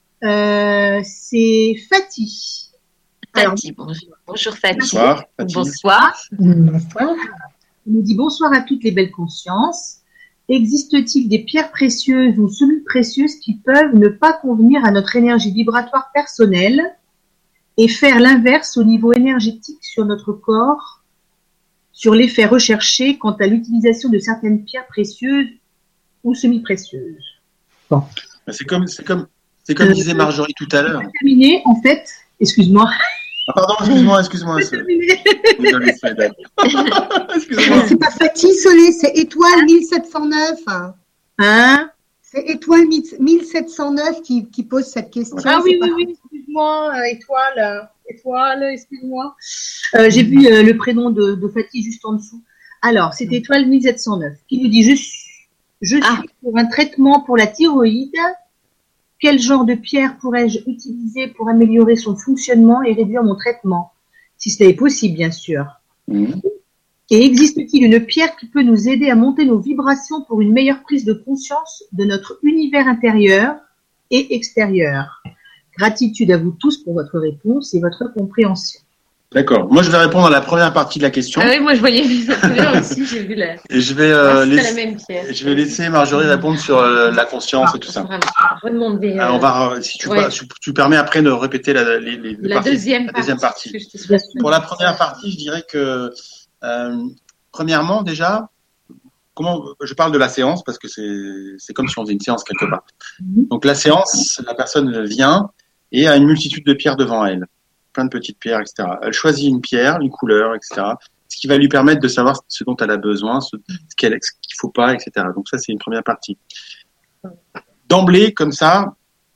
euh, c'est Fatih. Alors, Fatih, bonjour, bonjour Fatih. Bonsoir. Fatih. Bonsoir. Bonsoir. on nous dit bonsoir à toutes les belles consciences. Existe-t-il des pierres précieuses ou semi-précieuses qui peuvent ne pas convenir à notre énergie vibratoire personnelle et faire l'inverse au niveau énergétique sur notre corps, sur l'effet recherché quant à l'utilisation de certaines pierres précieuses ou semi-précieuses? Bah, C'est comme, c'est comme, c'est comme Euh, disait Marjorie tout à l'heure. Terminé, en fait, excuse-moi. Ah, pardon, excuse-moi, excuse-moi. C'est c'est- terminé. Désolé, c'est bête. Excuse-moi. C'est pas Fatih Solé, c'est Étoile mille sept cent neuf. Hein? C'est Étoile mille sept cent neuf qui, qui pose cette question. Ah oui, C'est pas- oui, oui, excuse-moi, euh, étoile, euh, étoile, excuse-moi. Euh, j'ai vu euh, le prénom de, de Fatih juste en dessous. Alors, c'est étoile mille sept cent neuf qui nous dit je suis, je suis Ah. pour un traitement pour la thyroïde. Quel genre de pierre pourrais-je utiliser pour améliorer son fonctionnement et réduire mon traitement? Si cela est possible, bien sûr. Mhm. Et existe-t-il une pierre qui peut nous aider à monter nos vibrations pour une meilleure prise de conscience de notre univers intérieur et extérieur? Gratitude à vous tous pour votre réponse et votre compréhension. D'accord. Moi, je vais répondre à la première partie de la question. Ah oui, moi je voyais les autres aussi, j'ai vu la. Et je vais, euh, Ah, c'était laisser, la même pierre. je vais laisser Marjorie répondre sur euh, la conscience et tout ça. Vraiment, vraiment des, Alors, on va, euh, si tu, ouais. pas- tu, tu permets après de répéter la, les, les les la parties. deuxième la deuxième partie. partie. parce que je te souhaite- Pour la première partie, je dirais que, euh, premièrement, déjà, comment, je parle de la séance parce que c'est, c'est comme si on faisait une séance quelque part. Mhm. Donc, la séance, la personne vient et a une multitude de pierres devant elle. Plein de petites pierres, et cetera. Elle choisit une pierre, une couleur, et cetera. Ce qui va lui permettre de savoir ce dont elle a besoin, ce, ce qu'elle, ce qu'il faut pas, et cetera. Donc, ça, c'est une première partie. D'emblée, comme ça,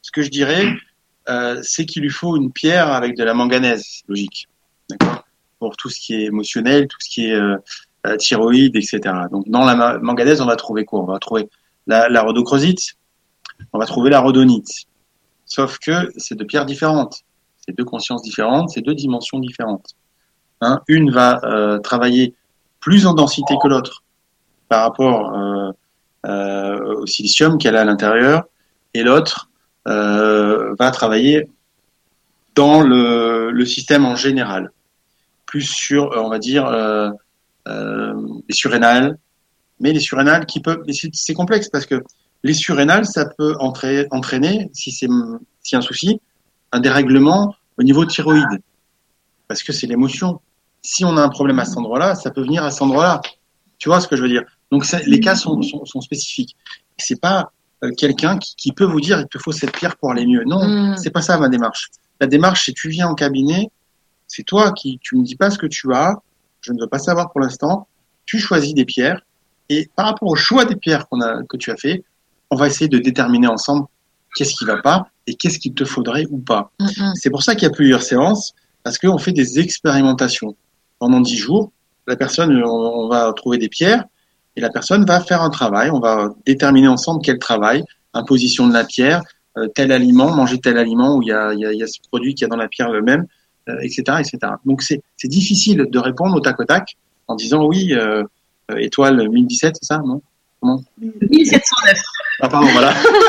Ce que je dirais, euh, c'est qu'il lui faut une pierre avec de la manganèse, logique, d'accord, pour tout ce qui est émotionnel, tout ce qui est euh, euh, thyroïde, et cetera. Donc dans la ma- manganèse, on va trouver quoi? On va trouver la, la rhodochrosite, on va trouver la rhodonite. Sauf que c'est deux pierres différentes, c'est deux consciences différentes, c'est deux dimensions différentes. Hein, une va euh, travailler plus en densité que l'autre par rapport euh, euh, au silicium qu'elle a à l'intérieur, et l'autre euh, va travailler dans le, le système en général, plus sur, on va dire, euh, euh, les surrénales, mais les surrénales qui peuvent, c'est, c'est complexe parce que les surrénales, ça peut entraîner, entraîner si c'est si un souci, un dérèglement au niveau thyroïde, parce que c'est l'émotion. Si on a un problème à cet endroit-là, ça peut venir à cet endroit-là. Tu vois ce que je veux dire? Donc ça, les cas sont, sont, sont spécifiques. C'est pas euh, quelqu'un qui, qui peut vous dire il te faut cette pierre pour aller mieux. Non, mmh. c'est pas ça ma démarche. La démarche, c'est tu viens en cabinet, c'est toi qui tu me dis pas ce que tu as, je ne veux pas savoir pour l'instant. Tu choisis des pierres et par rapport au choix des pierres qu'on a que tu as fait, on va essayer de déterminer ensemble qu'est-ce qui va pas et qu'est-ce qu'il te faudrait ou pas. Mmh. C'est pour ça qu'il y a plusieurs séances parce qu'on fait des expérimentations pendant dix jours. La personne, on va trouver des pierres et la personne va faire un travail. On va déterminer ensemble quel travail, imposition de la pierre, euh, tel aliment, manger tel aliment où il y a, il y a, il y a ce produit qu'il y a dans la pierre le même, euh, et cetera, et cetera. Donc c'est, c'est difficile de répondre au tac au tac en disant oui, euh, euh, étoile mille dix-sept, c'est ça, non? Comment? mille sept cent neuf. Ah pardon, voilà.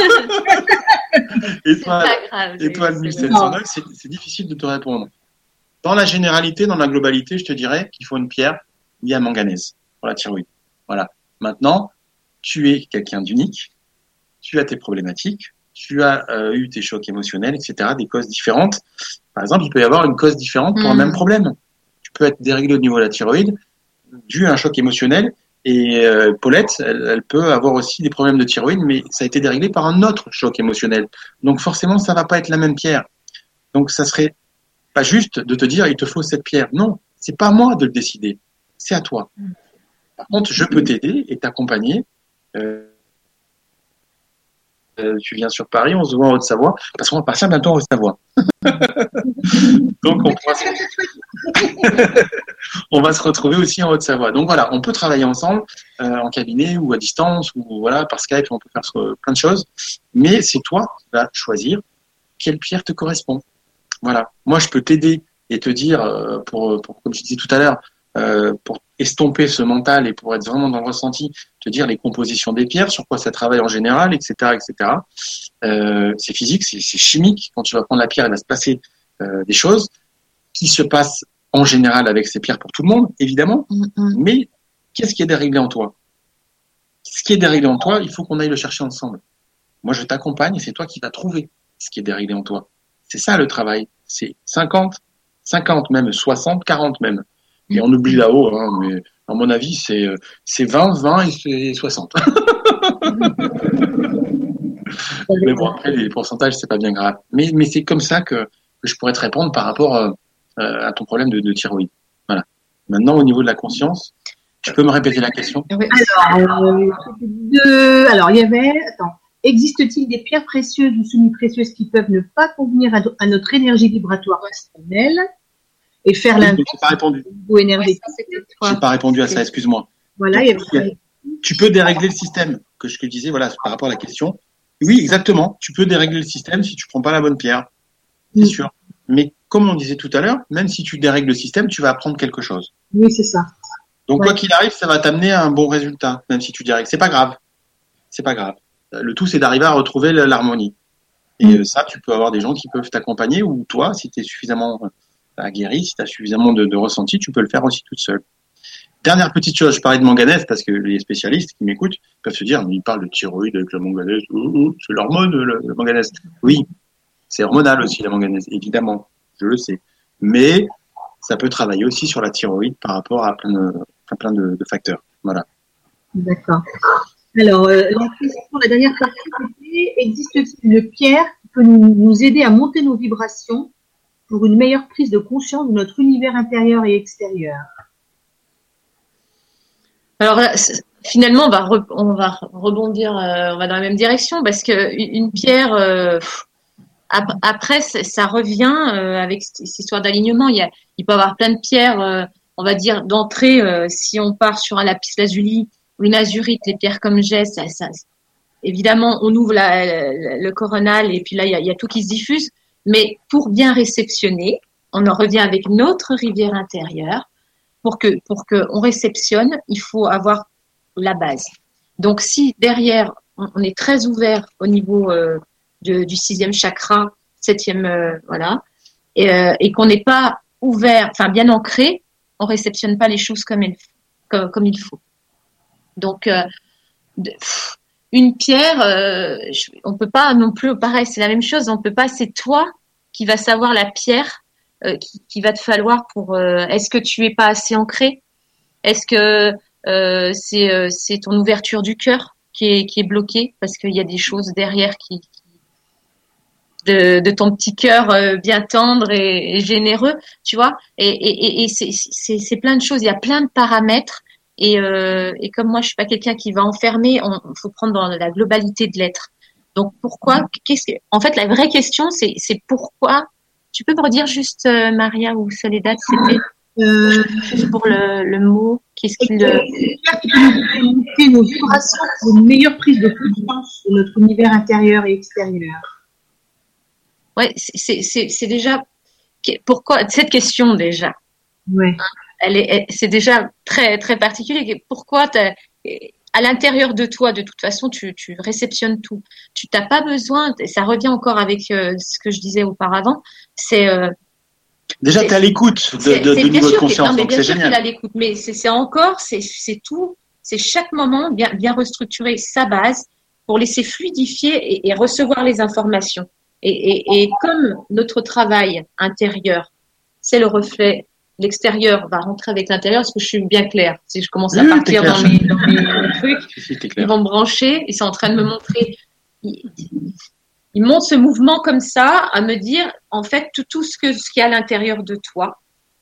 étoile, grave, étoile mille sept cent neuf, c'est, c'est difficile de te répondre. Dans la généralité, dans la globalité, je te dirais qu'il faut une pierre liée à manganèse pour la thyroïde. Voilà. Maintenant, tu es quelqu'un d'unique, tu as tes problématiques, tu as euh, eu tes chocs émotionnels, et cetera, des causes différentes. Par exemple, il peut y avoir une cause différente pour mmh. un même problème. Tu peux être déréglé au niveau de la thyroïde, dû à un choc émotionnel, et euh, Paulette, elle, elle peut avoir aussi des problèmes de thyroïde, mais ça a été déréglé par un autre choc émotionnel. Donc forcément, ça va pas être la même pierre. Donc ça serait pas juste de te dire il te faut cette pierre. Non, c'est pas à moi de le décider, c'est à toi. Par contre, je peux t'aider et t'accompagner. Euh, euh, tu viens sur Paris, on se voit en Haute-Savoie, parce qu'on va partir bientôt en Haute-Savoie. Donc on, pourra se... on va se retrouver aussi en Haute-Savoie. Donc voilà, on peut travailler ensemble euh, en cabinet ou à distance ou voilà par Skype, on peut faire plein de choses. Mais c'est toi qui vas choisir quelle pierre te correspond. Voilà. Moi, je peux t'aider et te dire, euh, pour, pour, comme je disais tout à l'heure, euh, pour estomper ce mental et pour être vraiment dans le ressenti, te dire les compositions des pierres, sur quoi ça travaille en général, et cetera, et cetera. Euh, c'est physique, c'est, c'est chimique. Quand tu vas prendre la pierre, il va se passer euh, des choses qui se passent en général avec ces pierres pour tout le monde, évidemment. Mm-hmm. Mais qu'est-ce qui est déréglé en toi? Ce qui est déréglé en toi, il faut qu'on aille le chercher ensemble. Moi, je t'accompagne et c'est toi qui vas trouver ce qui est déréglé en toi. C'est ça le travail. C'est cinquante, cinquante même, soixante, quarante même. Et on oublie là-haut, hein, mais à mon avis, c'est, c'est vingt, vingt et soixante. Mais bon, après, les pourcentages, c'est pas bien grave. Mais, mais c'est comme ça que, que je pourrais te répondre par rapport euh, à ton problème de, de thyroïde. Voilà. Maintenant, au niveau de la conscience, tu peux me répéter la question? Alors, euh, de... Alors, il y avait... Attends. Existe-t-il des pierres précieuses ou semi-précieuses qui peuvent ne pas convenir à, à notre énergie vibratoire personnelle et faire l'inverse au énergétique? Je n'ai pas répondu à ça, excuse-moi. Voilà, donc, il y avait... Tu peux dérégler le système, que je te disais, voilà, par rapport à la question. Oui, exactement. Tu peux dérégler le système si tu prends pas la bonne pierre. C'est oui. sûr. Mais comme on disait tout à l'heure, même si tu dérègles le système, tu vas apprendre quelque chose. Oui, c'est ça. Donc, ouais. quoi qu'il arrive, ça va t'amener à un bon résultat, même si tu dérègles. C'est pas grave. C'est pas grave. Le tout, c'est d'arriver à retrouver l'harmonie. Et mmh. ça, tu peux avoir des gens qui peuvent t'accompagner, ou toi, si tu es suffisamment aguerri, si tu as suffisamment de, de ressenti, tu peux le faire aussi toute seule. Dernière petite chose, je parlais de manganèse, parce que les spécialistes qui m'écoutent peuvent se dire, mais ils parlent de thyroïde avec la manganèse, oh, oh, c'est l'hormone, le, la manganèse. Oui, c'est hormonal aussi, la manganèse, évidemment, je le sais. Mais ça peut travailler aussi sur la thyroïde par rapport à plein de, à plein de, de facteurs. Voilà. D'accord. Alors, euh, la question, la dernière partie, c'était, existe-t-il une pierre qui peut nous, nous aider à monter nos vibrations pour une meilleure prise de conscience de notre univers intérieur et extérieur? Alors là, finalement, on va, re, on va rebondir, euh, on va dans la même direction parce que une pierre, euh, après, ça revient euh, avec cette histoire d'alignement. Il, y a, il peut y avoir plein de pierres, euh, on va dire, d'entrée. Euh, si on part sur un lapis lazuli ou une azurite, les pierres comme j'ai, ça, ça, évidemment, on ouvre la, la, le coronal et puis là, il y, a, il y a tout qui se diffuse. Mais pour bien réceptionner, on en revient avec notre rivière intérieure. Pour que pour que on réceptionne, il faut avoir la base. Donc, si derrière, on, on est très ouvert au niveau euh, de, du sixième chakra, septième, euh, voilà, et, euh, et qu'on n'est pas ouvert, enfin bien ancré, on réceptionne pas les choses comme il, comme, comme il faut. Donc, euh, de, pff, une pierre, euh, je, on peut pas non plus, pareil, c'est la même chose, on peut pas, c'est toi qui vas savoir la pierre euh, qui, qui va te falloir pour, euh, est-ce que tu es pas assez ancré? Est-ce que euh, c'est, euh, c'est ton ouverture du cœur qui est, qui est bloquée parce qu'il y a des choses derrière qui, qui de, de ton petit cœur euh, bien tendre et, et généreux, tu vois, et, et, et c'est, c'est, c'est plein de choses, il y a plein de paramètres. Et, euh, et comme moi, je suis pas quelqu'un qui va enfermer, il faut prendre dans la globalité de l'être. Donc pourquoi qu'est-ce que, en fait, la vraie question, c'est, c'est pourquoi. Tu peux me redire juste, euh, Maria ou Soledad, c'était euh, juste pour le, le mot, qu'est-ce qu'il le. C'est nos vibrations pour une meilleure prise de conscience de notre univers intérieur et extérieur. Ouais, c'est, c'est, c'est déjà pourquoi cette question déjà. Ouais. Elle est, elle, c'est déjà très très particulier. Pourquoi t'as, à l'intérieur de toi, de toute façon, tu, tu réceptionnes tout. Tu t'as pas besoin. Ça revient encore avec euh, ce que je disais auparavant. C'est euh, déjà t'es à l'écoute de, c'est, de, c'est de niveau de conscience. Non, mais donc bien c'est sûr génial. qu'il a l'écoute, mais c'est, c'est encore, c'est, c'est tout. C'est chaque moment bien bien restructurer sa base pour laisser fluidifier et, et recevoir les informations. Et, et, et comme notre travail intérieur, c'est le reflet. L'extérieur va rentrer avec l'intérieur, parce que je suis bien claire. Si je commence à oui, partir dans mes, dans mes, mes trucs, si, ils vont me brancher, ils sont en train de me montrer. Ils, ils montrent ce mouvement comme ça, à me dire, en fait, tout, tout ce que, ce qu'il y a à l'intérieur de toi.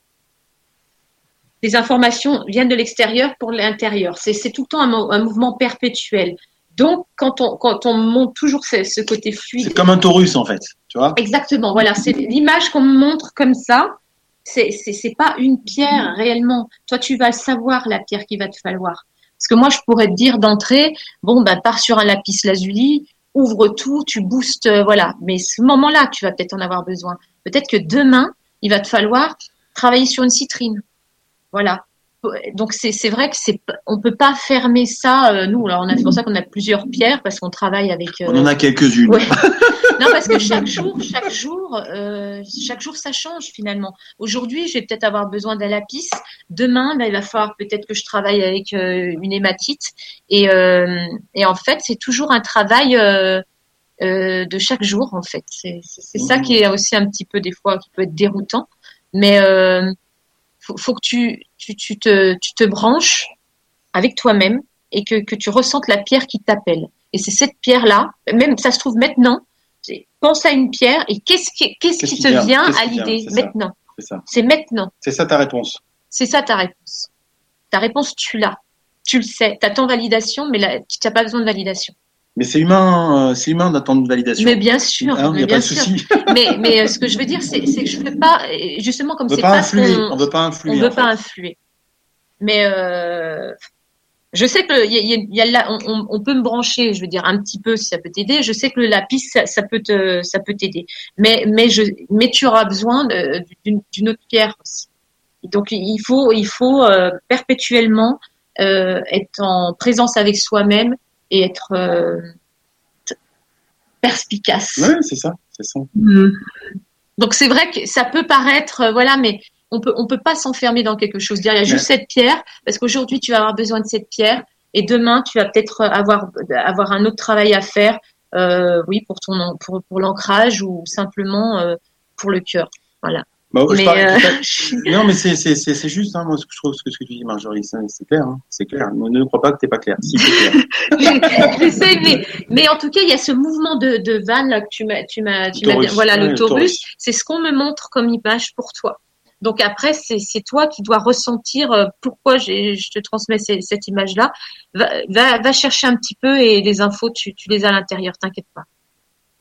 Les informations viennent de l'extérieur pour l'intérieur. C'est, c'est tout le temps un, un mouvement perpétuel. Donc, quand on, quand on montre toujours ce, ce côté fluide. C'est comme un taurus, en fait, tu vois. Exactement. Voilà. C'est l'image qu'on me montre comme ça. C'est, c'est, c'est pas une pierre réellement. Toi, tu vas savoir la pierre qu'il va te falloir. Parce que moi, je pourrais te dire d'entrée, bon, ben, pars sur un lapis lazuli, ouvre tout, tu boostes, euh, voilà. Mais ce moment-là, tu vas peut-être en avoir besoin. Peut-être que demain, il va te falloir travailler sur une citrine. Voilà. Donc, c'est, c'est vrai que c'est, on peut pas fermer ça, euh, nous. Alors, on a, c'est pour ça qu'on a plusieurs pierres, parce qu'on travaille avec, euh, on en a quelques-unes. Ouais. Non, parce que chaque jour, chaque jour, euh, chaque jour, ça change finalement. Aujourd'hui, je vais peut-être avoir besoin d'un lapis. Demain, ben, il va falloir peut-être que je travaille avec euh, une hématite. Et, euh, et en fait, c'est toujours un travail euh, euh, de chaque jour, en fait. C'est, c'est, c'est ça qui est aussi un petit peu des fois qui peut être déroutant. Mais euh, faut, faut que tu, tu, tu te, tu te branches avec toi-même et que, que tu ressentes la pierre qui t'appelle. Et c'est cette pierre-là, même ça se trouve maintenant. Pense à une pierre et qu'est-ce qui, qu'est-ce qu'est-ce qui, qui te vient, vient à l'idée vient, maintenant c'est ça. C'est maintenant. C'est ça ta réponse. C'est ça ta réponse. Ta réponse, tu l'as. Tu le sais. Tu attends validation, mais là, tu n'as pas besoin de validation. Mais c'est humain, euh, c'est humain d'attendre validation. Mais bien sûr. Il n'y a bien pas de sûr. souci. mais, mais euh, ce que je veux dire, c'est, c'est que je ne veux pas, justement, comme on c'est pas pas influer. qu'on, on veut pas influer. On veut en pas fait. influer. Mais euh, je sais que y a, y a, y a là, on, on peut me brancher, je veux dire un petit peu si ça peut t'aider. Je sais que le lapis ça, ça peut te, ça peut t'aider. Mais mais je, mais tu auras besoin de, d'une, d'une autre pierre aussi. Donc il faut il faut euh, perpétuellement euh, être en présence avec soi-même et être euh, perspicace. Oui, c'est ça, c'est ça. Mmh. Donc c'est vrai que ça peut paraître euh, voilà, mais on peut on peut pas s'enfermer dans quelque chose. Dire il y a juste ouais. cette pierre parce qu'aujourd'hui tu vas avoir besoin de cette pierre et demain tu vas peut-être avoir avoir un autre travail à faire. Euh, oui pour ton pour pour l'ancrage ou simplement euh, pour le cœur. Voilà. Bah, mais parle, euh... non mais c'est c'est c'est c'est juste hein, moi ce que je trouve ce que, ce que tu dis Marjorie c'est, c'est clair hein, c'est clair. Ne, ne crois pas que t'es pas clair. Si c'est clair. Je sais mais mais en tout cas il y a ce mouvement de de van là que tu m'as tu m'as tu m'as voilà ouais, le taurus. C'est ce qu'on me montre comme image pour toi. Donc après, c'est, c'est toi qui dois ressentir euh, pourquoi j'ai, je te transmets ces, cette image-là. Va, va, va chercher un petit peu et les infos, tu, tu les as à l'intérieur, t'inquiète pas.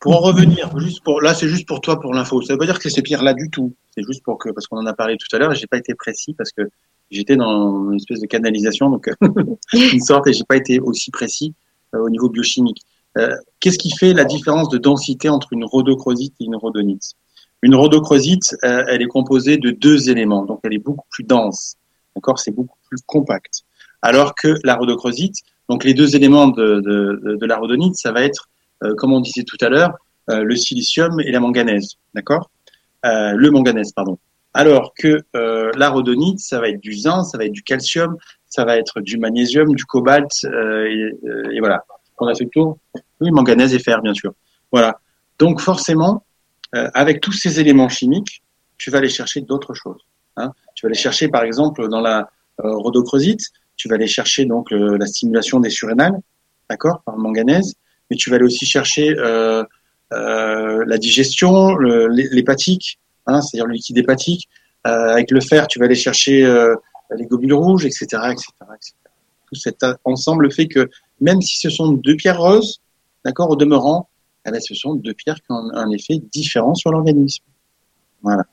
Pour en revenir, juste pour là, c'est juste pour toi, pour l'info. Ça veut pas dire que c'est ces pierres-là du tout. C'est juste pour que, parce qu'on en a parlé tout à l'heure, et j'ai pas été précis parce que j'étais dans une espèce de canalisation, donc une sorte, et j'ai pas été aussi précis euh, au niveau biochimique. Euh, qu'est-ce qui fait la différence de densité entre une rhodochrosite et une rhodonite? Une rhodochrosite, euh, elle est composée de deux éléments, donc elle est beaucoup plus dense. D'accord, c'est beaucoup plus compact. Alors que la rhodochrosite, donc les deux éléments de, de, de, de la rhodonite, ça va être, euh, comme on disait tout à l'heure, euh, le silicium et la manganèse. D'accord, euh, le manganèse, pardon. Alors que euh, la rhodonite, ça va être du zinc, ça va être du calcium, ça va être du magnésium, du cobalt, euh, et, euh, et voilà. On a fait le tour. Oui, manganèse et fer, bien sûr. Voilà. Donc forcément, euh, avec tous ces éléments chimiques, tu vas aller chercher d'autres choses. Hein. Tu vas aller chercher, par exemple, dans la euh, rhodochrosite, tu vas aller chercher donc euh, la stimulation des surrénales, d'accord, par le manganèse, mais tu vas aller aussi chercher euh, euh, la digestion, le, l'hépatique, hein, c'est-à-dire le liquide hépatique. Euh, avec le fer, tu vas aller chercher euh, les globules rouges, et cetera, et cetera, et cetera. Tout cet ensemble fait que même si ce sont deux pierres roses, d'accord, au demeurant, eh bien, ce sont deux pierres qui ont un effet différent sur l'organisme. Voilà.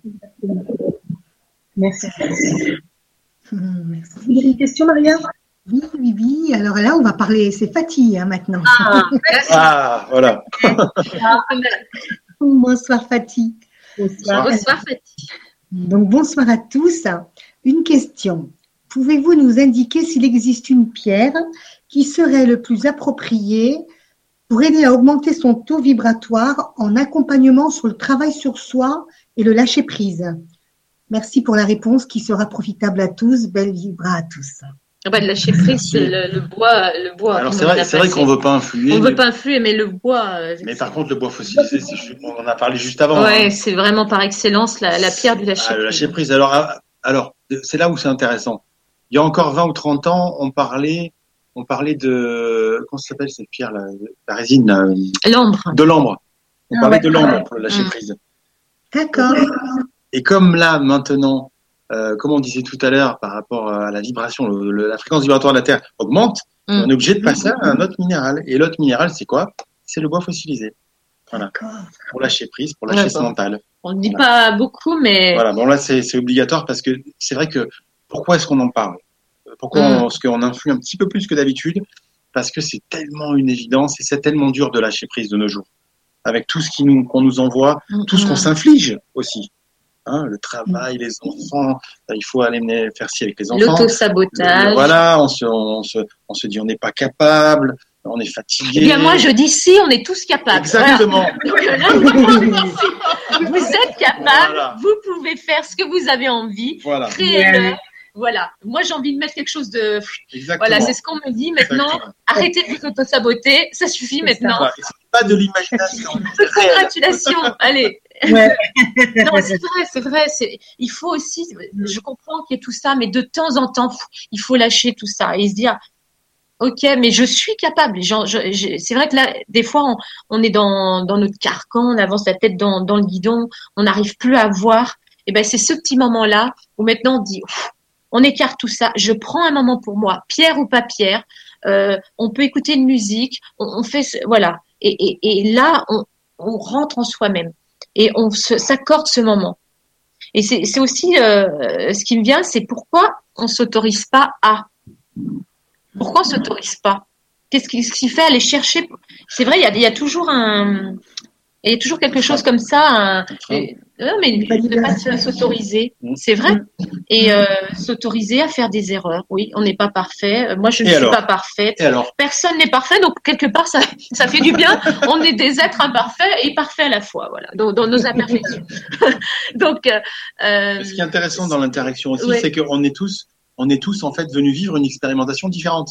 Merci. Merci. Vous avez une question, Maria? Oui, oui, oui. Alors là, on va parler, c'est Fatih hein, maintenant. Ah, ah voilà. Bonsoir Fatih. Bonsoir. Bonsoir Fatih. Donc bonsoir à tous. Une question. Pouvez-vous nous indiquer s'il existe une pierre qui serait le plus appropriée pour aider à augmenter son taux vibratoire en accompagnement sur le travail sur soi et le lâcher-prise? Merci pour la réponse qui sera profitable à tous. Belle vibra à tous. Ah bah, le lâcher prise, le, le bois, le bois. Alors c'est vrai, c'est vrai qu'on veut pas influer. On mais... veut pas influer, mais le bois. Mais par contre, le bois fossilisé, c'est, on en a parlé juste avant. Ouais, hein. C'est vraiment par excellence la, la pierre du lâcher prise. Ah, le lâcher prise. Alors, alors, c'est là où c'est intéressant. Il y a encore vingt ou trente ans, on parlait, on parlait de, comment ça s'appelle cette pierre, la, la résine, la, l'ambre. De l'ambre. On Ah, parlait ouais. de l'ambre pour le lâcher prise. D'accord. Et comme là, maintenant, euh, comme on disait tout à l'heure, par rapport à la vibration, le, le, la fréquence vibratoire de la Terre augmente, mm. on est obligé de passer à un autre minéral. Et l'autre minéral, c'est quoi? C'est le bois fossilisé. Voilà. D'accord. Pour lâcher prise, pour lâcher ouais, ce bon. mental. On ne dit voilà. pas beaucoup, mais. Voilà, bon là, c'est, c'est obligatoire parce que c'est vrai que pourquoi est-ce qu'on en parle? Pourquoi mm. on, est-ce qu'on influe un petit peu plus que d'habitude? Parce que c'est tellement une évidence et c'est tellement dur de lâcher prise de nos jours. Avec tout ce qui nous, qu'on nous envoie, mm. tout ce qu'on s'inflige aussi. Hein, le travail, les enfants, il faut aller faire ci avec les enfants. L'auto-sabotage. Le, voilà, on se, on, se, on se dit on n'est pas capable, on est fatigué. Eh bien, moi, je dis si, on est tous capables. Exactement. Voilà. Vous êtes capables, voilà. Vous pouvez faire ce que vous avez envie, voilà. Créez-le. Ouais. Voilà. Moi, j'ai envie de mettre quelque chose de. Exactement. Voilà, c'est ce qu'on me dit. Maintenant, exactement. Arrêtez de vous auto-saboter. Ça suffit c'est maintenant. Ça. C'est pas de l'imagination. Congratulations. Allez. Ouais. Non, c'est vrai, c'est vrai. C'est... Il faut aussi. Je comprends qu'il y ait tout ça, mais de temps en temps, il faut lâcher tout ça et se dire. Ok, mais je suis capable. Genre, je, je, c'est vrai que là, des fois, on, on est dans, dans notre carcan, on avance la tête dans, dans le guidon, on n'arrive plus à voir. Et ben, c'est ce petit moment-là où maintenant on dit. On écarte tout ça. Je prends un moment pour moi, pierre ou pas pierre. Euh, on peut écouter une musique. On, on fait, voilà. Et, et, et là, on, on rentre en soi-même et on se, s'accorde ce moment. Et c'est, c'est aussi euh, ce qui me vient, c'est pourquoi on s'autorise pas à. Pourquoi on s'autorise pas? Qu'est-ce qui, ce qui fait aller chercher? C'est vrai, il y a, il y a toujours un. Il y a toujours quelque chose comme ça. Un, et, non, mais ne pas s'autoriser, c'est vrai. Et euh, s'autoriser à faire des erreurs. Oui, on n'est pas parfait. Moi, je ne et suis alors pas parfaite. Et alors Personne n'est parfait, donc quelque part, ça, ça fait du bien. On est des êtres imparfaits et parfaits à la fois, voilà, dans, dans nos imperfections. donc, euh, ce qui est intéressant dans l'interaction aussi, ouais. c'est qu'on est tous, on est tous en fait venus vivre une expérimentation différente.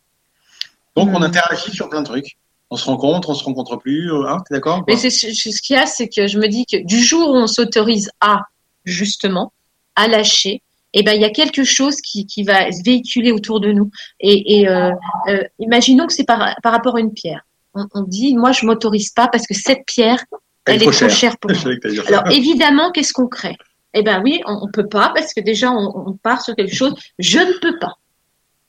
Donc, mmh. on interagit sur plein de trucs. On se rencontre, on se rencontre plus, hein, t'es d'accord? Mais c'est, c'est ce qu'il y a, c'est que je me dis que du jour où on s'autorise à, justement, à lâcher, eh ben il y a quelque chose qui, qui va se véhiculer autour de nous. Et, et euh, euh, imaginons que c'est par, par rapport à une pierre. On, on dit, moi je m'autorise pas parce que cette pierre, elle, elle est trop chère, chère pour moi. Alors évidemment, qu'est-ce qu'on crée? Eh ben oui, on, on peut pas parce que déjà on, on part sur quelque chose. Je ne peux pas.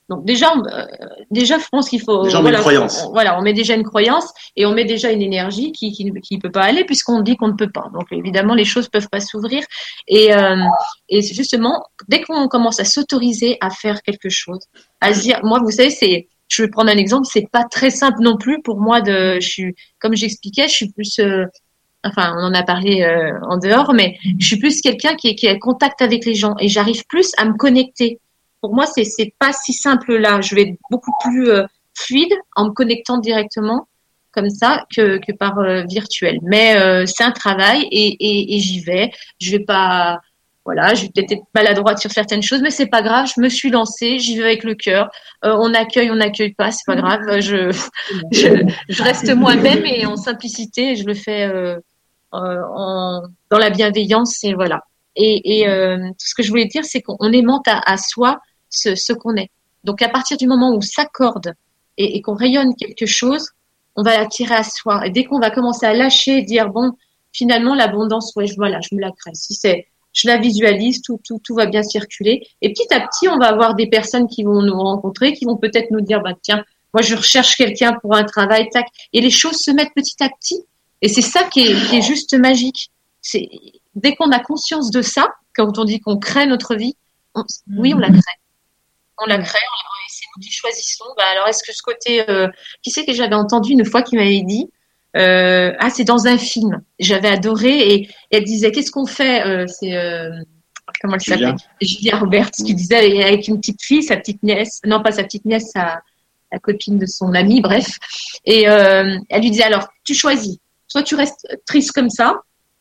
Donc déjà, euh, déjà, je pense qu'il faut. Déjà, on voilà, met une croyance. on, voilà, on met déjà une croyance et on met déjà une énergie qui qui qui peut pas aller puisqu'on dit qu'on ne peut pas. Donc évidemment, les choses peuvent pas s'ouvrir. Et euh, et justement, dès qu'on commence à s'autoriser à faire quelque chose, à se dire, moi, vous savez, c'est, je vais prendre un exemple, c'est pas très simple non plus pour moi de, je suis, comme j'expliquais, je suis plus, euh, enfin, on en a parlé euh, en dehors, mais je suis plus quelqu'un qui est qui est en contact avec les gens et j'arrive plus à me connecter. Pour moi, c'est c'est pas si simple là. Je vais être beaucoup plus euh, fluide en me connectant directement comme ça que que par euh, virtuel. Mais euh, c'est un travail et et, et j'y vais. Je vais pas, voilà, je vais peut-être être maladroite sur certaines choses, mais c'est pas grave. Je me suis lancée, j'y vais avec le cœur. Euh, on accueille, on n'accueille pas, c'est pas grave. Je je, je reste moi-même et en simplicité. Et je le fais euh, euh, en dans la bienveillance et voilà. Et, et euh, tout ce que je voulais dire, c'est qu'on aimante à, à soi ce, ce qu'on est. Donc, à partir du moment où on s'accorde et, et qu'on rayonne quelque chose, on va l'attirer à soi. Et dès qu'on va commencer à lâcher, dire bon, finalement, l'abondance, ouais, je, voilà, je me la crée. Si c'est, je la visualise, tout, tout, tout va bien circuler. Et petit à petit, on va avoir des personnes qui vont nous rencontrer, qui vont peut-être nous dire, bah tiens, moi, je recherche quelqu'un pour un travail, tac. Et les choses se mettent petit à petit. Et c'est ça qui est, qui est juste magique. C'est dès qu'on a conscience de ça, quand on dit qu'on crée notre vie, on, oui, on la crée. On la crée, on, c'est nous qui choisissons. Bah, alors, est-ce que ce côté... Euh, qui c'est que j'avais entendu une fois qui m'avait dit euh, ah, c'est dans un film. J'avais adoré. Et, et elle disait, qu'est-ce qu'on fait euh, C'est... Euh, comment elle s'appelle Julia Roberts, qui disait avec une petite fille, sa petite nièce... Non, pas sa petite nièce, sa, la copine de son amie, bref. Et euh, elle lui disait, alors, tu choisis. Soit tu restes triste comme ça,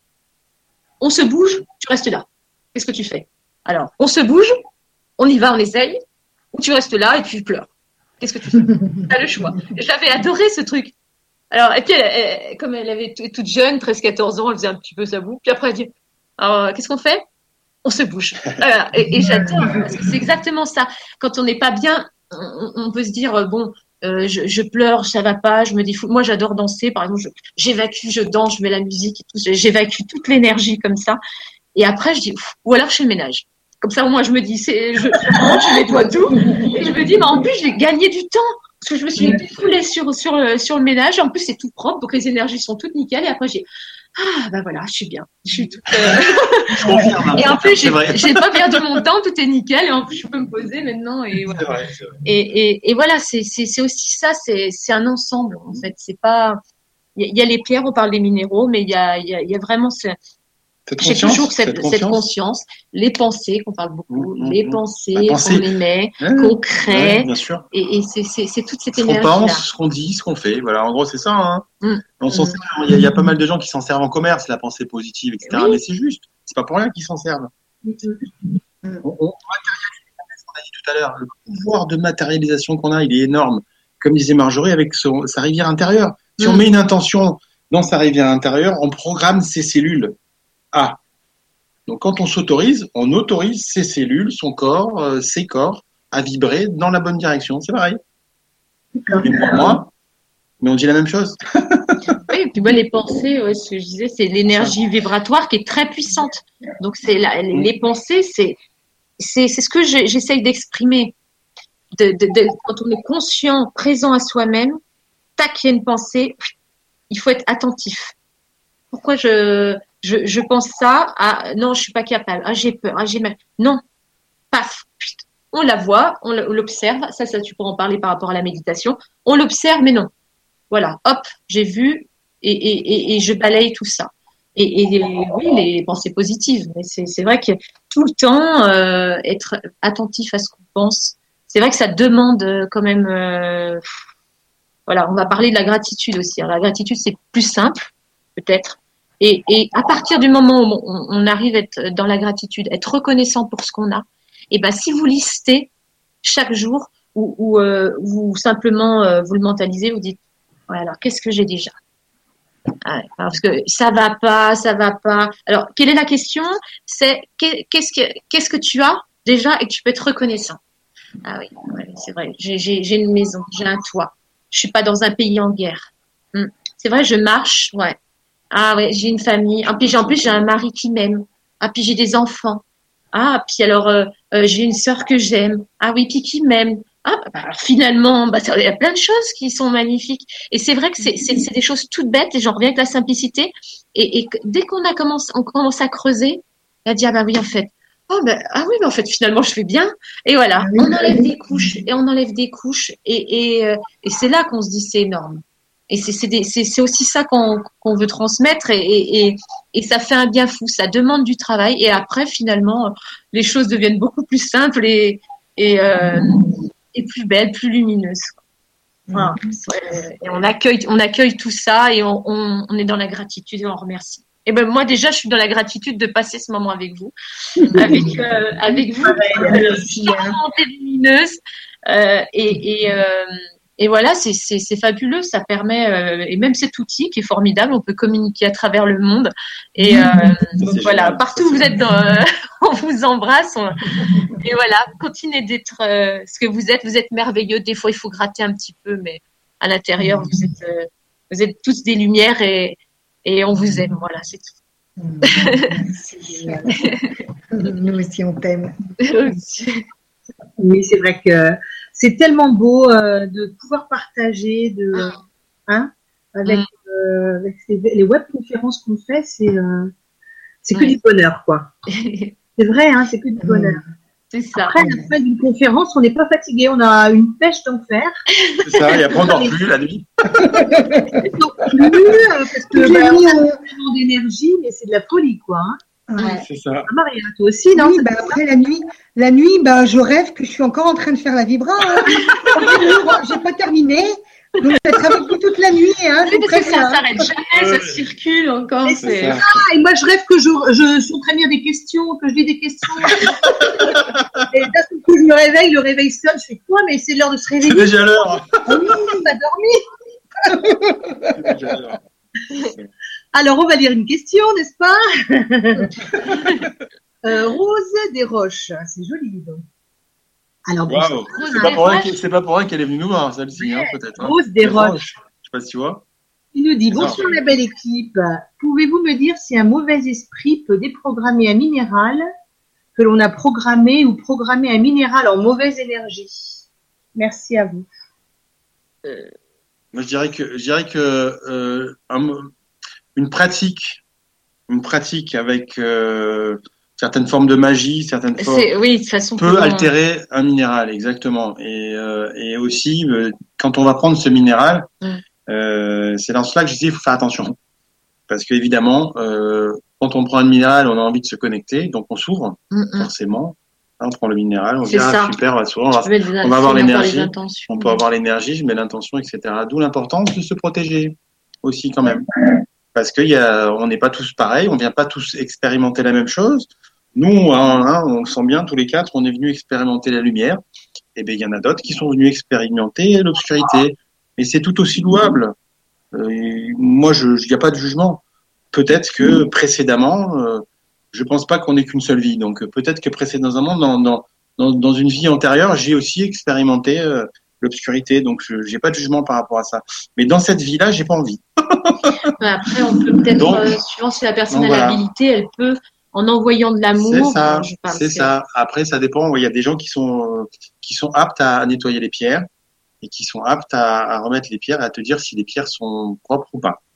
on se bouge, tu restes là. Qu'est-ce que tu fais? Alors, on se bouge, on y va, on essaye, ou tu restes là et tu pleures. Qu'est-ce que tu fais? T'as le choix. J'avais adoré ce truc. Alors, et puis, elle, elle, comme elle avait t- toute jeune, treize quatorze ans, elle faisait un petit peu sa boue. Puis après, elle dit, alors, qu'est-ce qu'on fait? On se bouge. Voilà. Et, et j'adore, parce que c'est exactement ça. Quand on n'est pas bien, on, on peut se dire, bon, Euh, je, je pleure, ça va pas, je me défoule. Moi, j'adore danser, par exemple, je, j'évacue, je danse, je mets la musique et tout, j'évacue toute l'énergie comme ça. Et après, je dis, ouf, ou alors je fais le ménage. Comme ça, moi, je me dis, c'est, je, je, je nettoie tout. Et je me dis, bah, en plus, j'ai gagné du temps. Parce que je me suis défoulée sur, sur, le, sur le ménage. En plus, c'est tout propre, donc les énergies sont toutes nickel. Et après, j'ai, ah, bah voilà, je suis bien. Je suis toute, euh... Je confirme. Et en plus, j'ai, j'ai pas perdu mon temps, tout est nickel. Et en plus, je peux me poser maintenant. Et voilà. C'est vrai, c'est vrai. Et, et, et voilà, c'est, c'est, c'est aussi ça, c'est, c'est un ensemble, en fait. C'est pas, il y, y a les pierres, on parle des minéraux, mais il y a, il y a, il y a vraiment ce, Cette j'ai conscience, toujours cette, cette cette conscience. conscience, les pensées qu'on parle beaucoup, Mmh, mmh, les mmh. pensées La pensée. qu'on émet, Ouais, qu'on crée, ouais, bien sûr. et, et c'est, c'est, c'est toute cette Ce qu'on énergie-là. pense, ce qu'on dit, ce qu'on fait. Voilà, en gros, c'est ça. Hein. Mmh. On s'en Mmh. sert. Il y, a, il y a pas mal de gens qui s'en servent en commerce, la pensée positive, et cetera. Oui. Mais c'est juste. C'est pas pour rien qu'ils s'en servent. Mmh. On, on matérialise ce qu'on a dit tout à l'heure. Le pouvoir de matérialisation qu'on a, il est énorme. Comme disait Marjorie, avec son, sa rivière intérieure. Si Mmh. on met une intention dans sa rivière intérieure, on programme ses cellules. Ah. Donc, quand on s'autorise, on autorise ses cellules, son corps, euh, ses corps, à vibrer dans la bonne direction. C'est pareil. Mais pour moi, mais on dit la même chose. Oui, et puis moi, les pensées, ouais, ce que je disais, c'est l'énergie vibratoire qui est très puissante. Donc, c'est la, les, les pensées, c'est, c'est, c'est ce que je, j'essaye d'exprimer. De, de, de, quand on est conscient, présent à soi-même, tac, il y a une pensée, il faut être attentif. Pourquoi je, je, je pense ça? Ah, non, je suis pas capable. Ah, j'ai peur. Ah, j'ai mal. Non. Paf. On la voit, on l'observe. Ça, ça, tu pourras en parler par rapport à la méditation. On l'observe, mais non. Voilà. Hop, j'ai vu et, et, et, et je balaye tout ça. Et, et oui, les pensées positives. Mais c'est, c'est vrai que tout le temps, euh, être attentif à ce qu'on pense, c'est vrai que ça demande quand même. Euh, voilà, on va parler de la gratitude aussi. Alors, la gratitude, c'est plus simple, peut-être. Et, et à partir du moment où on, on arrive à être dans la gratitude, être reconnaissant pour ce qu'on a, et ben si vous listez chaque jour ou, ou, euh, ou simplement euh, vous le mentalisez, vous dites ouais, alors qu'est-ce que j'ai déjà? Ah, parce que ça va pas, ça va pas. Alors quelle est la question? C'est qu'est-ce que qu'est-ce que tu as déjà et que tu peux être reconnaissant? Ah oui, ouais, c'est vrai. J'ai, j'ai, j'ai une maison, j'ai un toit. Je suis pas dans un pays en guerre. Hum. C'est vrai, je marche, ouais. Ah ouais, j'ai une famille. Ah, puis en plus j'ai un mari qui m'aime. Ah puis j'ai des enfants. Ah puis alors euh, euh, j'ai une sœur que j'aime. Ah oui, puis qui m'aime. ah, bah, alors finalement, bah, il y a plein de choses qui sont magnifiques. Et c'est vrai que c'est, c'est, c'est des choses toutes bêtes, et j'en reviens avec la simplicité. Et, et dès qu'on a commencé, on commence à creuser, et à dire, ah bah oui, en fait, oh ben, ah oui, mais en fait, finalement, je fais bien. Et voilà, Ah oui, on enlève oui. des couches, et on enlève des couches, et, et, euh, et c'est là qu'on se dit, c'est énorme. Et c'est, c'est, des, c'est, c'est aussi ça qu'on, qu'on veut transmettre, et, et, et, et ça fait un bien fou, ça demande du travail, et après, finalement, les choses deviennent beaucoup plus simples et, et, euh, et plus belles, plus lumineuses. Voilà. Et on accueille, on accueille tout ça, et on, on, on est dans la gratitude, et on remercie. Et ben moi déjà, je suis dans la gratitude de passer ce moment avec vous, avec euh, avec vous, Merci, hein. charmante et lumineuse, euh, et et, euh, et voilà, c'est c'est c'est fabuleux, ça permet euh, et même cet outil qui est formidable, on peut communiquer à travers le monde, et euh, donc voilà, génial. partout où vous êtes, dans, euh, on vous embrasse, on- et voilà, continuez d'être euh, ce que vous êtes, vous êtes merveilleux. Des fois, il faut gratter un petit peu, mais à l'intérieur, vous êtes euh, vous êtes tous des lumières, et et on vous aime, voilà, c'est tout. Merci. Nous aussi, on t'aime. Oui, c'est vrai que c'est tellement beau euh, de pouvoir partager, de, hein, avec, Mm. euh, avec ces- les webconférences qu'on fait, c'est euh, c'est que Mm. du bonheur, quoi. C'est vrai, hein, c'est que du bonheur. C'est ça. Après, à la fin d'une conférence, on n'est pas fatigué, on a une pêche d'enfer. C'est ça, et après on dort plus la nuit. Non plus, euh, parce que J'ai bah, mis, on a euh, tellement d'énergie, mais c'est de la folie, quoi. Hein. Ouais. C'est ça. Ah, Maria, toi aussi, non? Oui, bah après la nuit, la nuit, bah je rêve que je suis encore en train de faire la vibra. Hein. J'ai pas terminé, donc je vais être avec vous toute la nuit. Hein, je Oui, vous parce que ça préviens. s'arrête jamais, Ouais. ça circule encore. Mais C'est C'est... ça. Ah, et moi, je rêve que je, je suis en train de lire des questions, que je lis des questions. Et d'un seul coup, je me réveille, le réveil sonne, je fais quoi? Mais c'est l'heure de se C'est réveiller. déjà l'heure. Ah oui, on va dormir. C'est déjà l'heure. Alors, on va lire une question, n'est-ce pas? euh, Rose des Roches, c'est joli, dis donc. Alors, bon, Waouh. C'est pas pour rien qu'elle- c'est pas pour rien qu'elle est venue nous voir, celle-ci, hein, peut-être. hein. Rose des C'est Roches. Je sais pas si tu vois. Il nous dit, Non. bonsoir la belle équipe. Pouvez-vous me dire si un mauvais esprit peut déprogrammer un minéral que l'on a programmé ou programmer un minéral en mauvaise énergie? Merci à vous. Moi, je dirais que, je dirais que euh, un- une pratique, une pratique avec euh, certaines formes de magie, certaines formes, C'est... Oui, de toute façon. peut comment- altérer un minéral, exactement. Et, euh, et aussi, euh, quand on va prendre ce minéral, Mm. euh, c'est dans cela que je dis, il faut faire attention. Parce qu'évidemment, euh, quand on prend un minéral, on a envie de se connecter, donc on s'ouvre, Mm, mm. forcément. Là, on prend le minéral, on C'est dit, ah, ça. super, on va s'ouvrir, on va Tu mets des- on va avoir c'est n'importe l'énergie, les intentions. on peut avoir l'énergie, je mets l'intention, et cetera. D'où l'importance de se protéger aussi quand même. Parce qu'il y a, on n'est pas tous pareils, on vient pas tous expérimenter la même chose. Nous, hein, hein, on le sent bien, tous les quatre, on est venus expérimenter la lumière. Et bien, il y en a d'autres qui sont venus expérimenter l'obscurité. Et c'est tout aussi louable. Euh, et moi, je, il n'y a pas de jugement. Peut-être que précédemment, euh, je pense pas qu'on ait qu'une seule vie. Donc, euh, peut-être que précédemment, dans, dans, dans, dans une vie antérieure, j'ai aussi expérimenté euh, l'obscurité. Donc, je j'ai pas de jugement par rapport à ça. Mais dans cette vie-là, j'ai pas envie. Ouais, après, on peut peut-être, Donc- euh, suivant si la personne donc a voilà. l'habilité, elle peut, en envoyant de C'est l'amour. ça, bon, je parle c'est que- ça. Après, ça dépend. Il y a des gens qui sont euh, qui sont aptes à nettoyer les pierres et qui sont aptes à, à remettre les pierres et à te dire si les pierres sont propres ou pas.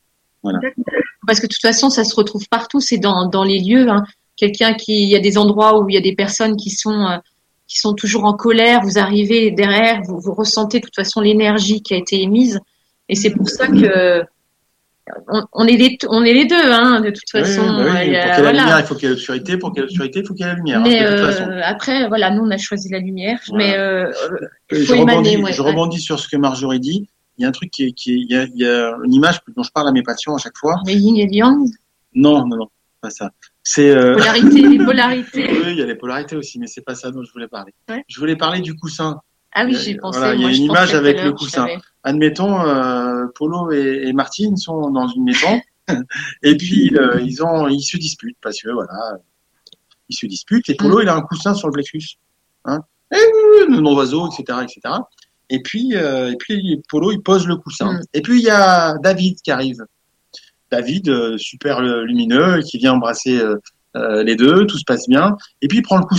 Parce que de toute façon, ça se retrouve partout. C'est dans, dans les lieux. Hein. Quelqu'un qui, il y a des endroits où il y a des personnes qui sont, euh, qui sont toujours en colère. Vous arrivez derrière, vous, vous ressentez de toute façon l'énergie qui a été émise. Et c'est pour ça que on, on est les, on est les deux, hein, de toute Oui, façon. bah oui, euh, pour qu'il y ait la voilà. lumière, il faut qu'il y ait l'obscurité. Pour qu'il y ait l'obscurité, il faut qu'il y ait la lumière. hein, Mais de toute euh, façon. après, voilà, nous on a choisi la lumière. Voilà. Mais euh, euh, Euh, faut je émaner, rebondis, ouais, je ouais. rebondis sur ce que Marjorie dit. Il y a un truc qui est, qui est, il y a, il y a une image dont je parle à mes patients à chaque fois. les yin et le yang, Non, non, non, pas ça. C'est euh, polarité, les polarités. oui, il y a les polarités aussi, mais c'est pas ça dont je voulais parler. Ouais. Je voulais parler du coussin. Ah oui, Il y a- j'ai pensé. voilà, il y a moi, une je image pensais tout à avec le l'heure, je coussin. savais. Admettons, euh, Polo et, et Martine sont dans une maison et puis euh, ils ont, ils se disputent parce que voilà, ils se disputent. Et Polo, Mm. il a un coussin sur le plexus, hein, et, euh, le nom d'oiseau, et cetera, et cetera. Et puis, euh, et puis Polo, il pose le coussin. Mm. Et puis il y a David qui arrive. David, euh, super lumineux, qui vient embrasser euh, euh, les deux, tout se passe bien. Et puis il prend le coussin.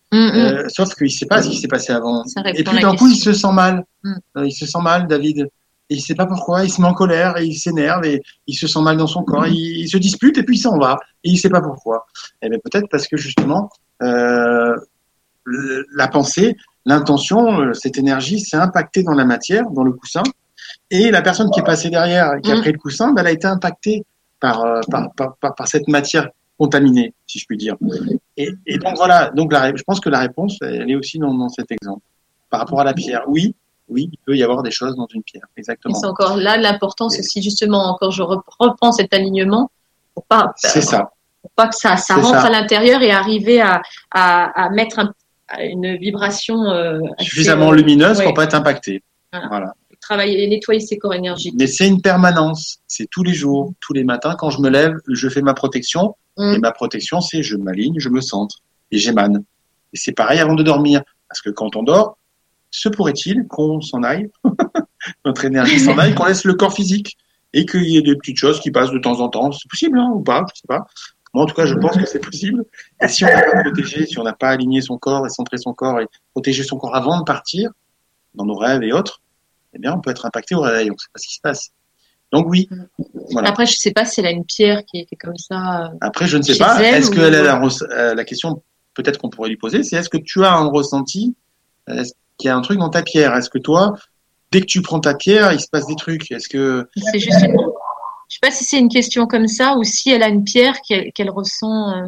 Mm, mm. Euh, sauf qu'il ne sait pas ce qui s'est passé avant. Ça répond Et à puis la d'un coup, question. il se sent mal. Mm. Euh, il se sent mal, David. Et il ne sait pas pourquoi. Il se met en colère et il s'énerve et il se sent mal dans son corps. Il, il se dispute et puis il s'en va. Et il ne sait pas pourquoi. Et bien peut-être parce que justement, euh, le- la pensée, l'intention, euh, cette énergie s'est impactée dans la matière, dans le coussin. Et la personne qui est passée derrière et qui a Mm. pris le coussin, ben, elle a été impactée par, euh, par, par, par, par cette matière contaminée, si je puis dire. Et, et donc voilà, donc la, ré- je pense que la réponse, elle est aussi dans, dans cet exemple. Par rapport à la pierre, oui, oui, il peut y avoir des choses dans une pierre, Et exactement. c'est encore là l'importance aussi, justement, encore, je rep- reprends cet alignement pour pas, C'est ça. pour pas que ça, ça C'est rentre ça. à l'intérieur et arriver à, à, à mettre un, à une vibration euh, assez, Suffisamment euh, lumineuse ouais, pour pas être impacté. Voilà. Voilà. travailler et nettoyer ses corps énergétiques. Mais c'est une permanence. C'est tous les jours, tous les matins. Quand je me lève, je fais ma protection. Mm. Et ma protection, c'est je m'aligne, je me centre et j'émane. Et c'est pareil avant de dormir. Parce que quand on dort, se pourrait-il qu'on s'en aille, notre énergie s'en aille, qu'on laisse le corps physique et qu'il y ait des petites choses qui passent de temps en temps. C'est possible, hein, ou pas, je sais pas. Moi, en tout cas, je pense que c'est possible. Et si on n'a pas protégé, si on n'a pas aligné son corps et centré son corps et protégé son corps avant de partir, dans nos rêves et autres, eh bien, on peut être impacté au réveil. On ne sait pas ce qui se passe. Donc oui, voilà. Après, je sais pas si elle a une pierre qui était comme ça. Après, je ne sais Chez pas. elle Est-ce ou- qu'elle a la, res- euh, la question, peut-être qu'on pourrait lui poser, c'est est-ce que tu as un ressenti, est-ce qu'il y a un truc dans ta pierre? Est-ce que toi, dès que tu prends ta pierre, il se passe des trucs? Est-ce que C'est juste une... Je sais pas si c'est une question comme ça ou si elle a une pierre qu'elle qu'elle ressent. euh,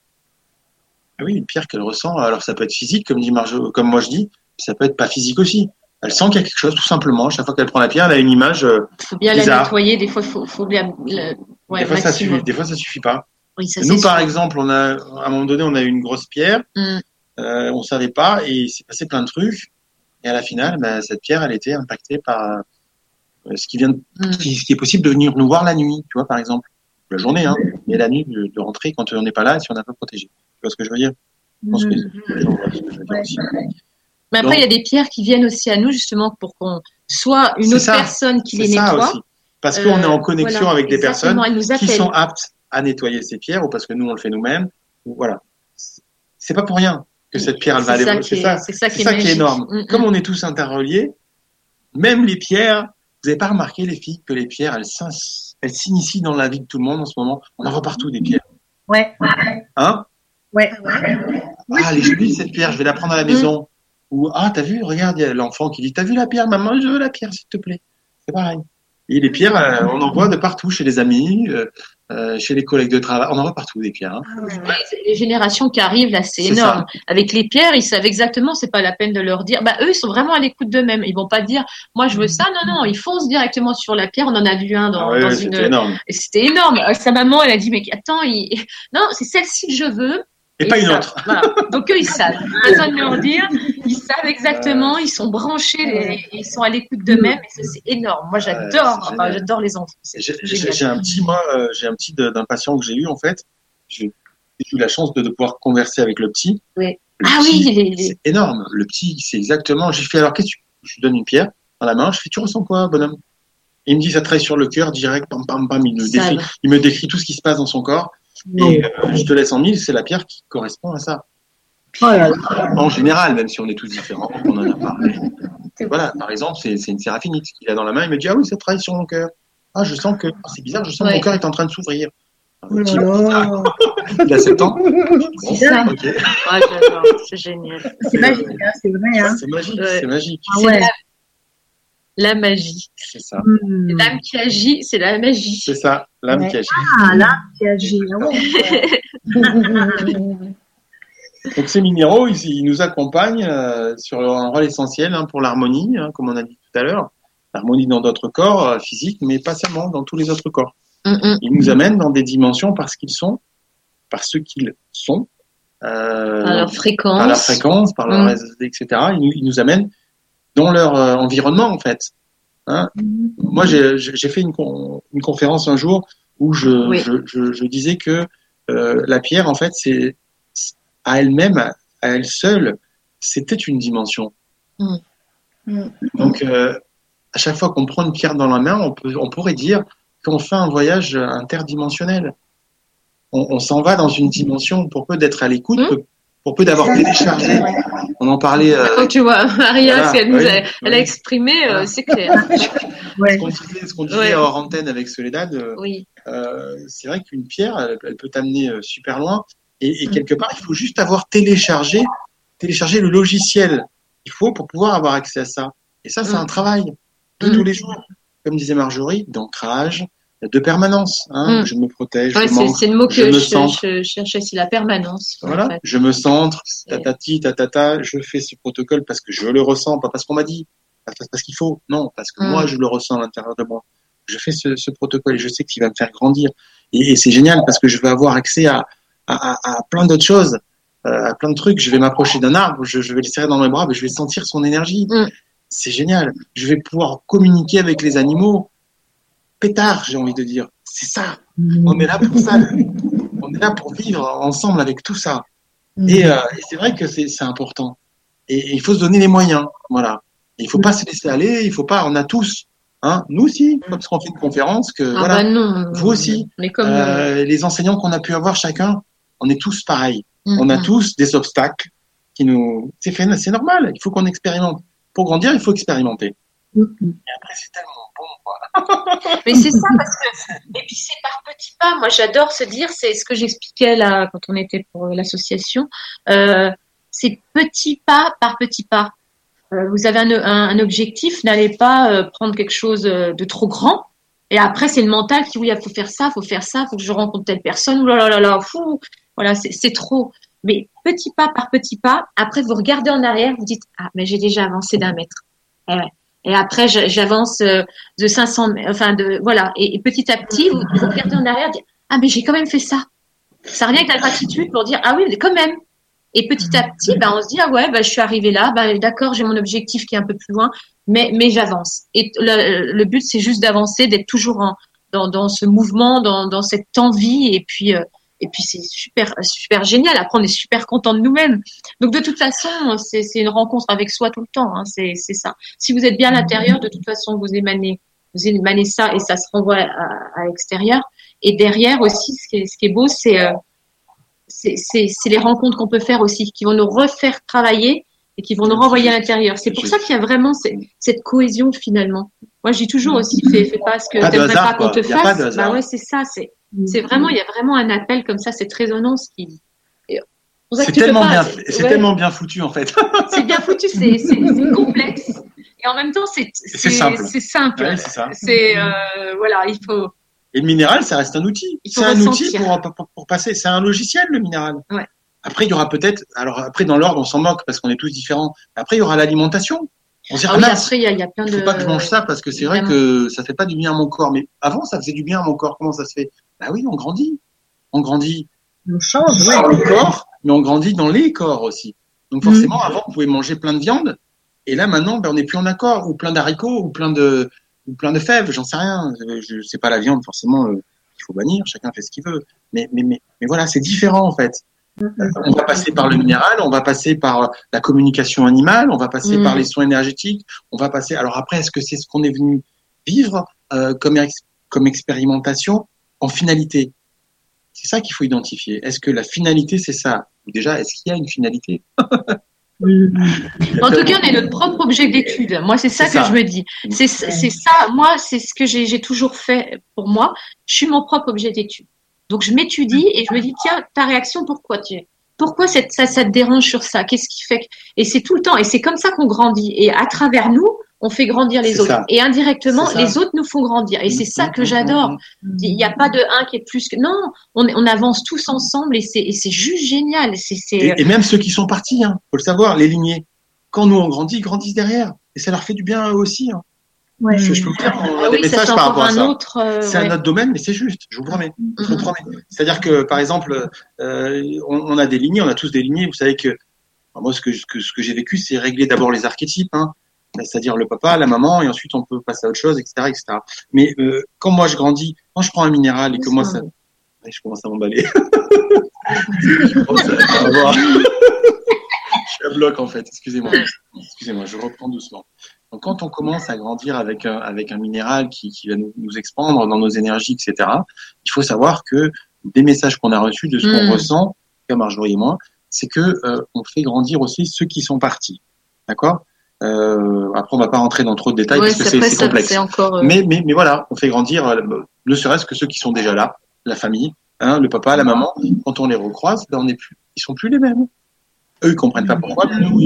ah oui, une pierre qu'elle ressent, alors ça peut être physique, comme dit Marjo, comme moi je dis, ça peut être pas physique aussi. Elle sent qu'il y a quelque chose, tout simplement. Chaque fois qu'elle prend la pierre, elle a une image. euh, faut bien la bizarre. nettoyer. Des fois, faut, faut la, la- ouais, des fois, ça maximum. suffit, des fois, ça suffit pas. Oui, ça, Nous, c'est par sûr. exemple, on a, à un moment donné, on a eu une grosse pierre, Mm. euh, on savait pas, et il s'est passé plein de trucs. Et à la finale, ben, cette pierre, elle était impactée par euh, ce qui vient, de- Mm. ce qui, ce qui est possible de venir nous voir la nuit, tu vois, par exemple, la journée, hein, mais la nuit de, de rentrer quand on n'est pas là, et si on n'a pas protégé. Tu vois ce que je veux dire? Je pense que les gens voient ce que je veux dire Ouais. aussi. Mais après, Donc- il y a des pierres qui viennent aussi à nous justement pour qu'on soit une C'est autre ça. personne qui C'est les ça nettoie. aussi. Parce qu'on Euh, est en connexion voilà, avec des personnes exactement, elle nous qui appelle. sont aptes à nettoyer ces pierres, ou parce que nous, on le fait nous-mêmes. ou Voilà. C'est pas pour rien que cette pierre, elle va C'est aller. ça qui C'est est- ça, c'est ça qui c'est est ça qui est magique. énorme. Mm, mm. Comme on est tous interreliés, même les pierres, vous n'avez pas remarqué, les filles, que les pierres, elles s'in- elles s'initient dans la vie de tout le monde en ce moment. On en voit partout des pierres. Ouais. Hein? Ouais. Ah, elle est jolie cette pierre, je vais la prendre à la maison. Ou, ah, t'as vu, regarde, il y a l'enfant qui dit, t'as vu la pierre, maman, je veux la pierre, s'il te plaît. C'est pareil. Et les pierres, euh, on en voit de partout, chez les amis, euh, euh, chez les collègues de travail, on en voit partout des pierres. Hein. Ouais, les générations qui arrivent là, c'est C'est énorme. Avec les pierres, ils savent exactement, c'est pas la peine de leur dire. Bah eux, ils sont vraiment à l'écoute d'eux-mêmes. Ils vont pas dire, moi je veux ça. Non, non, ils foncent directement sur la pierre. On en a vu un dans, Ah ouais, dans ouais, une. c'était énorme. Et c'était énorme. Euh, Sa maman, elle a dit, mais attends, il... non, c'est celle-ci que je veux. Et pas ils une savent. autre. Voilà. Donc eux, ils savent. Pas besoin de leur dire. Ils savent exactement. Ils sont branchés. les- Ils sont à l'écoute d'eux-mêmes. Et ça, c'est énorme. Moi, j'adore. c'est Enfin, génial. j'adore les enfants. C'est J'ai génial. j'ai- j'ai un petit, moi, euh, j'ai un petit de- d'un patient que j'ai eu, en fait. J'ai j'ai eu la chance de, de pouvoir converser avec le petit. Oui. Le Ah petit, oui, les- les- c'est énorme. Le petit, c'est exactement, j'ai fait, alors qu'est-ce que tu, je lui donne une pierre dans la main, je fais, tu ressens quoi, bonhomme? Et il me dit, ça travaille sur le cœur, direct, pam, pam, pam, il me Ça décrit, va. il me décrit tout ce qui se passe dans son corps. Et euh, je te laisse en mille, c'est la pierre qui correspond à ça. Oh là là. En général, même si on est tous différents, on en a parlé. Voilà, par exemple, c'est c'est une séraphinite qu'il a dans la main, il me dit, ah oui, ça travaille sur mon cœur. Ah, je sens que, ah, c'est bizarre, je sens que Ouais. mon cœur est en train de s'ouvrir. Oh là là. Il a sept ans. C'est ça. Ok. Ouais, j'adore. C'est génial. C'est magique, hein, c'est vrai. Hein. C'est magique, Ouais. c'est magique. Ah C'est ouais. la, la magie. C'est ça. Hmm. L'âme qui agit, c'est la magie. C'est ça, l'âme Ouais. qui agit. Ah là, qui agit. Ah ouais. Donc ces minéraux, ils, ils nous accompagnent euh, sur un rôle essentiel hein, pour l'harmonie, hein, comme on a dit tout à l'heure. L'harmonie dans d'autres corps euh, physiques, mais pas seulement dans tous les autres corps. Mm, mm. Ils nous amènent dans des dimensions parce qu'ils sont, par ce qu'ils sont, euh, Par leur fréquence. par leur fréquence, par leur Mm. réseau, et cetera. Ils nous, ils nous amènent dans leur euh, environnement en fait. Hein. Moi, j'ai j'ai fait une, con- une conférence un jour où je, Oui. je, je, je disais que euh, la pierre, en fait, c'est à elle-même, à elle seule, c'était une dimension. Mm. Mm. Donc, euh, à chaque fois qu'on prend une pierre dans la main, on peut, on pourrait dire qu'on fait un voyage interdimensionnel. On, on s'en va dans une dimension pour peu d'être à l'écoute, Mm. peut- pour peu d'avoir téléchargé. On en parlait. Euh, Quand tu vois Maria, voilà, ce qu'elle nous oui, a, elle oui. a exprimé, Voilà. euh, c'est clair. Ouais. Ce qu'on disait, ce qu'on disait Ouais. hors antenne avec Soledad, euh, Oui. euh, c'est vrai qu'une pierre, elle, elle peut t'amener euh, super loin. Et, et Mm. quelque part, il faut juste avoir téléchargé, téléchargé le logiciel qu'il faut pour pouvoir avoir accès à ça. Et ça, c'est Mm. un travail de Mm. tous les jours. Comme disait Marjorie, d'ancrage, de permanence. Hein. Mm. Je me protège, Ouais, je c'est, manque, c'est le mot je que me je, centre. je cherchais, c'est la permanence. en Voilà, fait. je me centre, C'est- tatati, tatata, je fais ce protocole parce que je le ressens, pas parce qu'on m'a dit, pas parce qu'il faut, non, parce que Mm. moi je le ressens à l'intérieur de moi. Je fais ce, ce protocole et je sais qu'il va me faire grandir. Et, et c'est génial parce que je vais avoir accès à, à, à, à plein d'autres choses, euh, à plein de trucs. Je vais m'approcher d'un arbre, je, je vais le serrer dans mes bras, mais je vais sentir son énergie. Mm. C'est génial. Je vais pouvoir communiquer avec les animaux. Pétard, j'ai envie de dire. C'est ça. On est là pour ça. On est là pour vivre ensemble avec tout ça. Et, euh, et c'est vrai que c'est, c'est important. Et, et il faut se donner les moyens. Voilà. Et il faut pas se laisser aller. Il faut pas. On a tous. Hein, nous aussi, parce qu'on fait une conférence, que Ah voilà. bah non. Vous aussi. On est comme. Euh, les enseignants qu'on a pu avoir chacun, on est tous pareils. Mm, On a mm. tous des obstacles qui nous. C'est fait. C'est normal. Il faut qu'on expérimente. Pour grandir, il faut expérimenter. Mm. Et après, c'est tellement bon. Quoi. Mais c'est ça parce que et puis c'est par petits pas. Moi j'adore se dire, c'est ce que j'expliquais là quand on était pour l'association. Euh, c'est petits pas par petits pas. Euh, vous avez un, un, un objectif, n'allez pas euh, prendre quelque chose de trop grand. Et après c'est le mental qui oui, il faut faire ça, faut faire ça, faut que je rencontre telle personne. Ouh là là là là, fou. Voilà, c'est, c'est trop. Mais petit pas par petit pas. Après vous regardez en arrière, vous dites ah mais j'ai déjà avancé d'un mètre. Eh ouais. Et après, j'avance de cinq cents, enfin de voilà. Et, et petit à petit, vous, vous regardez en arrière, dites, ah mais j'ai quand même fait ça. Ça revient avec la gratitude pour dire ah oui, mais quand même. Et petit à petit, ben on se dit ah ouais, ben je suis arrivée là, ben d'accord, j'ai mon objectif qui est un peu plus loin, mais mais j'avance. Et le, le but c'est juste d'avancer, d'être toujours en, dans dans ce mouvement, dans dans cette envie, et puis euh, et puis c'est super super génial. Après on est super content de nous-mêmes. Donc de toute façon, c'est c'est une rencontre avec soi tout le temps. Hein, c'est c'est ça. Si vous êtes bien à l'intérieur, de toute façon vous émanez vous émanez ça et ça se renvoie à, à l'extérieur. Et derrière aussi, ce qui est ce qui est beau, c'est euh, c'est c'est c'est les rencontres qu'on peut faire aussi, qui vont nous refaire travailler et qui vont nous renvoyer à l'intérieur. C'est pour ça qu'il y a vraiment cette, cette cohésion finalement. Moi je dis toujours aussi, fais fais pas ce que Pas de t'aimerais hasard, pas qu'on quoi. te Il y a pas de fasse. hasard. Bah ouais, c'est ça. C'est c'est vraiment, il y a vraiment un appel comme ça, cette résonance qui. et pour ça C'est que tu peux tellement pas- bien, c'est ouais, tellement bien foutu en fait. c'est bien foutu, c'est c'est c'est complexe et en même temps c'est C'est simple. C'est simple. Ouais, c'est ça. C'est euh, voilà, il faut. Et le minéral, ça reste un outil. Il faut C'est un ressentir. outil pour, pour, pour passer. C'est un logiciel, le minéral. Ouais. Après, il y aura peut-être, alors après, dans l'ordre, on s'en moque parce qu'on est tous différents. Après, il y aura l'alimentation. On se dit, Ah ah, oui, mince, après il y a, il y a plein il de. faut pas que je mange ça parce que c'est vrai Vraiment. que ça fait pas du bien à mon corps. Mais avant, ça faisait du bien à mon corps. Comment ça se fait? Bah oui, on grandit. On grandit On change, dans ouais. le corps, mais on grandit dans les corps aussi. Donc forcément, avant, on pouvait manger plein de viande. Et là, maintenant, ben, on n'est plus en accord. Ou plein d'haricots, ou plein de, ou plein de fèves, j'en sais rien. Je sais pas la viande, forcément, euh, il faut bannir. Chacun fait ce qu'il veut. Mais, mais, mais, mais voilà, c'est différent, en fait. Euh, on va passer par le minéral, on va passer par la communication animale, on va passer Mm. par les soins énergétiques, on va passer. Alors après, est-ce que c'est ce qu'on est venu vivre euh, comme, ex- comme expérimentation en finalité? C'est ça qu'il faut identifier. Est-ce que la finalité, c'est ça? Ou déjà, est-ce qu'il y a une finalité? En tout cas, on est notre propre objet d'étude. Moi, c'est ça C'est que ça. je me dis. C'est c'est ça. Moi, c'est ce que j'ai j'ai toujours fait pour moi. Je suis mon propre objet d'étude. Donc, je m'étudie et je me dis, tiens, ta réaction, pourquoi tu, pourquoi cette, ça, ça te dérange sur ça? Qu'est-ce qui fait que, et c'est tout le temps. Et c'est comme ça qu'on grandit. Et à travers nous, on fait grandir les C'est autres. ça. Et indirectement, C'est ça. les autres nous font grandir. Et c'est ça que Mmh, j'adore. mmh, mmh. Il n'y a pas de un qui est plus que, non, on, on avance tous ensemble et c'est, et c'est juste génial. C'est, c'est, Et, et même ceux qui sont partis, hein, faut le savoir, les lignées. Quand nous on grandit, ils grandissent derrière. Et ça leur fait du bien à eux aussi. Hein. Ouais. Je, je peux vous dire qu'on a ah des oui, ça, messages c'est par encore rapport à un ça. autre, euh, C'est ouais. un autre domaine, mais c'est juste, je vous promets. Je vous Mhm. promets. C'est-à-dire que, par exemple, euh, on, on a des lignées, on a tous des lignées. Vous savez que, enfin, moi, ce que, ce que, ce que j'ai vécu, c'est régler d'abord les archétypes, hein. C'est-à-dire le papa, la maman, et ensuite on peut passer à autre chose, et cetera, et cetera. Mais euh, quand moi je grandis, quand je prends un minéral et que moi ça, ouais, je commence à m'emballer. je commence à avoir. Je suis à bloc en fait. Excusez-moi. Excusez-moi. Je reprends doucement. Donc quand on commence à grandir avec un avec un minéral qui qui va nous, nous expandre dans nos énergies, et cetera. Il faut savoir que des messages qu'on a reçus, de ce qu'on Mm. ressent, comme Marjorie et moi, c'est que euh, on fait grandir aussi ceux qui sont partis. D'accord. Euh, après, on va pas rentrer dans trop de détails ouais, parce que c'est, c'est complexe. C'est encore, euh... mais, mais, mais voilà, on fait grandir, euh, ne serait-ce que ceux qui sont déjà là, la famille, hein, le papa, la maman. Quand on les recroise, ben on est plus, ils sont plus les mêmes. Eux, ils comprennent pas pourquoi, mais nous, oui.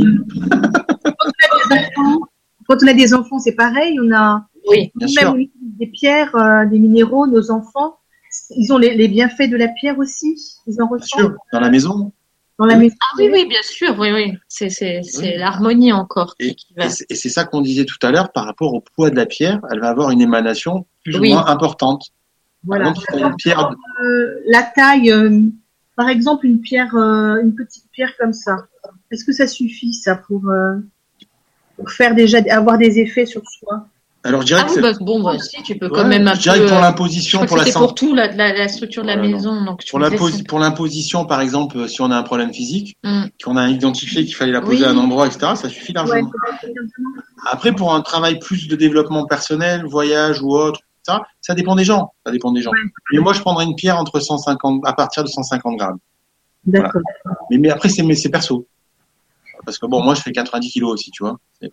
Quand on a des enfants, c'est pareil. On a oui, bien même sûr. Des pierres, euh, des minéraux, nos enfants, ils ont les, les bienfaits de la pierre aussi. Ils en ressentent. Bien sûr, dans la maison. Dans la maison. Ah oui, oui, bien sûr, oui, oui. C'est, c'est, c'est oui. L'harmonie encore. Et, qui va... et, c'est, et c'est ça qu'on disait tout à l'heure par rapport au poids de la pierre. Elle va avoir une émanation plus oui. ou moins importante. Voilà. Par exemple, une pierre. Euh, la taille, euh, par exemple, une pierre, euh, une petite pierre comme ça. Est-ce que ça suffit, ça, pour, euh, pour faire déjà avoir des effets sur soi? Alors, je dirais ah que oui, bah, bon, bah, si, tu peux ouais, quand même un je dirais peu, que pour l'imposition, je pour la c'est santé. pour tout, la, la, la structure de la voilà, maison. Donc, tu pour, l'imposi- pour l'imposition, par exemple, si on a un problème physique, mm. qu'on a identifié qu'il fallait la poser oui. à un endroit, et cetera, ça suffit largement. Ouais. Après, pour un travail plus de développement personnel, voyage ou autre, ça, ça dépend des gens. Ça dépend des gens. Ouais. Mais moi, je prendrais une pierre entre cent cinquante, à partir de cent cinquante grammes. D'accord. Voilà. Mais, mais après, c'est, mais c'est perso. Parce que bon, moi, je fais quatre-vingt-dix kilos aussi, tu vois. C'est,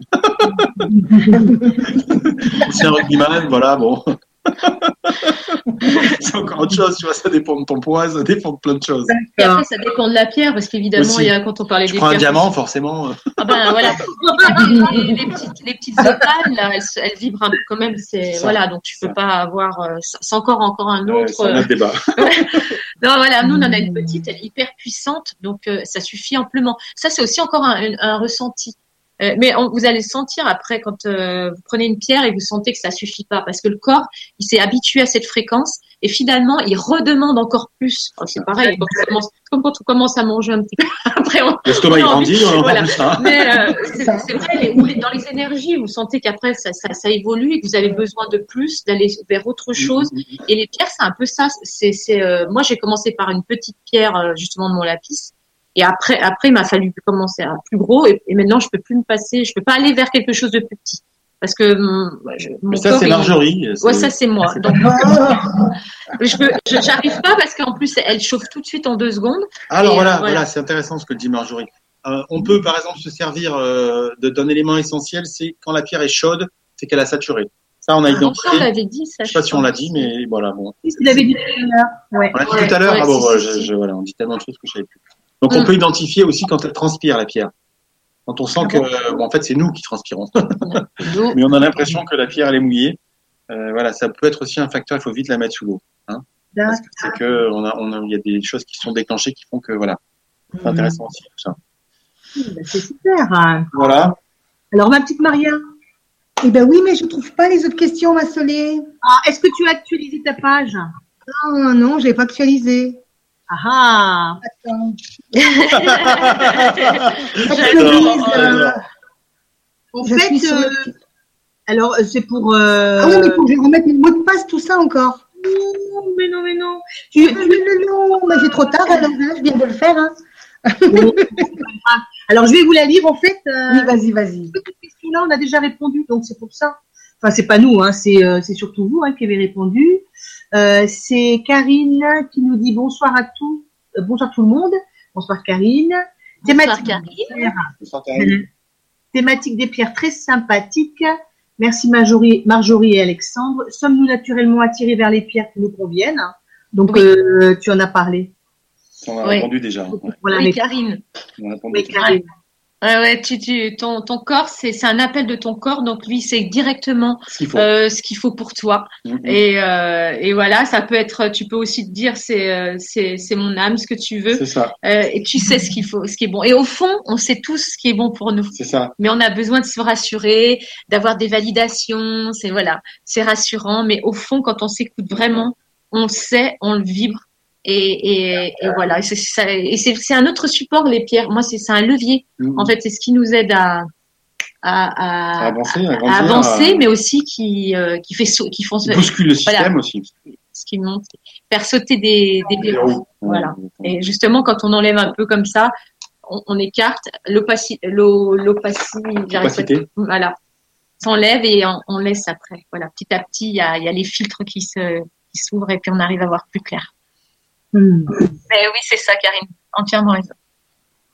c'est un rugbyman, voilà, bon. C'est encore autre chose, tu vois, ça dépend de ton poids, ça dépend de plein de choses. Et après, ça dépend de la pierre, parce qu'évidemment, aussi. Il y a, quand on parlait tu des prends pierres. un diamant, forcément. Ah ben voilà, les, les, les, petites, les petites opales, là, elles, elles vibrent un peu quand même, c'est, c'est voilà, donc tu peux ça. Pas avoir, euh, c'est encore, encore un autre. Ouais, c'est un autre débat. Non, voilà, nous, on en a une petite, elle est hyper puissante, donc euh, ça suffit amplement. Ça, c'est aussi encore un, un, un ressenti. Euh, mais on, vous allez le sentir après quand euh, vous prenez une pierre et vous sentez que ça suffit pas, parce que le corps, il s'est habitué à cette fréquence et finalement, il redemande encore plus. Alors, c'est pareil, quand on commence, comme quand on commence à manger un petit peu. Après, on, l'estomac il grandit, on en voilà. plus ça. Mais euh, c'est, c'est vrai, les, dans les énergies, vous sentez qu'après ça, ça, ça évolue et que vous avez besoin de plus, d'aller vers autre chose. Et les pierres, c'est un peu ça. C'est, c'est, euh, moi, j'ai commencé par une petite pierre euh, justement de mon lapis. Et après, après, il m'a fallu commencer à plus gros et, et maintenant, je peux plus me passer, je peux pas aller vers quelque chose de plus petit. Parce que je, mon mais ça, corps, c'est il... Marjorie. C'est... Ouais, ça, c'est moi. C'est donc, je peux, je, j'arrive pas parce qu'en plus, elle chauffe tout de suite en deux secondes. Alors, voilà, euh, voilà, voilà, c'est intéressant ce que dit Marjorie. Euh, on peut, par exemple, se servir euh, de, d'un élément essentiel, c'est quand la pierre est chaude, c'est qu'elle a saturé. Ça, on a identifié. On l'avait dit, ça. Je sais pas si on l'a dit, mais voilà, bon. Oui, tu l'avais dit tout à l'heure. Ouais. On l'a dit ouais, tout à l'heure. Ouais, ah bon, si, voilà, si, je, si. je, voilà, on dit tellement de choses que je savais plus. Donc, on mm. peut identifier aussi quand elle transpire, la pierre. Quand on sent ah que, bon. bon, en fait, c'est nous qui transpirons. Mais on a l'impression que la pierre, elle est mouillée. Euh, voilà, ça peut être aussi un facteur, il faut vite la mettre sous l'eau. Hein, parce que c'est que, on a, on a, il y a des choses qui sont déclenchées qui font que, voilà. C'est mmh. intéressant aussi, tout ça. Mmh, c'est super. Hein. Voilà. Alors, ma petite Maria. Eh ben oui, mais je trouve pas les autres questions, ma Solé. Ah, est-ce que tu as actualisé ta page? Non, non, j'ai pas actualisé. Ah Attends. J'actualise. Euh, en je fait, euh, le... alors c'est pour. Euh... Ah oui, mais il faut que je remette mon mot de passe, tout ça encore. Non, mais non, mais non. Tu, tu... Non, non, mais c'est trop tard, alors hein, je viens de le faire. Hein. Alors je vais vous la lire en fait. Euh, oui, vas-y, vas-y. Cette question-là, on a déjà répondu, donc c'est pour ça. Enfin, c'est pas nous, hein, c'est, euh, c'est surtout vous hein, qui avez répondu. Euh, c'est Karine qui nous dit bonsoir à tous, euh, bonsoir tout le monde. Bonsoir Karine. Bonsoir Thématique Karine. Bonsoir Karine. Thématique des pierres très sympathique. Merci Marjorie, Marjorie et Alexandre. Sommes-nous naturellement attirés vers les pierres qui nous conviennent? Donc oui. euh, tu en as parlé. On a oui. répondu déjà. Ouais. Voilà, oui, mais... Karine. On a répondu oui, Karine. Ouais, ouais, tu, tu, ton, ton corps, c'est, c'est un appel de ton corps, donc lui, c'est directement ce qu'il faut, euh, ce qu'il faut pour toi. Mm-hmm. Et, euh, et voilà, ça peut être, tu peux aussi te dire, c'est, euh, c'est, c'est mon âme, ce que tu veux. C'est ça. Euh, et tu sais ce qu'il faut, ce qui est bon. Et au fond, on sait tous ce qui est bon pour nous. C'est ça. Mais on a besoin de se rassurer, d'avoir des validations. C'est voilà, c'est rassurant. Mais au fond, quand on s'écoute vraiment, on le sait, on le vibre. Et, et, et voilà, et c'est, ça, et c'est, c'est un autre support, les pierres. Moi, c'est, c'est un levier. Mmh. En fait, c'est ce qui nous aide à, à, à avancer, à, à avancer, à... mais aussi qui, euh, qui fait, sau- qui font bouscule le système voilà. aussi. Ce qui monte, faire sauter des, des verrous. Voilà. Et justement, quand on enlève un peu comme ça, on, on écarte l'opaci, l'o, l'opaci, l'opacité. Voilà. S'enlève et on, on laisse après. Voilà. Petit à petit, il y a, il y a les filtres qui se, qui s'ouvrent et puis on arrive à voir plus clair. Hmm. Mais oui, c'est ça, Karine. Entièrement raison.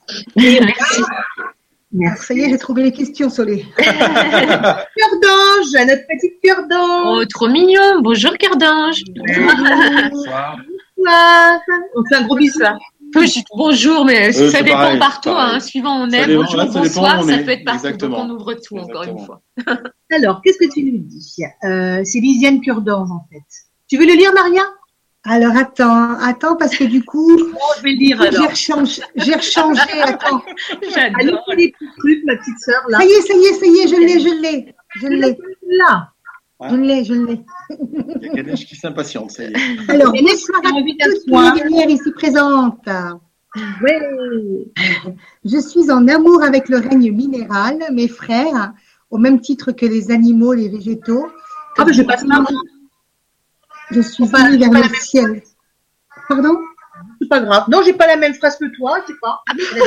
Merci. Merci. Ça y est, j'ai trouvé les questions, Solé. Cœur d'ange, notre petite cœur d'ange. Oh, trop mignon. Bonjour, cœur d'ange. Bonsoir. Bonsoir. On fait un gros bisou. Bonjour, mais Euh, ça c'est dépend pareil, partout, pareil. hein, suivant où on Ça est. dépend, Bonjour, là, ça dépend bonsoir, où on ça est. peut être partout. Exactement. Donc on ouvre tout, encore une fois. Alors, qu'est-ce que tu nous dis euh, C'est Lisiane Cœur d'ange, en fait. Tu veux le lire, Maria? Alors, attends, attends, parce que du coup, Oh, je vais le lire, j'ai alors. rechangé, j'ai rechangé, attends. J'adore. Allez, les petits trucs, ma petite sœur, là. Ça y est, ça y est, ça y est, je l'ai, je l'ai, je l'ai, Là. je l'ai, je l'ai. Il y a Ganesh qui s'impatiente, ça y est. Alors, Et bonsoir à envie d'un toutes soin. les lumières ici présentes. Ouais. Je suis en amour avec le règne minéral, mes frères, au même titre que les animaux, les végétaux. Ah, ben, je passe ma main. Je suis Enfin, unie vers c'est pas le la même ciel. Pardon? C'est pas grave. Non, j'ai pas la même phrase que toi, je sais pas.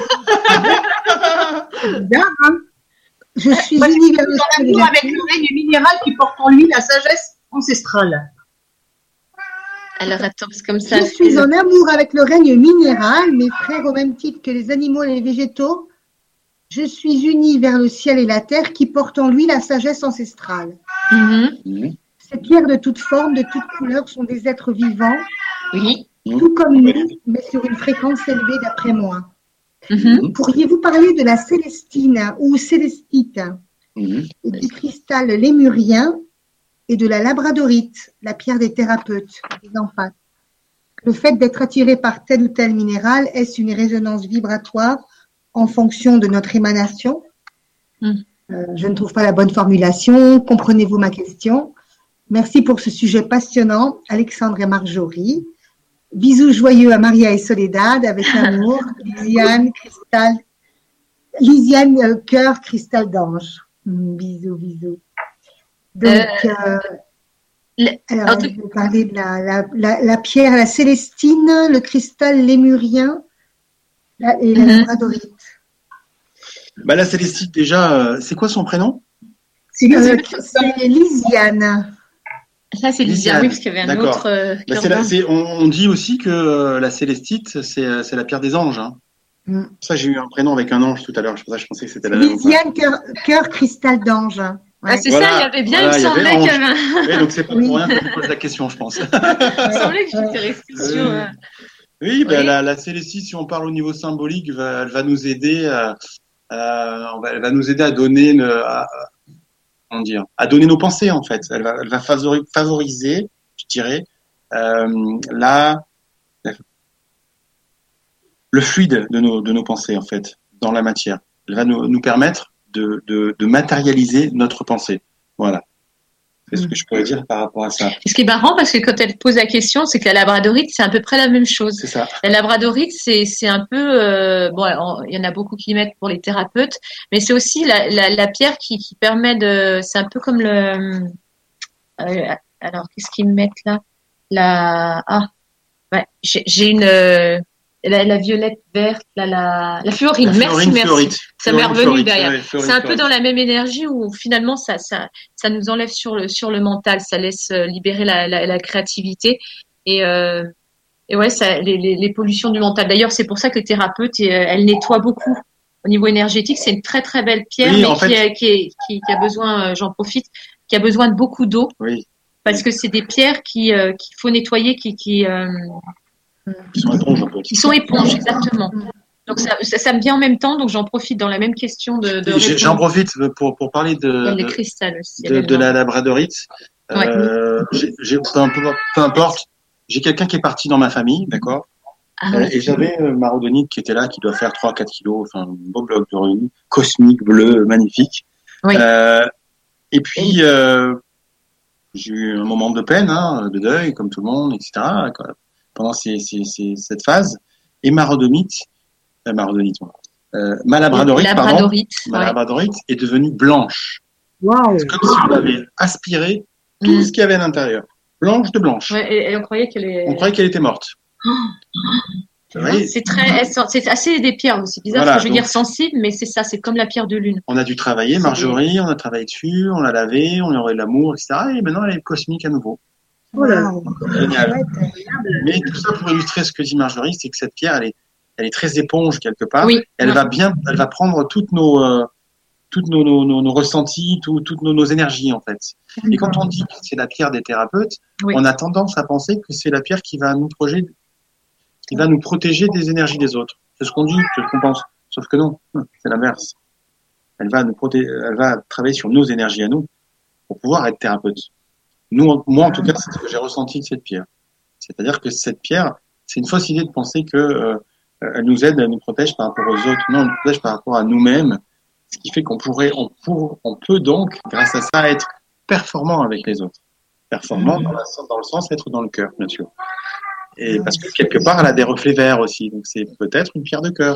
C'est bizarre, hein. Je suis Moi, je unie suis vers le en ciel. et amour la avec terre. le règne minéral qui porte en lui la sagesse ancestrale. Alors attends, c'est comme ça. Je suis en amour avec le règne minéral, mes frères au même titre que les animaux et les végétaux. Je suis unie vers le ciel et la terre qui portent en lui la sagesse ancestrale. Mhm. Mhm. Ces pierres de toutes formes, de toutes couleurs sont des êtres vivants, Oui. tout comme nous, mais sur une fréquence élevée d'après moi. Mhm. Pourriez-vous parler de la célestine ou célestite Mhm. et du cristal lémurien et de la labradorite, la pierre des thérapeutes, des empathes? Le fait d'être attiré par tel ou tel minéral, est-ce une résonance vibratoire en fonction de notre émanation? Mm. Euh, je ne trouve pas la bonne formulation. Comprenez-vous ma question? Merci pour ce sujet passionnant, Alexandre et Marjorie. Bisous joyeux à Maria et Soledad, avec amour. Lisiane, cristal, Lisiane, euh, cœur, cristal d'ange. Mm, bisous, bisous. Donc, Euh, euh, le- alors, en tout- je vais parler de la, la, la, la pierre, la célestine, le cristal lémurien la- et la Mhm. labradorite. Bah là, Célestine, déjà, euh, c'est quoi son prénom? C'est lui, Euh, c'est c'est Lisiane. Ça, c'est Lisiane, Lisiane. oui, parce qu'il y avait un D'accord. autre. euh, Bah, cœur c'est la- d'ange. c'est- on, on dit aussi que euh, la célestite, c'est euh, c'est la pierre des anges. Hein. Mm. Ça, j'ai eu un prénom avec un ange tout à l'heure. C'est pour ça que je pensais que c'était la même. Lisiane, cœur, cœur, cristal d'ange. Ah, Ouais. c'est Voilà, ça, il y avait bien, voilà, il il me y avait semblait ange. qu'il y avait un- Oui, donc c'est pas Oui. pour rien que je pose la question, je pense. il me semblait que j'étais restée Oui. sur. euh, Oui, ben, Oui. la, la célestite, si on parle au niveau symbolique, va, elle va nous aider à, à- on va- elle va nous aider à donner, une- à, à- comment dire, à donner nos pensées en fait. Elle va, elle va favori- favoriser, je dirais, euh, la, la- le fluide de nos, de nos pensées en fait dans la matière. Elle va nous, nous permettre de, de, de matérialiser notre pensée. Voilà. C'est ce que je pourrais dire par rapport à ça. Et ce qui est marrant, parce que quand elle pose la question, c'est que la labradorite, c'est à peu près la même chose. C'est ça. La labradorite, c'est c'est un peu euh, bon, on- il y en a beaucoup qui mettent pour les thérapeutes, mais c'est aussi la, la, la pierre qui, qui permet de, c'est un peu comme le, euh, alors qu'est-ce qu'ils me mettent là, la ah, ouais, j'ai j'ai une euh, la, la violette verte, la la, la fluorine. La Merci, fluorine, merci. fluorite. Ça m'est Fluorine, revenu fluorite, derrière. ouais, fluorine, C'est un peu fluorite. dans la même énergie où finalement ça, ça, ça nous enlève sur le, sur le mental, ça laisse euh, libérer la, la, la créativité et, euh, et ouais, ça, les, les, les pollutions du mental. D'ailleurs, c'est pour ça que les thérapeutes, euh, elles nettoient beaucoup au niveau énergétique. C'est une très très belle pierre, Oui, mais en qui, fait- est- qui, est- qui, qui a besoin, euh, j'en profite, qui a besoin de beaucoup d'eau Oui. parce que c'est des pierres qui euh, qu'il faut nettoyer, qui qui, euh, Ils sont éponges un peu. qui sont éponges exactement. Donc ça, ça, ça me vient en même temps, donc j'en profite dans la même question de. de J'ai- J'en répondre. profite pour, pour parler Il y de, a les de, cristals aussi. de, de la labradorite. Ouais. Euh, j'ai- j'ai- peu, importe- peu importe, j'ai quelqu'un qui est parti dans ma famille, d'accord. Ah, Euh, oui. et j'avais euh, ma rhodonite qui était là, qui doit faire trois à quatre kilos, enfin un beau bloc de rune, cosmique, bleu, magnifique. Oui. Euh, et puis euh, j'ai eu un moment de peine, hein, de deuil, comme tout le monde, et cetera. quoi, pendant ces, ces, ces, cette phase. Et ma rhodonite, euh, ma rhodonite, moi, euh, ma labradorite, pardon, Labradorite, ma ouais. labradorite est devenue blanche. Waouh. C'est comme si on avait aspiré tout Mm. ce qu'il y avait à l'intérieur. Blanche de blanche. Ouais, et, et on croyait qu'elle est. On croyait qu'elle était morte. Vous voyez, C'est très, elle sent- c'est assez des pierres aussi. Bizarre, Voilà, parce que je veux donc- dire sensible, mais c'est ça, c'est comme la pierre de lune. on a dû travailler, C'est Marjorie, on a travaillé dessus, on l'a lavé, on lui a envoyé de l'amour, et cetera. Et maintenant, elle est cosmique à nouveau. Oh là là. Wow. Génial. Chouette. Mais tout ça pour illustrer ce que dit Marjorie, c'est que cette pierre, elle est elle est très éponge quelque part. Oui. Elle Ouais. va bien, elle va prendre toutes nos, euh, toutes nos, nos, nos, nos ressentis, tout, toutes nos, nos énergies en fait. Et quand on dit que c'est la pierre des thérapeutes, Oui. on a tendance à penser que c'est la pierre qui va nous protéger, qui va nous protéger des énergies des autres. C'est ce qu'on dit, c'est ce qu'on pense. Sauf que non, c'est l'inverse. Elle va nous protéger, elle va travailler sur nos énergies à nous pour pouvoir être thérapeute. Nous, moi en tout cas, c'est ce que j'ai ressenti de cette pierre. C'est-à-dire que cette pierre, c'est une fausse idée de penser que euh, elle nous aide, elle nous protège par rapport aux autres. Non, elle nous protège par rapport à nous-mêmes. Ce qui fait qu'on pourrait, on, pour, on peut donc, grâce à ça, être performant avec les autres. Performant dans, la, dans le sens être dans le cœur, bien sûr. Et parce que quelque part, elle a des reflets verts aussi. Donc c'est peut-être une pierre de cœur.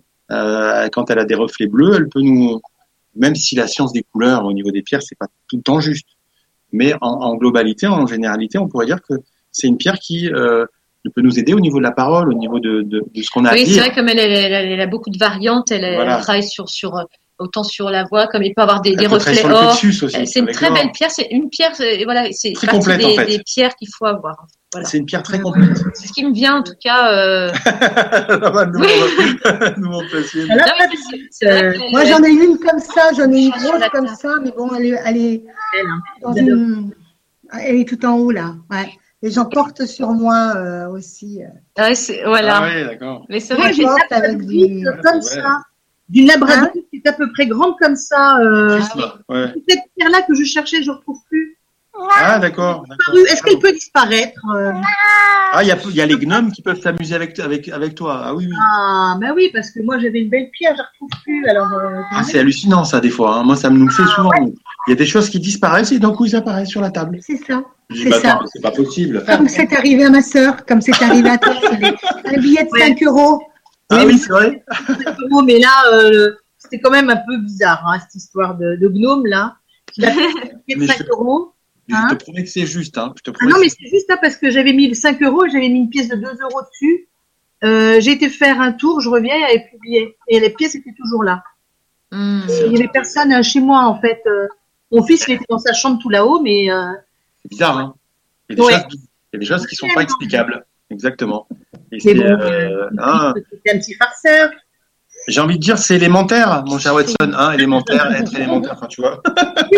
Euh, quand elle a des reflets bleus, elle peut nous, même si la science des couleurs au niveau des pierres, c'est pas tout le temps juste. Mais en, en globalité, en généralité, on pourrait dire que c'est une pierre qui euh, peut nous aider au niveau de la parole, au niveau de, de, de ce qu'on a oui, à dire. Oui, c'est vrai, comme elle, elle, elle, elle a beaucoup de variantes, elle, Voilà. elle travaille sur, sur autant sur la voix, comme il peut avoir des, elle des peut reflets sur le or. plexus aussi, c'est une très belle pierre, c'est une pierre, c'est, voilà, c'est très partie complète, des, en fait. des pierres qu'il faut avoir. Voilà. C'est une pierre très complète. C'est ce qui me vient en tout cas. Euh... nous, oui. nous on peut essayer. Alors, non, c'est, c'est euh, moi j'en ai une comme ça, j'en ai une grosse comme ça, mais bon, elle est, elle est, dans une, elle est tout en haut là. Ouais. Et j'en porte sur moi euh, aussi. Ouais, c'est, voilà. Ah oui, d'accord. Mais c'est vrai, vrai j'ai une labradoodle comme ouais. ça, d'une labradoodle hein? qui est à peu près grande comme ça. Euh, ah, ouais. Cette pierre-là que je cherchais, je ne retrouve plus. Ah d'accord. d'accord. Est-ce qu'elle peut disparaître euh... Ah, il y a, y a les gnomes qui peuvent s'amuser avec, avec, avec toi. Ah oui, oui. Ah, ben oui, parce que moi j'avais une belle pierre, je ne la retrouve plus. Alors, euh, ah, c'est hallucinant ça des fois. Hein. Moi, ça me nous le fait ah, souvent. Ouais. Il y a des choses qui disparaissent et d'un coup ils apparaissent sur la table. C'est ça. Je dis, c'est bah, ça. attends, c'est pas possible. Comme c'est arrivé à ma sœur, comme c'est arrivé à toi. C'est un billet de ouais. cinq euros. Ah oui, oui c'est vrai. Mais là, euh, c'était quand même un peu bizarre, hein, cette histoire de, de gnome là. Qui a fait cinq euros. Hein? Je te promets que c'est juste. Hein. Je te ah non, mais c'est juste hein, parce que j'avais mis cinq euros et j'avais mis une pièce de deux euros dessus. Euh, j'ai été faire un tour, je reviens, elle avait publié. Et les pièces étaient toujours là. Mmh. Il n'y avait personne hein, chez moi, en fait. Euh, mon fils, il était dans sa chambre tout là-haut, mais... Euh... C'est bizarre, hein. Il y a des, ouais. choses, il y a des choses qui ne sont pas explicables. Exactement. Et c'est bon, euh, hein. C'était un petit farceur. J'ai envie de dire, c'est élémentaire, mon cher Watson. Hein, élémentaire, être élémentaire, enfin, tu vois.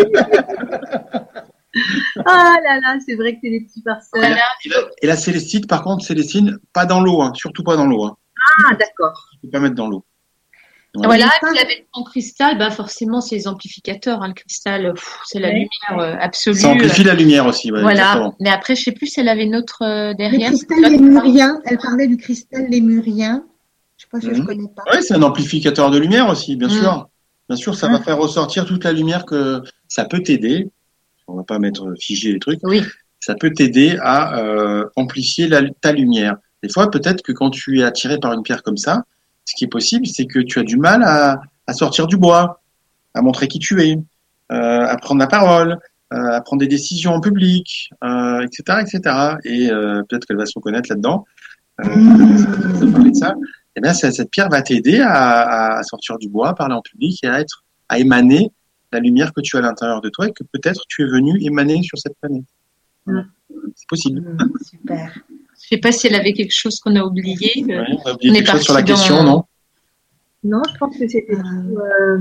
Ah là là, c'est vrai que c'est des petits farceurs. Et la, et la, et la célestite, par contre, Célestine, pas dans l'eau, hein, surtout pas dans l'eau. Hein. Ah, d'accord. Tu peux pas mettre dans l'eau. Voilà, et puis avec son cristal, bah forcément, c'est les amplificateurs. Hein, le cristal, pff, c'est la ouais. lumière euh, absolue. Ça amplifie la lumière aussi. Ouais, voilà. Exactement. Mais après, je sais plus si elle avait une autre euh, derrière. Le cristal lémurien. Elle parlait du cristal lémurien. Je sais pas si mmh. je connais pas. Oui, c'est un amplificateur de lumière aussi, bien mmh. sûr. Bien sûr, ça mmh. va faire ressortir toute la lumière que ça peut t'aider. On va pas mettre figé les trucs. Oui. Ça peut t'aider à euh, amplifier la, ta lumière. Des fois, peut-être que quand tu es attiré par une pierre comme ça, ce qui est possible, c'est que tu as du mal à, à sortir du bois, à montrer qui tu es, euh, à prendre la parole, euh, à prendre des décisions en public, euh, et cetera, et cetera. Et euh, peut-être qu'elle va se reconnaître là-dedans. Euh, mmh. parler de ça. Eh bien, cette pierre va t'aider à, à sortir du bois, à parler en public et à être, à émaner la lumière que tu as à l'intérieur de toi et que peut-être tu es venu émaner sur cette planète. Mmh. C'est possible. Mmh, super. Je ne sais pas si elle avait quelque chose qu'on a oublié. Oui, on a oublié on quelque chose sur la question, dans... non? Non, je pense que c'était... Euh...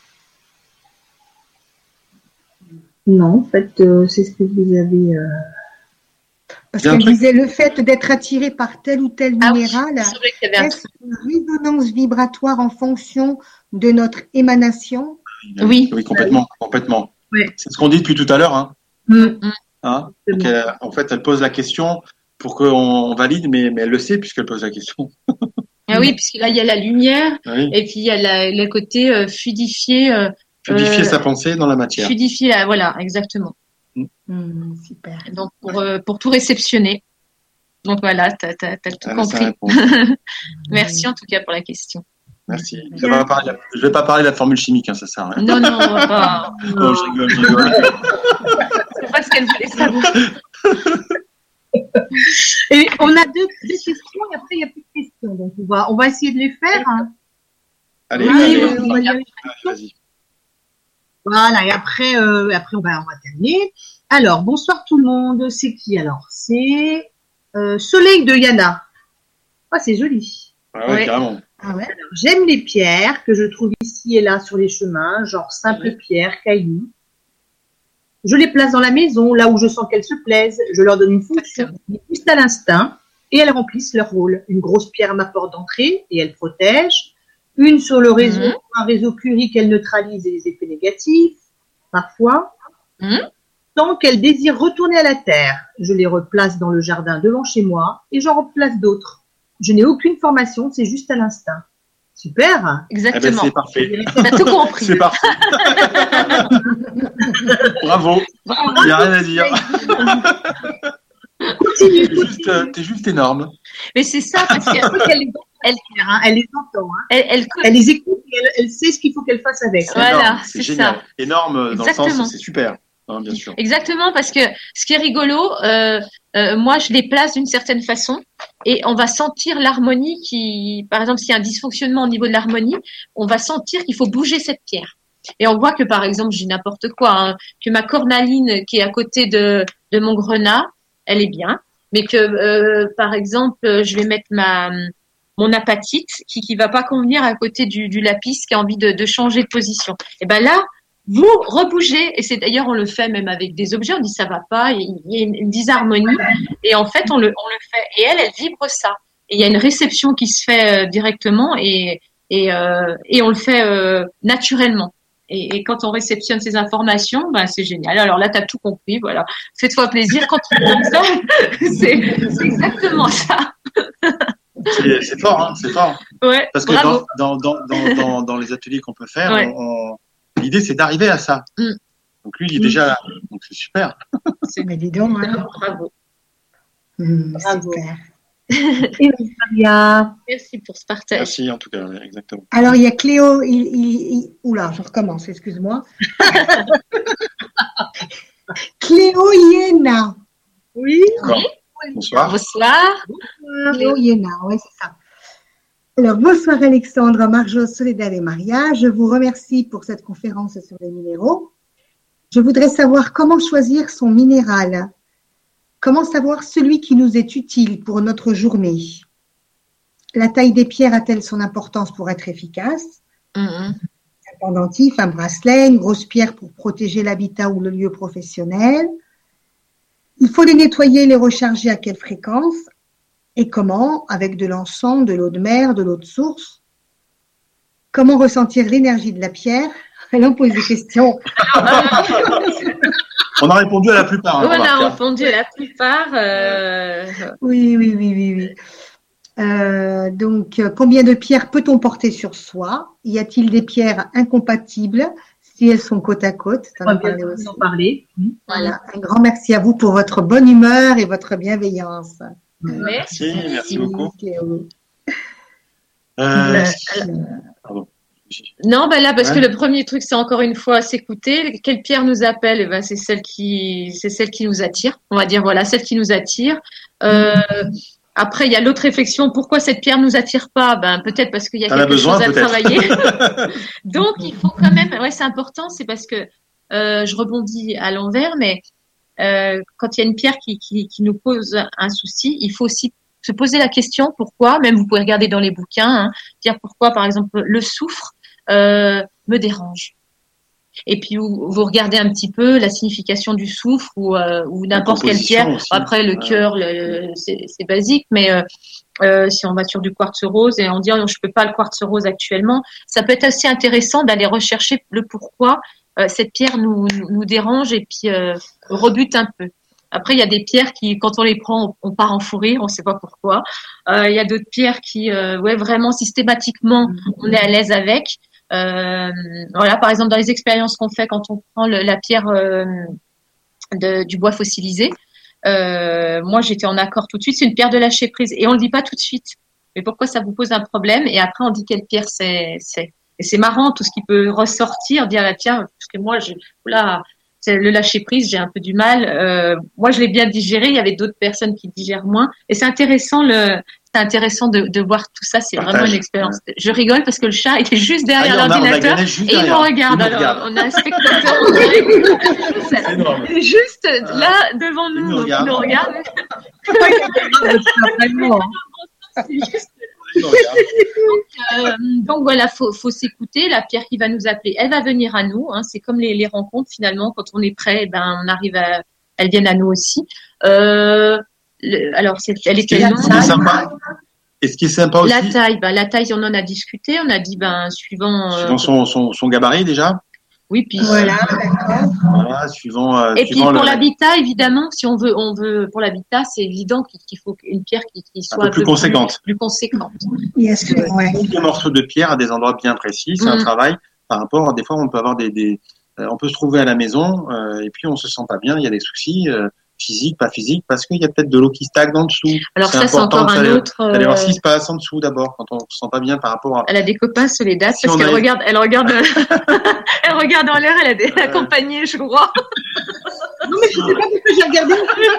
Non, en fait, euh, c'est ce que vous avez... Euh... Parce qu'elle disait le fait d'être attiré par tel ou tel ah minéral oui, c'est vrai qu'il y avait est une résonance vibratoire en fonction de notre émanation. Oui, oui complètement. complètement. Oui. C'est ce qu'on dit depuis tout à l'heure. Hein. Mmh. Hein Donc elle, en fait, elle pose la question pour qu'on valide, mais, mais elle le sait puisqu'elle pose la question. Ah oui, puisque là, il y a la lumière oui. et puis il y a la, le côté euh, fluidifier. Euh, fluidifier euh, sa pensée dans la matière. Fluidifier, la, voilà, exactement. Mmh, super. Donc, pour, euh, pour tout réceptionner. Donc, voilà, tu as, t'as, t'as tout ah, compris. Merci en tout cas pour la question. Merci. Je ne vais, vais pas parler de la formule chimique, hein, ça sert à rien. Non, non, on va pas. Non, je rigole, je rigole. C'est pas ce qu'elle voulait savoir. Et on a deux, deux questions et après il n'y a plus de questions. Donc, on va, on va essayer de les faire. Hein. Allez, oui, allez, on va y aller. Vas-y. Voilà, et après, euh, après on, va, on va terminer. Alors, bonsoir tout le monde. C'est qui alors? C'est euh, Soleil de Yana. Ah, c'est joli. Ah ouais, Ouais. carrément. Ah ouais. J'aime les pierres que je trouve ici et là sur les chemins, genre simples pierres, cailloux. Je les place dans la maison, là où je sens qu'elles se plaisent. Je leur donne une fonction, juste à l'instinct, et elles remplissent leur rôle. Une grosse pierre à ma porte d'entrée, et elle protège. Une sur le réseau, Mhm. un réseau curie qu'elle neutralise les effets négatifs, parfois. Mhm. Tant qu'elles désirent retourner à la terre, je les replace dans le jardin devant chez moi, et j'en replace d'autres. Je n'ai aucune formation, c'est juste à l'instinct. Super. Eh ben, Exactement. c'est parfait. T'as tout compris. C'est parfait. Bravo. Il n'y a rien à dire. Continue, T'es juste, euh, t'es juste énorme. Mais c'est ça, parce qu'elle Elle les, elle, hein, elle les entend, hein. elle, elle, Elle les écoute et elle, elle sait ce qu'il faut qu'elle fasse avec. C'est Voilà, énorme, c'est c'est génial. ça. Énorme dans Exactement. le sens, c'est super. Hein, bien sûr. Exactement, parce que ce qui est rigolo, euh, euh, moi je les place d'une certaine façon et on va sentir l'harmonie qui, par exemple, s'il y a un dysfonctionnement au niveau de l'harmonie, on va sentir qu'il faut bouger cette pierre. Et on voit que, par exemple, j'ai n'importe quoi, hein, que ma cornaline qui est à côté de, de mon grenat, elle est bien, mais que, euh, par exemple, je vais mettre ma mon apatite qui qui va pas convenir à côté du, du lapis qui a envie de, de changer de position. Et ben là, vous rebougez, et c'est d'ailleurs on le fait même avec des objets, on dit ça va pas, il y a une disharmonie, et en fait on le on le fait, et elle elle vibre ça, et il y a une réception qui se fait euh, directement, et et euh, et on le fait euh, naturellement. Et, et quand on réceptionne ces informations, ben c'est génial. Alors là, tu as tout compris, voilà. Fais-toi plaisir quand tu fais ça. c'est, c'est exactement ça. C'est, c'est fort, hein, c'est fort. Ouais, Parce que bravo. dans, dans, dans, dans, dans, dans les ateliers qu'on peut faire, Ouais. on, on- l'idée c'est d'arriver à ça. Mm. Donc lui, il est déjà là. Donc c'est super. Mais dis donc, hein. Bravo. Hum, Bravo. super. Et Maria. Merci pour ce partage. Merci en tout cas, oui, exactement. Alors, il y a Cléo, il, il, il- oula, je recommence, excuse-moi. Cléo Yéna. Oui. D'accord. Bonsoir. Bonsoir. Cléo Yéna, oui, c'est ça. Alors, bonsoir Alexandre, Marjo, Soledad et Maria. Je vous remercie pour cette conférence sur les minéraux. Je voudrais savoir comment choisir son minéral. Comment savoir celui qui nous est utile pour notre journée? La taille des pierres a-t-elle son importance pour être efficace? Mhm. Un pendentif, un bracelet, une grosse pierre pour protéger l'habitat ou le lieu professionnel. Il faut les nettoyer et les recharger à quelle fréquence? Et comment? Avec de l'encens, de l'eau de mer, de l'eau de source. Comment ressentir l'énergie de la pierre? Elle en pose des questions. On a répondu à la plupart. hein, On a remarque, hein. répondu à la plupart. Euh... Oui, oui, oui, oui, oui. Euh, donc, euh, combien de pierres peut-on porter sur soi? Y a-t-il des pierres incompatibles si elles sont côte à côte? T'en On as va parlé bientôt aussi. en parler. Voilà. Un grand merci à vous pour votre bonne humeur et votre bienveillance. Merci. Merci, merci beaucoup. Cléo. Euh, Euh, pardon. Non, ben là, parce Ouais. que le premier truc, c'est encore une fois s'écouter. Quelle pierre nous appelle? Eh ben, c'est celle qui, c'est celle qui nous attire. On va dire, voilà, celle qui nous attire. Euh, après, il y a l'autre réflexion. Pourquoi cette pierre nous attire pas? Ben, peut-être parce qu'il y a T'en as quelque besoin, chose à peut-être. travailler. Donc, il faut quand même, ouais, c'est important, c'est parce que, euh, je rebondis à l'envers, mais, euh, quand il y a une pierre qui, qui, qui nous pose un souci, il faut aussi se poser la question pourquoi, même vous pouvez regarder dans les bouquins, hein, dire pourquoi, par exemple, le soufre, euh, me dérange. Et puis vous, vous regardez un petit peu la signification du soufre ou, euh, ou n'importe quelle composition pierre. aussi. Après le Ouais. cœur, le, c'est, c'est basique, mais euh, euh, si on va sur du quartz rose et on dit oh, non, je peux pas le quartz rose actuellement, ça peut être assez intéressant d'aller rechercher le pourquoi euh, cette pierre nous, nous, nous dérange et puis euh, rebute un peu. Après, il y a des pierres qui, quand on les prend, on, on part en fou rire, on ne sait pas pourquoi. Euh, il y a d'autres pierres qui, euh, ouais, vraiment systématiquement, on est à l'aise avec. Euh, voilà, par exemple, dans les expériences qu'on fait quand on prend le, la pierre euh, de, du bois fossilisé, euh, moi, j'étais en accord tout de suite. C'est une pierre de lâcher prise et on le dit pas tout de suite. Mais pourquoi ça vous pose un problème? Et après, on dit quelle pierre c'est. c'est. Et c'est marrant tout ce qui peut ressortir, dire la tiens, parce que moi, je, là. C'est le lâcher prise, j'ai un peu du mal. Euh, moi, je l'ai bien digéré. Il y avait d'autres personnes qui digèrent moins. Et c'est intéressant le, c'est intéressant de, de voir tout ça. C'est Partage. vraiment une expérience. Je rigole parce que le chat était juste derrière Ah, il y en a, on a l'ordinateur gagné juste et il nous derrière. regarde. Il nous Alors, regarde. on a un spectateur en direct. C'est énorme. Il est juste là devant nous. Il nous donc regarde. il nous regarde. Vraiment. C'est juste. nous regarde. Donc, euh, donc voilà, faut, faut s'écouter. La pierre qui va nous appeler, elle va venir à nous. Hein. C'est comme les, les rencontres finalement. Quand on est prêt, ben on arrive à, elles viennent à nous aussi. Euh, le, alors, c'est, elle était là. C'est sympa. Et ce qui est sympa aussi. La taille, ben la taille, on en a discuté. On a dit, ben suivant. Suivant euh, son, son, son gabarit déjà. Oui, puis voilà, d'accord. Voilà, suivant. Euh, et suivant puis pour le... l'habitat, évidemment, si on veut, on veut pour l'habitat, c'est évident qu'il faut une pierre qui, qui soit un peu plus conséquente. Plus, plus conséquente. Yes, ouais. Des morceaux de pierre à des endroits bien précis, c'est mmh. un travail par rapport. Des fois, on peut avoir des, des euh, on peut se trouver à la maison euh, et puis on se sent pas bien. Il y a des soucis euh, physiques, pas physiques, parce qu'il y a peut-être de l'eau qui stagne en dessous. Alors c'est ça, c'est encore un autre. Euh... D'aller voir ce qui se passe en dessous d'abord quand on se sent pas bien par rapport à. Elle a des copains Soledad si parce qu'elle a... regarde, elle regarde, elle regarde en l'air. Elle a des euh... accompagnés, je crois. Non mais je sais pas pourquoi j'ai regardé.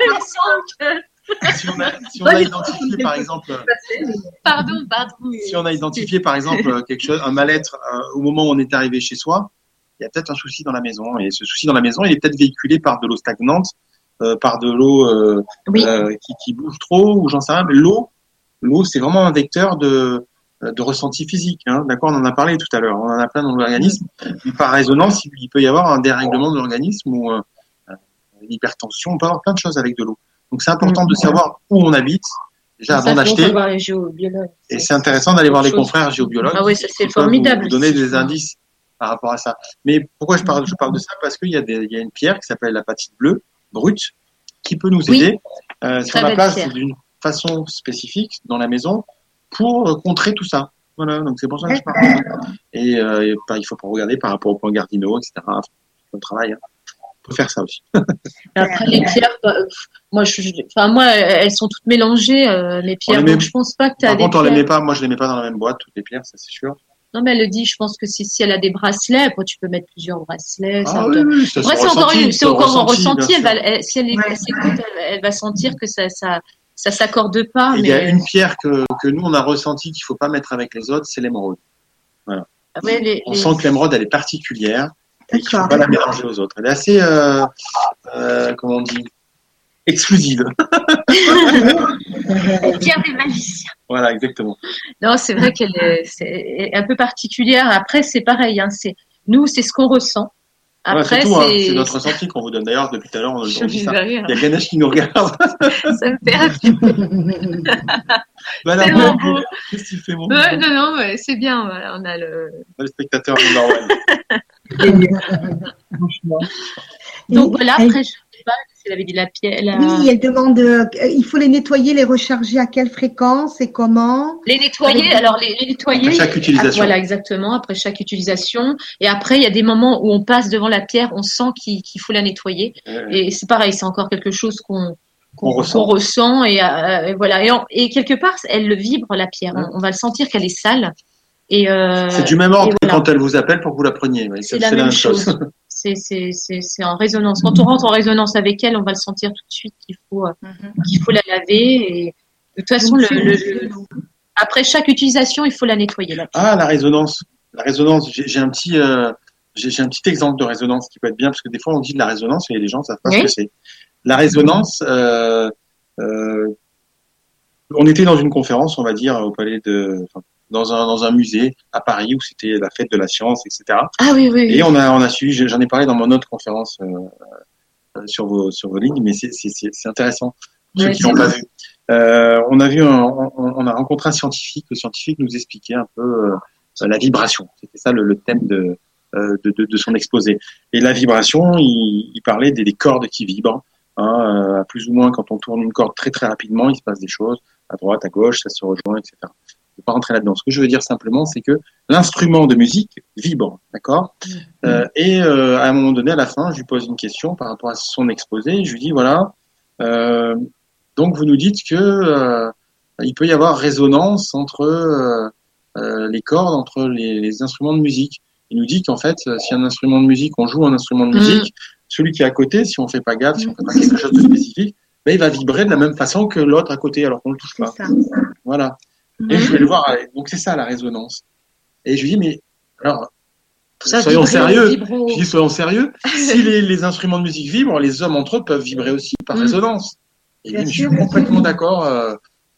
Si on a, si on a identifié par exemple, pardon, pardon. Si on a identifié par exemple quelque chose, un mal-être euh, au moment où on est arrivé chez soi, il y a peut-être un souci dans la maison et ce souci dans la maison, il est peut-être véhiculé par de l'eau stagnante, euh, par de l'eau euh, oui. euh, qui, qui bouge trop ou j'en sais rien. Mais l'eau, l'eau, c'est vraiment un vecteur de de ressenti physique. Hein. D'accord, on en a parlé tout à l'heure. On en a plein dans l'organisme. Et par résonance, il peut y avoir un dérèglement de l'organisme ou euh, une hypertension. On peut avoir plein de choses avec de l'eau. Donc c'est important mmh. de savoir où on habite déjà avant d'acheter. Et c'est intéressant d'aller voir les confrères géobiologues. Ah oui, ça c'est formidable. Vous, vous donner des indices par rapport à ça. Mais pourquoi je parle, je parle de ça? Parce qu'il y a des, il y a une pierre qui s'appelle la l'apatite bleue brute qui peut nous aider oui. euh, si on la place d'une façon spécifique dans la maison pour contrer tout ça. Voilà, donc c'est pour ça que je parle. Et, euh, et bah, il faut pas regarder par rapport au point Gardino, et cetera. On travaille. Hein. Faire ça aussi. Après les pierres, bah, moi, je, enfin moi, elles sont toutes mélangées euh, les pierres. Donc je pense pas que tu as. Par des contre, on pierres... les met pas. Moi, je les mets pas dans la même boîte toutes les pierres, ça c'est sûr. Non, mais elle le dit. Je pense que si, si elle a des bracelets, après tu peux mettre plusieurs bracelets. Ah, ça oui, oui, ça après, c'est ressenti, encore une, c'est encore en ressenti. ressenti. Elle va, elle, si elle, est, ouais. elle, elle va sentir que ça, ça, ça s'accorde pas. Il mais... y a une pierre que que nous on a ressenti qu'il faut pas mettre avec les autres, c'est l'émeraude. Voilà. Ouais, les, on les... sent que l'émeraude elle est particulière. Et qu'il ne faut pas la mélanger aux autres. Elle est assez, euh, euh, comment on dit, exclusive. Pierre des magiciens. Voilà, exactement. Non, c'est vrai qu'elle est, c'est un peu particulière. Après, c'est pareil. Hein, c'est, nous, c'est ce qu'on ressent. Après, voilà, c'est, tout, c'est... Hein, c'est notre ressenti qu'on vous donne. D'ailleurs, depuis tout à l'heure, on, on dit ça. Il y a Ganesh qui nous regarde. Ça me fait rire. Voilà, c'est bon, beau. Qu'est-ce qu'il fait, mon ouais, Non, non, ouais, c'est bien. Voilà, on a le... On a le spectateur number one. Donc voilà, après, je ne sais pas si elle avait dit la pierre. La... Oui, elle demande, euh, il faut les nettoyer, les recharger à quelle fréquence et comment? Les nettoyer, Avec... alors les, les nettoyer. Après chaque utilisation. Voilà, exactement, après chaque utilisation. Et après, il y a des moments où on passe devant la pierre, on sent qu'il, qu'il faut la nettoyer. Euh... Et c'est pareil, c'est encore quelque chose qu'on, qu'on, on ressent. qu'on ressent. Et, euh, et voilà. Et, on, et quelque part, elle le vibre, la pierre. Ouais. On, on va le sentir qu'elle est sale. Et euh, c'est du même ordre que voilà. Quand elle vous appelle pour que vous la preniez. Oui, c'est, c'est la, la même, même chose. chose. C'est, c'est, c'est, c'est en résonance. Quand on rentre en résonance avec elle, on va le sentir tout de suite qu'il faut, mm-hmm. qu'il faut la laver. Et de toute façon, le, le, le, après chaque utilisation, il faut la nettoyer. La ah, la résonance. La résonance. J'ai, j'ai un petit, euh, j'ai, j'ai un petit exemple de résonance qui peut être bien parce que des fois on dit de la résonance et les gens savent pas oui. ce que c'est. La résonance. Euh, euh, on était dans une conférence, on va dire, au palais de. Enfin, dans un dans un musée à Paris où c'était la fête de la science, et cetera. Ah oui oui. Et on a on a suivi, j'en ai parlé dans mon autre conférence euh, euh, sur vos sur vos lignes, mais c'est c'est c'est, c'est intéressant ceux ouais, qui l'ont pas vu. Euh, on a vu un, on, on a rencontré un scientifique, le scientifique nous expliquait un peu euh, la vibration. C'était ça le, le thème de, euh, de de de son exposé. Et la vibration, il, il parlait des, des cordes qui vibrent. Hein, euh, plus ou moins quand on tourne une corde très très rapidement, il se passe des choses à droite, à gauche, ça se rejoint, et cetera. Je ne vais pas rentrer là-dedans. Ce que je veux dire simplement, c'est que l'instrument de musique vibre, d'accord mmh. euh, Et euh, à un moment donné, à la fin, je lui pose une question par rapport à son exposé. Je lui dis voilà, euh, donc vous nous dites que euh, il peut y avoir résonance entre euh, euh, les cordes, entre les, les instruments de musique. Il nous dit qu'en fait, si un instrument de musique, on joue un instrument de musique, mmh. celui qui est à côté, si on fait pas gaffe, si on fait pas quelque chose de spécifique, ben, il va vibrer de la même façon que l'autre à côté, alors qu'on le touche pas. Voilà. Et mmh. je vais le voir. Donc c'est ça la résonance. Et je lui dis mais alors ça, soyons vibrer, sérieux. Vibro. Je dis soyons sérieux. Si les, les instruments de musique vibrent, les hommes entre eux peuvent vibrer aussi par mmh. résonance. Et je suis complètement d'accord. Euh,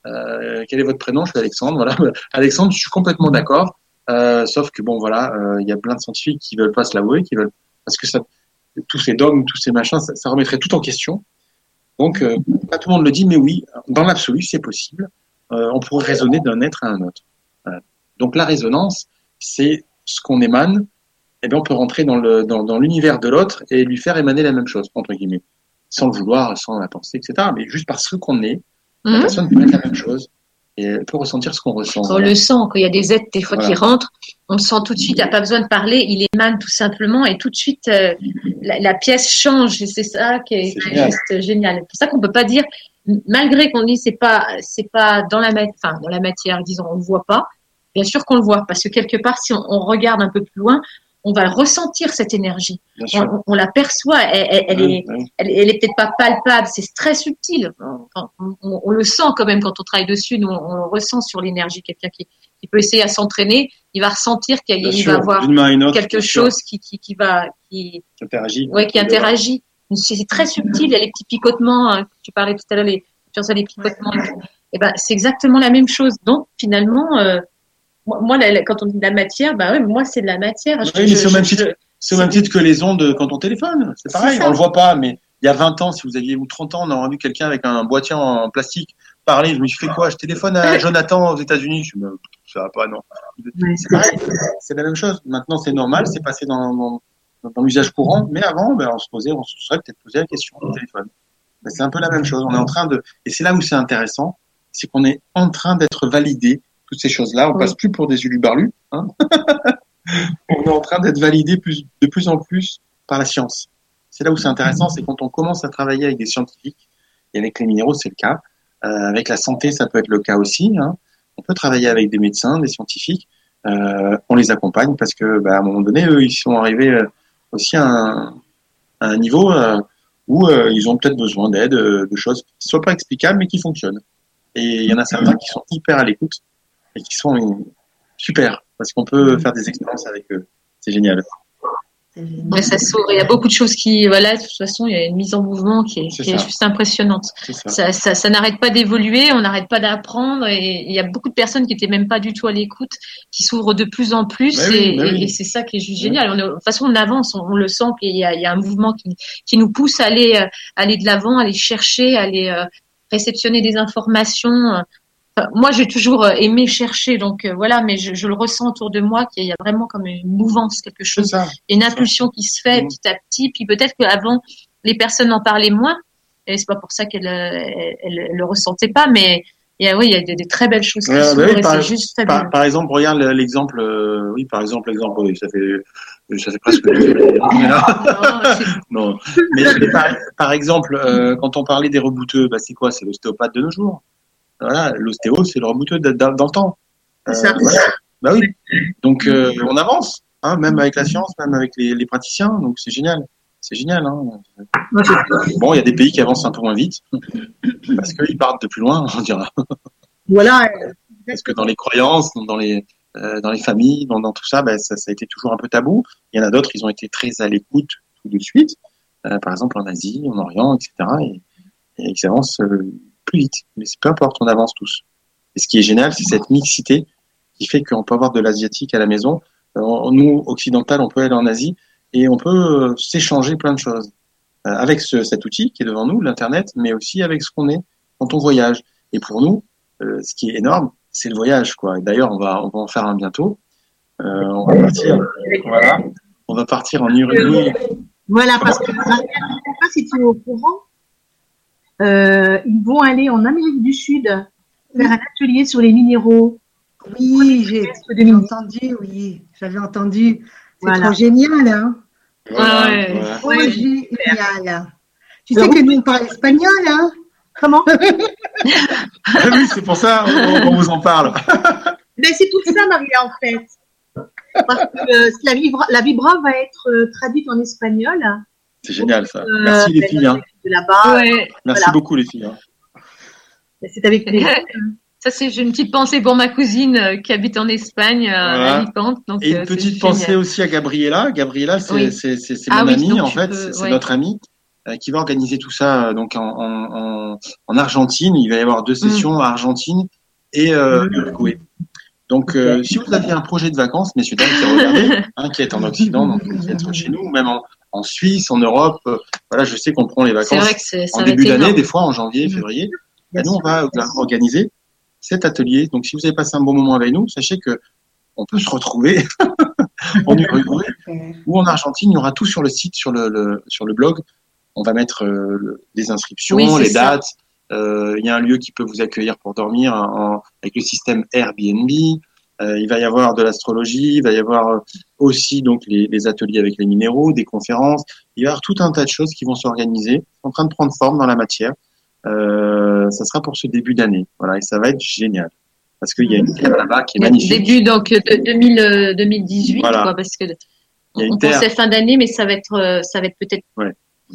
Euh, quel est votre prénom? Je suis Alexandre. Voilà, Alexandre, je suis complètement d'accord. Euh, sauf que bon, voilà, il euh, y a plein de scientifiques qui veulent pas se l'avouer, qui veulent parce que ça, tous ces dogmes, tous ces machins, ça, ça remettrait tout en question. Donc, euh, pas tout le monde le dit, mais oui, dans l'absolu, c'est possible. Euh, on pourrait raisonner d'un être à un autre. Voilà. Donc, la résonance, c'est ce qu'on émane. Et bien, on peut rentrer dans le dans, dans l'univers de l'autre et lui faire émaner la même chose, entre guillemets, sans le vouloir, sans la penser, et cetera. Mais juste parce qu'on est, mmh. la personne peut être la même chose. Et elle peut ressentir ce qu'on ressent. On voilà. le sent, quand il y a des êtres des fois voilà. qui rentrent, on le sent tout de suite, il n'y a pas besoin de parler, il émane tout simplement et tout de suite euh, la, la pièce change et c'est ça qui est, c'est génial. juste génial. C'est pour ça qu'on ne peut pas dire, malgré qu'on dit c'est pas c'est pas dans la matière, enfin dans la matière, disons, on ne le voit pas, bien sûr qu'on le voit, parce que quelque part, si on, on regarde un peu plus loin, on va ressentir cette énergie. On, on la perçoit. Elle, elle, elle oui, est, oui. elle, elle est peut-être pas palpable. C'est très subtil. On, on, on le sent quand même quand on travaille dessus. Nous, on, on le ressent sur l'énergie. Quelqu'un qui, qui peut essayer à s'entraîner, il va ressentir qu'il il va avoir autre, quelque chose qui, qui, qui va, qui, qui interagit. Ouais, qui interagit. C'est très subtil. Il y a les petits picotements. Hein, tu parlais tout à l'heure, les, tu sais, les picotements. Et ben, c'est exactement la même chose. Donc, finalement, euh, moi, la, la, quand on dit de la matière, bah ouais, moi, c'est de la matière. Oui, je, mais c'est au même titre, c'est au même titre que les ondes quand on téléphone. C'est pareil, c'est on le voit pas, mais il y a vingt ans, si vous aviez, ou trente ans, on aurait vu quelqu'un avec un boîtier en plastique parler. Je me suis fait quoi? Je téléphone à Jonathan aux États-Unis. Je me, ça va pas, non. C'est pareil. C'est la même chose. Maintenant, c'est normal, c'est passé dans, dans, dans l'usage courant. Mais avant, ben, on se posait, on se serait peut-être posé la question au téléphone. Ben, c'est un peu la même chose. On est en train de, et c'est là où c'est intéressant, c'est qu'on est en train d'être validé. Toutes ces choses-là, on oui. passe plus pour des ulubarlus. Hein. On est en train d'être validé plus, de plus en plus par la science. C'est là où c'est intéressant, c'est quand on commence à travailler avec des scientifiques, et avec les minéraux, c'est le cas. Euh, avec la santé, ça peut être le cas aussi. Hein. On peut travailler avec des médecins, des scientifiques. Euh, on les accompagne parce que, bah, à un moment donné, eux, ils sont arrivés euh, aussi à un, à un niveau euh, où euh, ils ont peut-être besoin d'aide, euh, de choses qui ne soient pas explicables, mais qui fonctionnent. Et il y en a certains qui sont hyper à l'écoute et qui sont super, parce qu'on peut faire des expériences avec eux. C'est génial. Ouais, ça s'ouvre. Il y a beaucoup de choses qui, voilà, de toute façon, il y a une mise en mouvement qui est, qui est juste impressionnante. Ça, ça, ça, ça n'arrête pas d'évoluer, on n'arrête pas d'apprendre, et il y a beaucoup de personnes qui étaient même pas du tout à l'écoute, qui s'ouvrent de plus en plus, bah oui, et, bah oui. et c'est ça qui est juste génial. On est, de toute façon, on avance, on, on le sent qu'il y a, il y a un mouvement qui, qui nous pousse à aller, euh, aller de l'avant, à aller chercher, à aller euh, réceptionner des informations. Euh, Enfin, moi, j'ai toujours aimé chercher, donc euh, voilà, mais je, je le ressens autour de moi qu'il y a vraiment comme une mouvance, quelque chose, ça, une impulsion ça. qui se fait mmh. petit à petit. Puis peut-être qu'avant, les personnes en parlaient moins, et c'est pas pour ça qu'elles elles, elles, elles le ressentaient pas, mais il y a, oui, il y a des, des très belles choses qui ouais, s'ouvrent, oui, et c'est juste fabuleux. Par, par exemple, regarde l'exemple, euh, oui, par exemple, l'exemple, oui, ça fait, ça fait presque. non, mais, mais par, par exemple, euh, quand on parlait des rebouteux, bah c'est quoi? C'est l'ostéopathe de nos jours. Voilà, l'ostéo, c'est le rebouteux dans, dans le temps. Euh, ça. Voilà. Bah oui. Donc euh, on avance, hein, même avec la science, même avec les, les praticiens. Donc c'est génial, c'est génial. Hein. Bon, il y a des pays qui avancent un peu moins vite parce qu'ils partent de plus loin, on dira. Voilà. Parce que dans les croyances, dans les euh, dans les familles, dans, dans tout ça, bah, ça, ça a été toujours un peu tabou. Il y en a d'autres, ils ont été très à l'écoute tout de suite. Euh, par exemple en Asie, en Orient, et cetera. Et, et ils avancent. Euh, plus vite, mais c'est peu importe, on avance tous. Et ce qui est génial, c'est cette mixité qui fait qu'on peut avoir de l'asiatique à la maison. Euh, nous, occidental, on peut aller en Asie et on peut euh, s'échanger plein de choses euh, avec ce, cet outil qui est devant nous, l'internet, mais aussi avec ce qu'on est quand on voyage. Et pour nous, euh, ce qui est énorme, c'est le voyage, quoi. Et d'ailleurs, on va, on va en faire un bientôt. Euh, on va partir, voilà, on va partir en Uruguay. Voilà, parce que je ne sais pas si tu es au courant. Euh, ils vont aller en Amérique du Sud faire un atelier sur les minéraux. Oui, j'ai entendu, oui, j'avais entendu. C'est voilà. Trop génial, hein. Voilà, ouais, ouais. Trop ouais. génial. Tu sais que nous, on parle espagnol, hein. Comment? Oui, c'est pour ça qu'on vous en parle. Ben, c'est tout ça, Maria, en fait. Parce que euh, la, vibra, la vibra va être euh, traduite en espagnol. C'est génial, ça. Merci, euh, les filles. Hein. De là-bas. Ouais. Merci voilà. beaucoup, les filles. Hein. C'est avec les... Ça, c'est j'ai une petite pensée pour ma cousine euh, qui habite en Espagne, euh, voilà. à Alicante. Donc, et une euh, petite pensée génial. aussi à Gabriella. Gabriella, c'est, oui. c'est, c'est, c'est mon ah, amie, oui, en fait. Peux... C'est, c'est ouais. notre amie. euh, qui va organiser tout ça euh, donc en, en, en, en Argentine. Il va y avoir deux sessions, mmh. Argentine et euh, Uruguay. Donc, euh, si vous aviez un projet de vacances, messieurs, dames, qui regardez, hein, qui est en Occident, donc qui est chez nous, même en, en Suisse, en Europe, euh, voilà, je sais qu'on prend les vacances en début d'année, des fois en janvier, février. Et nous, on va organiser cet atelier. Donc, si vous avez passé un bon moment avec nous, sachez que on peut se retrouver en Uruguay ou en Argentine. Il y aura tout sur le site, sur le, le sur le blog. On va mettre euh, le, les inscriptions, oui, les ça. dates. Euh, il y a un lieu qui peut vous accueillir pour dormir en, avec le système Airbnb. Euh, il va y avoir de l'astrologie, il va y avoir aussi donc les, les ateliers avec les minéraux, des conférences. Il va y avoir tout un tas de choses qui vont s'organiser, en train de prendre forme dans la matière. Euh, ça sera pour ce début d'année, voilà, et ça va être génial parce qu'il y a une terre là-bas qui est magnifique. Début donc de deux mille, deux mille dix-huit, voilà. Quoi, parce que on terre... pensait fin d'année, mais ça va être, ça va être peut-être. Ouais.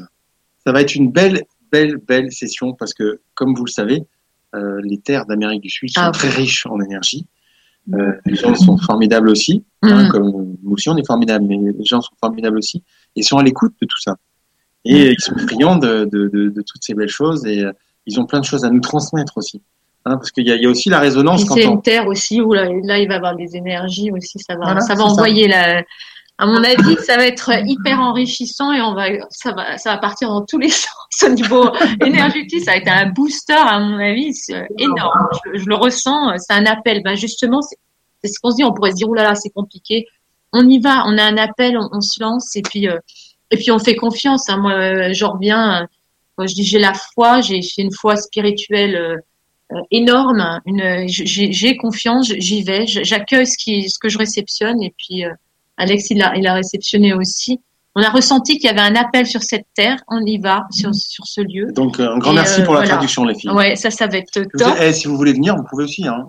Ça va être une belle. Belle, belle session parce que, comme vous le savez, euh, les terres d'Amérique du Sud sont ah, très riches en énergie. Euh, les gens sont formidables aussi, mm. hein, comme nous aussi on est formidables, mais les gens sont formidables aussi et sont à l'écoute de tout ça. Et mm. ils sont friands de, de, de, de toutes ces belles choses et euh, ils ont plein de choses à nous transmettre aussi. Hein, parce qu'il y a, il y a aussi la résonance. Et quand c'est on... une terre aussi où là, là il va y avoir des énergies aussi, ça va, voilà, ça va envoyer ça. la. À mon avis, ça va être hyper enrichissant et on va, ça va, ça va partir dans tous les sens au niveau énergétique. Ça va être un booster, à mon avis, c'est énorme. Je, je le ressens. C'est un appel. Ben justement, c'est, c'est ce qu'on se dit. On pourrait se dire, oulala, c'est compliqué. On y va. On a un appel, on, on se lance et puis, euh, et puis on fait confiance. Hein. Moi, je reviens. Quand je dis j'ai la foi, j'ai, j'ai une foi spirituelle euh, énorme. Une, j'ai, j'ai confiance. J'y vais. J'accueille ce qui, ce que je réceptionne et puis. Euh, Alex, il l'a, il a réceptionné aussi. On a ressenti qu'il y avait un appel sur cette terre. On y va sur, sur ce lieu. Donc, un grand et merci euh, pour la voilà. traduction, les filles. Ouais, ça, ça va être top. Vous, eh, si vous voulez venir, vous pouvez aussi, hein.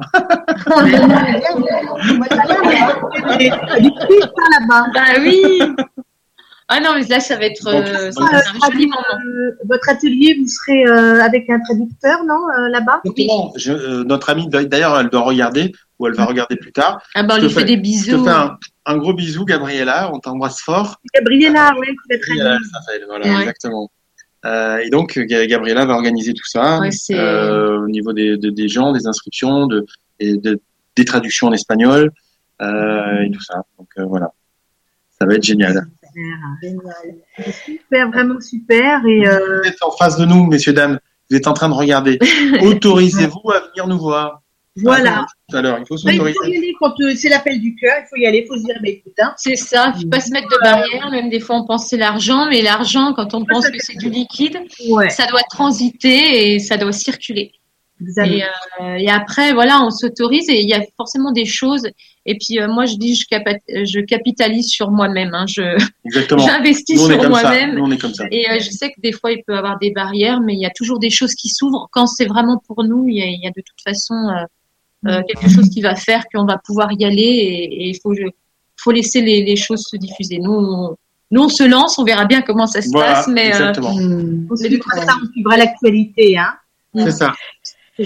Bah oui. Ah non, mais là, ça va être, donc, euh, ça va être un joli moment. Euh, votre atelier, vous serez euh, avec un traducteur, non, euh, là-bas? Oui. Je, euh, notre amie, d'ailleurs, elle doit regarder, ou elle va regarder plus tard. Ah ben, on lui fait des bisous. Je te fais un, un gros bisou, Gabriella, on t'embrasse fort. Gabriella, oui, tu vas très bien. Voilà, ouais. Exactement. Euh, et donc, Gabriella va organiser tout ça, ouais, euh, au niveau des, de, des gens, des inscriptions, de, et de, des traductions en espagnol, euh, et tout ça. Donc, euh, voilà. Ça va être génial. Génial. Super, vraiment super. Et euh... Vous êtes en face de nous, messieurs, dames. Vous êtes en train de regarder. Autorisez-vous à venir nous voir. Voilà. Tout à l'heure, il faut s'autoriser. Il faut y aller quand euh, c'est l'appel du cœur. Il faut y aller. Il faut se dire, mais écoute, hein. C'est ça. Il ne faut pas se mettre de barrière. Même des fois, on pense que c'est l'argent, mais l'argent, quand on pense que c'est du liquide, ouais. ça doit transiter et ça doit circuler. Et, euh, et après, voilà, on s'autorise et il y a forcément des choses. Et puis euh, moi, je dis, je, cap- je capitalise sur moi-même. Hein, je, j'investis sur moi-même. Nous, on est comme ça. Et euh, je sais que des fois, il peut y avoir des barrières, mais il y a toujours des choses qui s'ouvrent. Quand c'est vraiment pour nous, il y a, il y a de toute façon euh, euh, quelque chose qui va faire qu'on va pouvoir y aller. Et il faut, faut laisser les, les choses se diffuser. Nous, on, nous, on se lance, on verra bien comment ça se voilà, passe, mais, euh, mais de toute façon, on suivra l'actualité, hein. C'est ça. Et,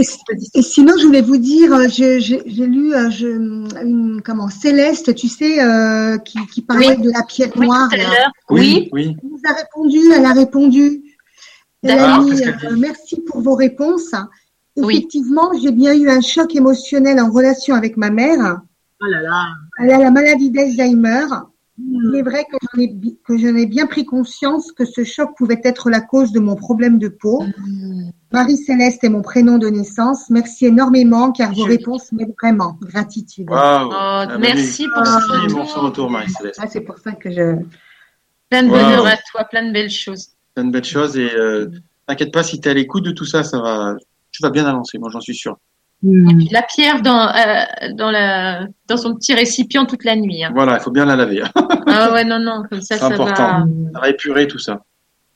et sinon, je voulais vous dire, je, j'ai, j'ai lu je, une, comment, Céleste, tu sais, euh, qui, qui parlait oui. de la pierre oui, noire. Là. Oui, oui. Elle nous a répondu, elle a répondu. Elle a dit, euh, merci pour vos réponses. Effectivement, oui. j'ai bien eu un choc émotionnel en relation avec ma mère. Oh là là. Elle a la maladie d'Alzheimer. Mmh. Il est vrai que j'en, ai, que j'en ai bien pris conscience que ce choc pouvait être la cause de mon problème de peau. Mmh. Marie-Céleste est mon prénom de naissance. Merci énormément car vos Je... réponses m'aident vraiment. Gratitude. Wow. Oh, ah, merci pour ce retour. Pour ce retour, Marie-Céleste. Ah, c'est pour ça que je... Plein de wow. bonheur à toi, plein de belles choses. Plein de belles choses et euh, t'inquiète pas, si t'es à l'écoute de tout ça, ça va, tu vas bien avancer, moi j'en suis sûr. Et puis la pierre dans euh, dans la dans son petit récipient toute la nuit. Hein. Voilà, il faut bien la laver. Ah ouais, non non, comme ça c'est ça important. va. Ça va épurer tout ça.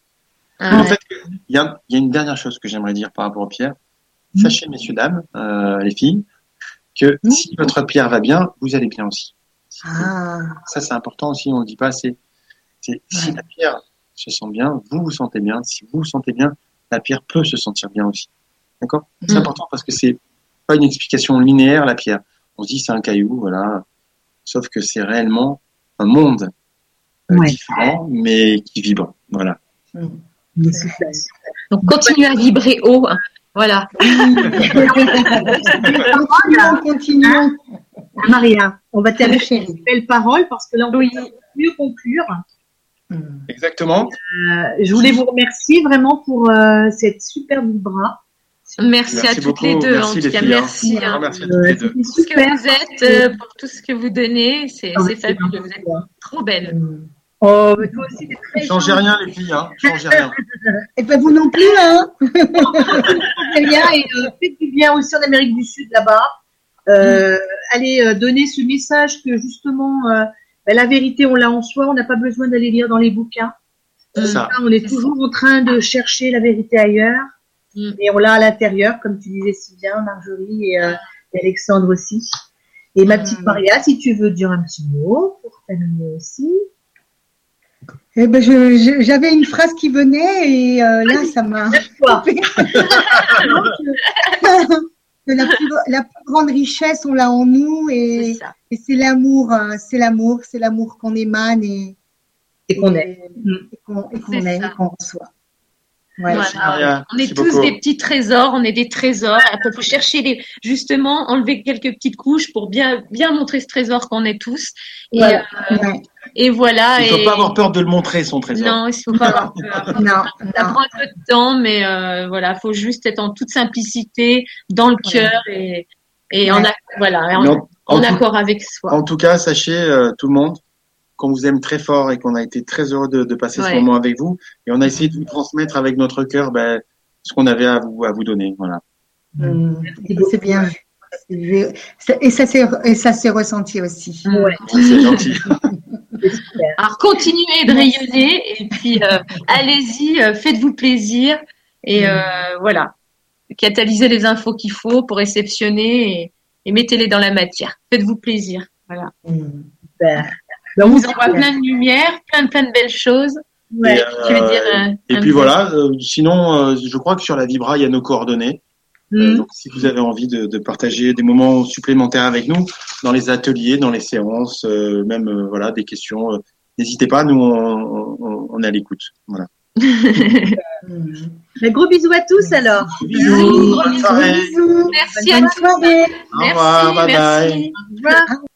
Ah, en ouais. fait, il y a il y a une dernière chose que j'aimerais dire par rapport aux pierres. Mmh. Sachez, messieurs dames, euh, les filles, que mmh. si votre pierre va bien, vous allez bien aussi. Ah. Ça c'est important aussi, on le dit pas assez. C'est ouais. Si la pierre se sent bien, vous vous sentez bien. Si vous vous sentez bien, la pierre peut se sentir bien aussi. D'accord ? Mmh. C'est important parce que c'est pas une explication linéaire, la pierre. On se dit c'est un caillou, voilà. Sauf que c'est réellement un monde euh, ouais. différent, mais qui vibre. Voilà. Mmh. Mais super. Donc, continuez à vibrer haut. Hein. Voilà. Continuons, continuons. Ah, Maria, on va terminer Chérie. avec une belle parole parce que là, on Oui. peut mieux conclure. Exactement. Euh, je voulais vous remercier vraiment pour euh, cette super vibra. Merci, Merci à toutes beaucoup. les deux. Merci, en les tout cas, filles, hein. merci. Ah, hein. merci à toutes Euh, les deux. c'était Pour tout ce que super. vous êtes, euh, pour tout ce que vous donnez, c'est Ah, c'est c'est fabuleux. Vous êtes trop belles. Oh, mais toi aussi, t'es très Changez rien, les filles, hein. Changez rien. Et ben vous non plus, hein. bien et euh, faites du bien aussi en Amérique du Sud là-bas. Euh, Allez euh, donner ce message que justement euh, ben, la vérité on l'a en soi, on n'a pas besoin d'aller lire dans les bouquins. C'est ça. Là, on est toujours en train de chercher la vérité ailleurs Mm. et on l'a à l'intérieur, comme tu disais si bien, Marjorie et, euh, et Alexandre aussi. Et ma petite Maria, si tu veux dire un petit mot pour terminer aussi. Eh ben je- je- j'avais une phrase qui venait et euh, là ça m'a. Quoi Que la, plus, la plus grande richesse, on l'a en nous C'est et, ça. et c'est l'amour, hein, c'est l'amour, c'est l'amour qu'on émane et, Et qu'on et- est. Mm. et qu'on et qu'on C'est aime ça. et qu'on reçoit. Ouais. Voilà. Merci, Maria. On est Merci tous beaucoup. des petits trésors, on est des trésors. Après, il faut chercher les, justement, enlever quelques petites couches pour bien, bien montrer ce trésor qu'on est tous. Et Voilà. euh, Ouais. et voilà. Il ne faut et... pas avoir peur de le montrer, son trésor. Non, il ne faut pas avoir peur. Non, Ça non. prend un peu de temps, mais euh, voilà, faut juste être en toute simplicité, dans le cœur et, et en, Ouais. a- voilà, et en, Mais en, en en tout, accord avec soi. en tout cas, sachez, euh, tout le monde, qu'on vous aime très fort et qu'on a été très heureux de, de passer ce Ouais. moment avec vous. Et on a essayé de vous transmettre avec notre cœur ben, ce qu'on avait à vous, à vous donner. Voilà. Mmh. C'est bien vu. C'est vu. C'est- Et ça s'est et ça s'est ressenti aussi. Mm. Ouais, Ouais, c'est gentil. c'est super. Alors continuez de rayonner et puis euh, allez-y, euh, faites-vous plaisir et euh, voilà, catalysez les infos qu'il faut pour réceptionner et, et mettez-les dans la matière. Faites-vous plaisir. Voilà. Super. On vous envoie plein de lumière, plein de plein de belles choses. Ouais. Et, Tu veux euh, dire euh, et un puis petit- voilà, euh, sinon, euh, je crois que sur la Vibra, il y a nos coordonnées. Euh, Mm. donc, si vous avez envie de, de partager des moments supplémentaires avec nous, dans les ateliers, dans les séances, euh, même euh, voilà, des questions, euh, n'hésitez pas, nous, on, on, on est à l'écoute. Voilà. Mais gros bisous à tous alors. Bisous, bonne soirée. Bisous. Merci à Bonne tous. soirée. Au revoir, Merci, bye bye. merci. Au revoir.